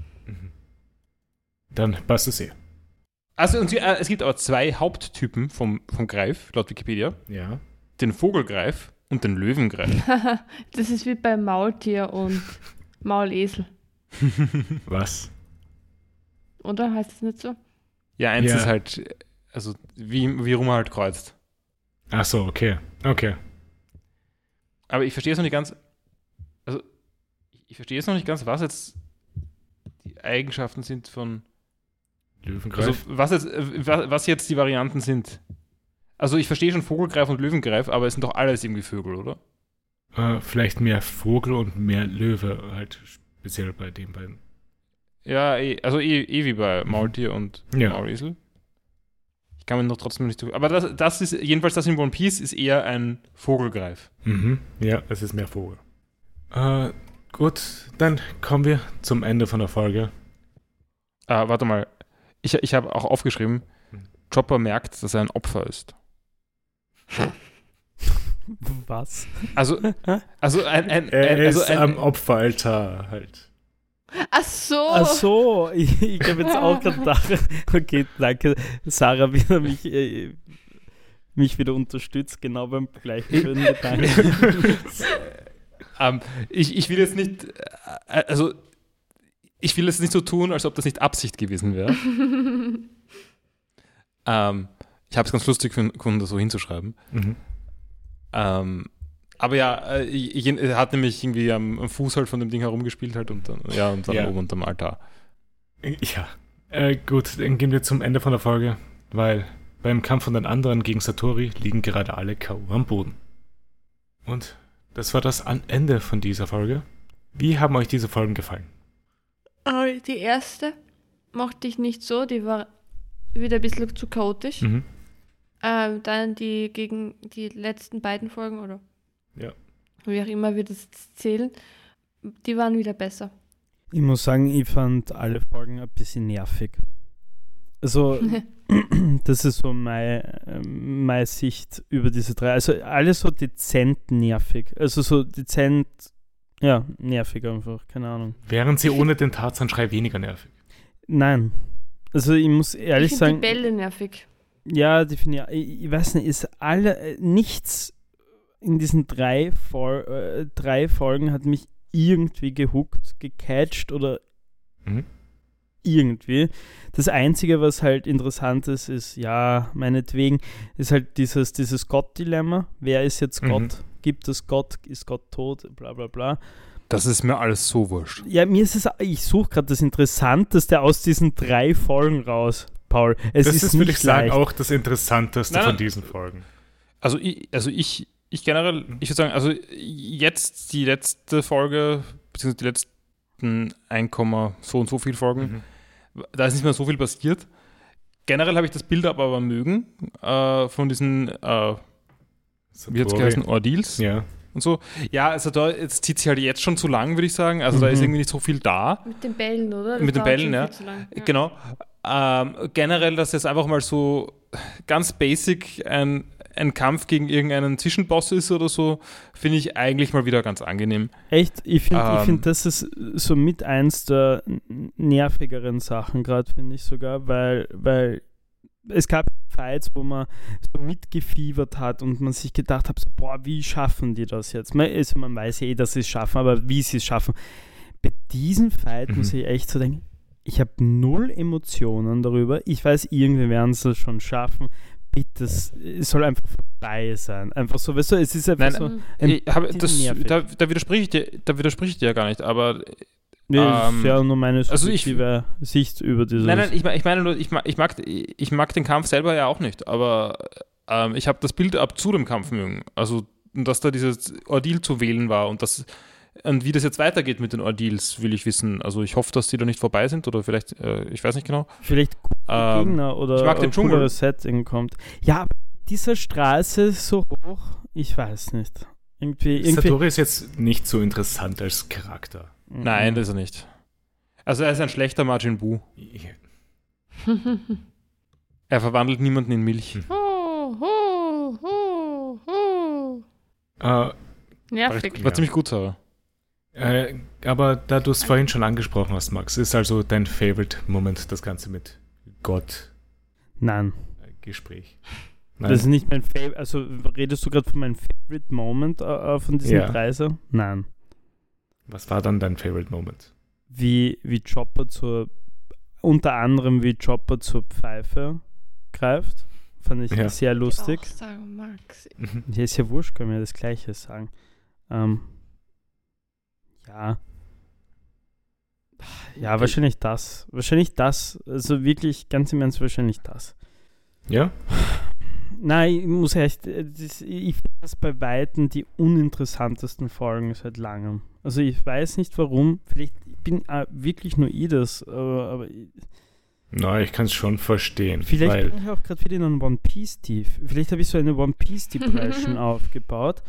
Dann passt es eh. Also es gibt aber 2 Haupttypen vom Greif, laut Wikipedia. Ja. Den Vogelgreif und den Löwengreif. Das ist wie beim Maultier und Maulesel. Was? Oder heißt das nicht so? Ja, eins Ja. ist halt, also wie rum er halt kreuzt. Ach so, okay. Okay. Aber ich verstehe es noch nicht ganz, also ich verstehe es noch nicht ganz, was jetzt die Eigenschaften sind von, Löwengreif. also was jetzt die Varianten sind. Also ich verstehe schon Vogelgreif und Löwengreif, aber es sind doch alles irgendwie Vögel, oder? Vielleicht mehr Vogel und mehr Löwe, halt speziell bei den beiden. Ja, also wie bei Maultier und Ja. Maulesel. Ich kann mir noch trotzdem nicht so. Aber das ist, jedenfalls das in One Piece ist eher ein Vogelgreif. Mhm. Ja, es ist mehr Vogel. Gut, dann kommen wir zum Ende von der Folge. Warte mal. Ich habe auch aufgeschrieben, Chopper merkt, dass er ein Opfer ist. Was? Also Er ist am Opferaltar halt. Ach so. Ach so, ich habe jetzt auch gerade gedacht, okay, danke, Sarah, wie er mich wieder unterstützt, genau beim gleichen schönen Gedanken. ich will jetzt nicht, also ich will jetzt nicht so tun, als ob das nicht Absicht gewesen wäre. Ich habe es ganz lustig gefunden, das so hinzuschreiben. Mhm. Aber ja, er hat nämlich irgendwie am Fuß halt von dem Ding herumgespielt halt und dann oben unterm Altar. Ja. Gut, dann gehen wir zum Ende von der Folge, weil beim Kampf von den anderen gegen Satori liegen gerade alle K.O. am Boden. Und das war das Ende von dieser Folge. Wie haben euch diese Folgen gefallen? Die erste mochte ich nicht so, die war wieder ein bisschen zu chaotisch. Mhm. Dann die gegen die letzten beiden Folgen, oder Ja. wie auch immer wir das zählen, die waren wieder besser. Ich muss sagen, ich fand alle Folgen ein bisschen nervig. Also, das ist so meine Sicht über diese 3. Also, alles so dezent nervig. Also, so dezent, ja, nervig einfach, keine Ahnung. Wären sie ohne den Tarzan-Schrei weniger nervig? Nein. Also, ich muss ehrlich Ich finde sagen. die Bälle nervig. Ja, ich weiß nicht, ist nichts in diesen 3 Folgen hat mich irgendwie gehuckt, gecatcht oder irgendwie. Das Einzige, was halt interessant ist, ja, meinetwegen, ist halt dieses Gott-Dilemma. Wer ist jetzt Gott? Gibt es Gott? Ist Gott tot? Bla bla bla. Das ist mir alles so wurscht. Ja, ich suche gerade das Interessanteste aus diesen 3 Folgen raus, Paul. Es das ist, würde ich nicht sagen, leicht. auch das Interessanteste von diesen Folgen. Also ich generell, ich würde sagen, also jetzt die letzte Folge, beziehungsweise die letzten 1, so und so viel Folgen, da ist nicht mehr so viel passiert. Generell habe ich das Bild aber mögen von diesen, wie hat es geheißen, Ordeals und so. Ja, also es zieht sich halt jetzt schon zu lang, würde ich sagen. Also da ist irgendwie nicht so viel da. Mit den Bällen, oder? Das Mit den dauert Bällen, schon ja. viel zu lang. Genau. Generell, dass jetzt einfach mal so ganz basic ein Kampf gegen irgendeinen Zwischenboss ist oder so, finde ich eigentlich mal wieder ganz angenehm. Echt? Ich finde, das ist so mit eins der nervigeren Sachen gerade, finde ich sogar, weil es gab Fights, wo man so mitgefiebert hat und man sich gedacht hat, so, boah, wie schaffen die das jetzt? Man weiß ja eh, dass sie es schaffen, aber wie sie es schaffen. Bei diesem Fight muss ich echt so denken, ich habe 0 Emotionen darüber. Ich weiß, irgendwie werden sie es schon schaffen. Bitte, es soll einfach vorbei sein. Einfach so, weißt du, es ist einfach so. Da widerspreche ich dir ja gar nicht, aber das ist ja nur meine also subjektive Sicht über dieses. Nein, ich meine nur, ich mag den Kampf selber ja auch nicht, aber ich habe das Bild ab zu dem Kampf mögen. Also, dass da dieses Ordeal zu wählen war und wie das jetzt weitergeht mit den Ordeals, will ich wissen. Also ich hoffe, dass die da nicht vorbei sind oder vielleicht, ich weiß nicht genau. Vielleicht Gegner oder ich mag den Dschungel. Setting kommt. Ja, dieser Straße so hoch, ich weiß nicht. Irgendwie. Satoru ist jetzt nicht so interessant als Charakter. Nein, das ist er nicht. Also er ist ein schlechter Majin Buu. Er verwandelt niemanden in Milch. Nervig. War ziemlich gut, Sarah. Aber da du es vorhin schon angesprochen hast, Max, ist also dein Favorite-Moment das Ganze mit Nein. Gott-Gespräch? Das ist nicht mein Favorite. Also redest du gerade von meinem Favorite Moment von diesem Reise? Nein. Was war dann dein Favorite Moment? Wie Chopper unter anderem wie Chopper zur Pfeife greift. Fand ich sehr lustig. Ich auch sagen, Max. Ja, ist ja wurscht, können wir das Gleiche sagen. Ja, wahrscheinlich das. Also wirklich, ganz im Ernst, wahrscheinlich das. Ja? Nein, ich muss echt, ich finde das bei Weitem die uninteressantesten Folgen seit langem. Also ich weiß nicht warum, vielleicht bin wirklich nur ich das, aber Na, ich kann es schon verstehen. vielleicht bin ich auch gerade wieder in einem One Piece Tief. Vielleicht habe ich so eine One Piece Depression aufgebaut.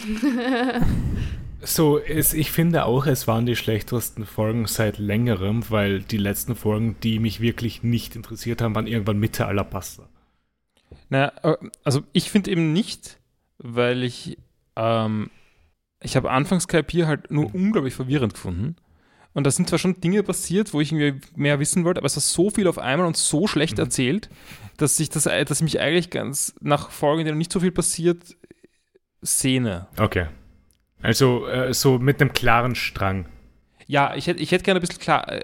So, ich finde auch, es waren die schlechtesten Folgen seit längerem, weil die letzten Folgen, die mich wirklich nicht interessiert haben, waren irgendwann Mitte Alabasta. Naja, also ich finde eben nicht, weil ich habe anfangs Skypiea halt nur unglaublich verwirrend gefunden. Und da sind zwar schon Dinge passiert, wo ich irgendwie mehr wissen wollte, aber es war so viel auf einmal und so schlecht erzählt, dass ich mich eigentlich ganz nach Folgen, in denen nicht so viel passiert, sehne. Okay. Also so mit einem klaren Strang. Ja, ich hätte gerne ein bisschen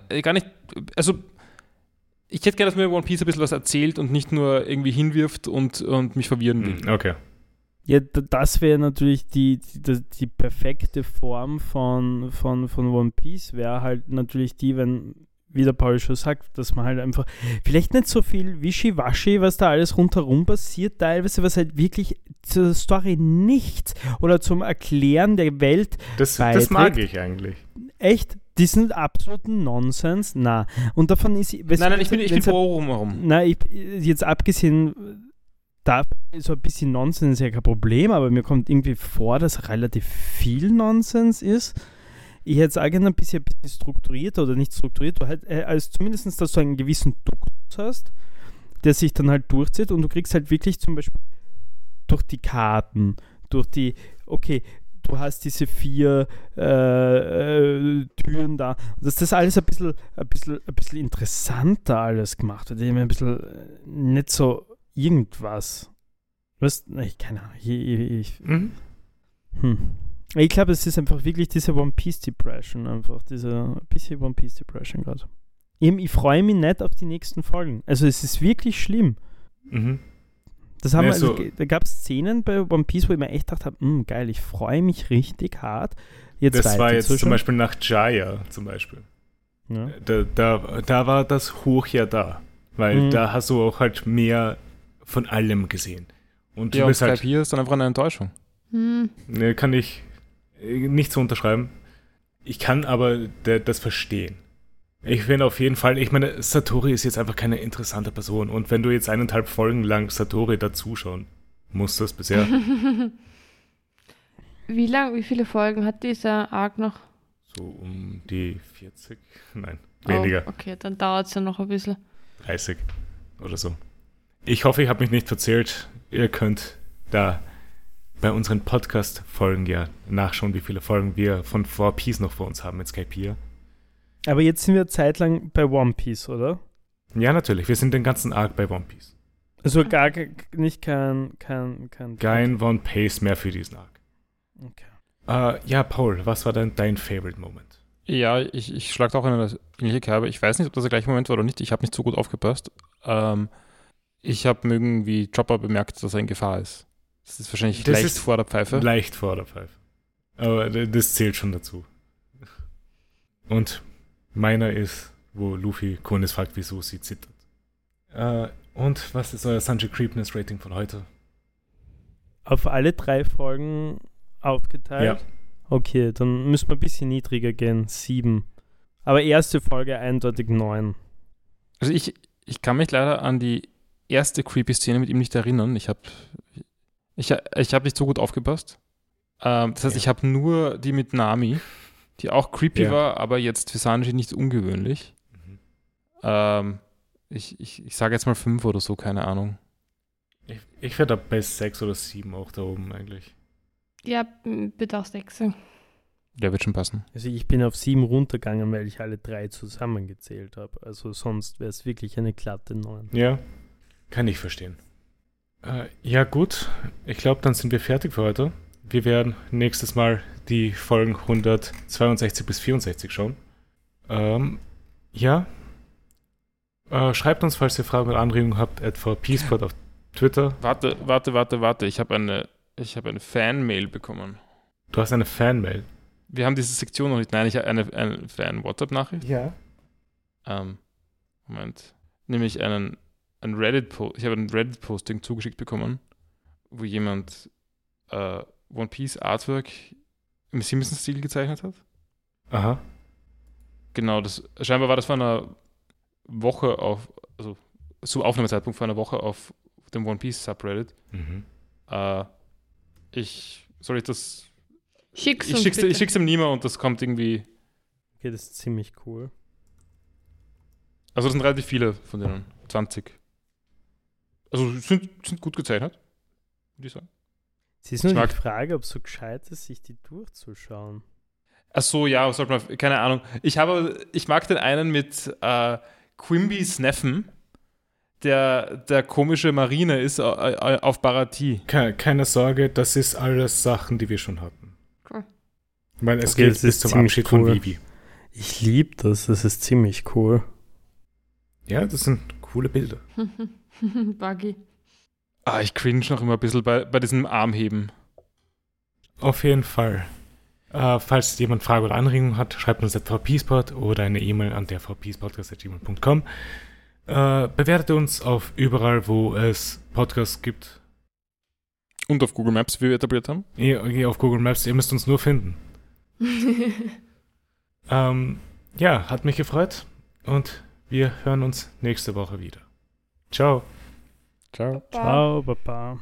ich hätte gerne, dass mir One Piece ein bisschen was erzählt und nicht nur irgendwie hinwirft und mich verwirren will. Okay. Ja, das wäre natürlich die perfekte Form von One Piece, wäre halt natürlich die, wenn, wie der Paul schon sagt, dass man halt einfach, vielleicht nicht so viel Wischiwaschi, was da alles rundherum passiert, teilweise, was halt wirklich zur Story nichts oder zum Erklären der Welt Das mag ich eigentlich. Echt? Diesen absoluten Nonsens? Na. Und davon ist... Nein, ich bin froh rumherum. Nein, jetzt abgesehen davon, so ein bisschen Nonsens ist ja kein Problem, aber mir kommt irgendwie vor, dass relativ viel Nonsens ist. Ich hätte es auch gerne ein bisschen strukturierter oder nicht strukturiert, als zumindest, dass du einen gewissen Duktus hast, der sich dann halt durchzieht und du kriegst halt wirklich zum Beispiel durch die Karten, durch die, okay, du hast diese 4 Türen da. Und dass das alles ein bisschen interessanter alles gemacht wird. Ein bisschen nicht so irgendwas. Weißt du? Keine Ahnung. Ich glaube, es ist einfach wirklich diese One Piece Depression. Einfach diese bisschen One Piece Depression gerade. Ich freue mich nicht auf die nächsten Folgen. Also es ist wirklich schlimm. Mhm. Da gab es Szenen bei One Piece, wo ich mir echt gedacht habe, geil, ich freue mich richtig hart. Das war jetzt zum Beispiel nach Jaya zum Beispiel. Ja. Da war das Hoch ja da. Weil da hast du auch halt mehr von allem gesehen. Und du bist halt, hier ist dann einfach eine Enttäuschung. Ne, kann ich nicht so unterschreiben. Ich kann aber das verstehen. Ich finde auf jeden Fall, ich meine, Satori ist jetzt einfach keine interessante Person. Und wenn du jetzt 1,5 Folgen lang Satori dazuschauen musstest bisher. Wie viele Folgen hat dieser Arc noch? So um die 40? Nein, weniger. Oh, okay, dann dauert es ja noch ein bisschen. 30 oder so. Ich hoffe, ich habe mich nicht verzählt. Ihr könnt da bei unseren Podcast-Folgen ja nachschauen, wie viele Folgen wir von 4 Piece noch vor uns haben mit Skypiea. Aber jetzt sind wir zeitlang bei One Piece, oder? Ja, natürlich. Wir sind den ganzen Arc bei One Piece. Also gar nicht kein One Piece mehr für diesen Arc. Okay. Ja, Paul, was war denn dein Favorite Moment? Ja, ich schlage auch in eine ähnliche Kerbe. Ich weiß nicht, ob das der gleiche Moment war oder nicht. Ich habe nicht so gut aufgepasst. Ich habe irgendwie Chopper bemerkt, dass er in Gefahr ist. Das ist wahrscheinlich leicht vor der Pfeife. Leicht vor der Pfeife. Aber das zählt schon dazu. Und meiner ist, wo Luffy Konis fragt, wieso sie zittert. Und was ist euer Sanji Creepness Rating von heute? Auf alle 3 Folgen aufgeteilt? Ja. Okay, dann müssen wir ein bisschen niedriger gehen. 7. Aber erste Folge eindeutig 9. Also ich kann mich leider an die erste Creepy-Szene mit ihm nicht erinnern. Ich hab nicht so gut aufgepasst. Das heißt, ich habe nur die mit Nami, die auch creepy war, aber jetzt für Sanji nicht ungewöhnlich. Ich sage jetzt mal 5 oder so, keine Ahnung. Ich wäre da bei 6 oder 7 auch da oben eigentlich. Ja, bitte auch 6. Der wird schon passen. Also ich bin auf 7 runtergegangen, weil ich alle 3 zusammengezählt habe. Also sonst wäre es wirklich eine glatte 9. Ja, kann ich verstehen. Ja gut, ich glaube, dann sind wir fertig für heute. Wir werden nächstes Mal die Folgen 162 bis 64 schauen. Ja. Schreibt uns, falls ihr Fragen oder Anregungen habt, @vpspot auf Twitter. Warte. Ich habe eine Fan-Mail bekommen. Du hast eine Fan-Mail. Wir haben diese Sektion noch nicht. Nein, ich habe eine Fan-WhatsApp-Nachricht. Ja. Moment. Nämlich ein Reddit-Post. Ich habe ein Reddit-Posting zugeschickt bekommen, wo jemand One Piece Artwork im Simpsons-Stil gezeichnet hat. Aha. Genau, scheinbar war das vor einer Woche also zum Aufnahmezeitpunkt vor einer Woche auf dem One Piece Subreddit. Mhm. Soll ich das? Schick's Ich schick's dem Nima und das kommt irgendwie. Okay, das ist ziemlich cool. Also das sind relativ viele von denen. 20. Also sind gut gezeichnet, würde ich sagen. Es ist nur die Frage, ob es so gescheit ist, sich die durchzuschauen. Ach so, ja, sollte man, keine Ahnung. Ich mag den einen mit Quimbys Neffen, der komische Marine ist auf Baratie. Keine Sorge, das ist alles Sachen, die wir schon hatten. Cool. Weil es geht bis zum Abschied von Vivi. Ich liebe das ist ziemlich cool. Ja, das sind coole Bilder. Buggy. Ich cringe noch immer ein bisschen bei diesem Armheben. Auf jeden Fall. Falls jemand Fragen oder Anregungen hat, schreibt uns @vpspot oder eine E-Mail an der vpspodcast@gmail.com. Bewertet uns auf überall, wo es Podcasts gibt. Und auf Google Maps, wie wir etabliert haben. Ihr auf Google Maps, ihr müsst uns nur finden. Ja, hat mich gefreut und wir hören uns nächste Woche wieder. Ciao. Ciao. Ciao, Papa.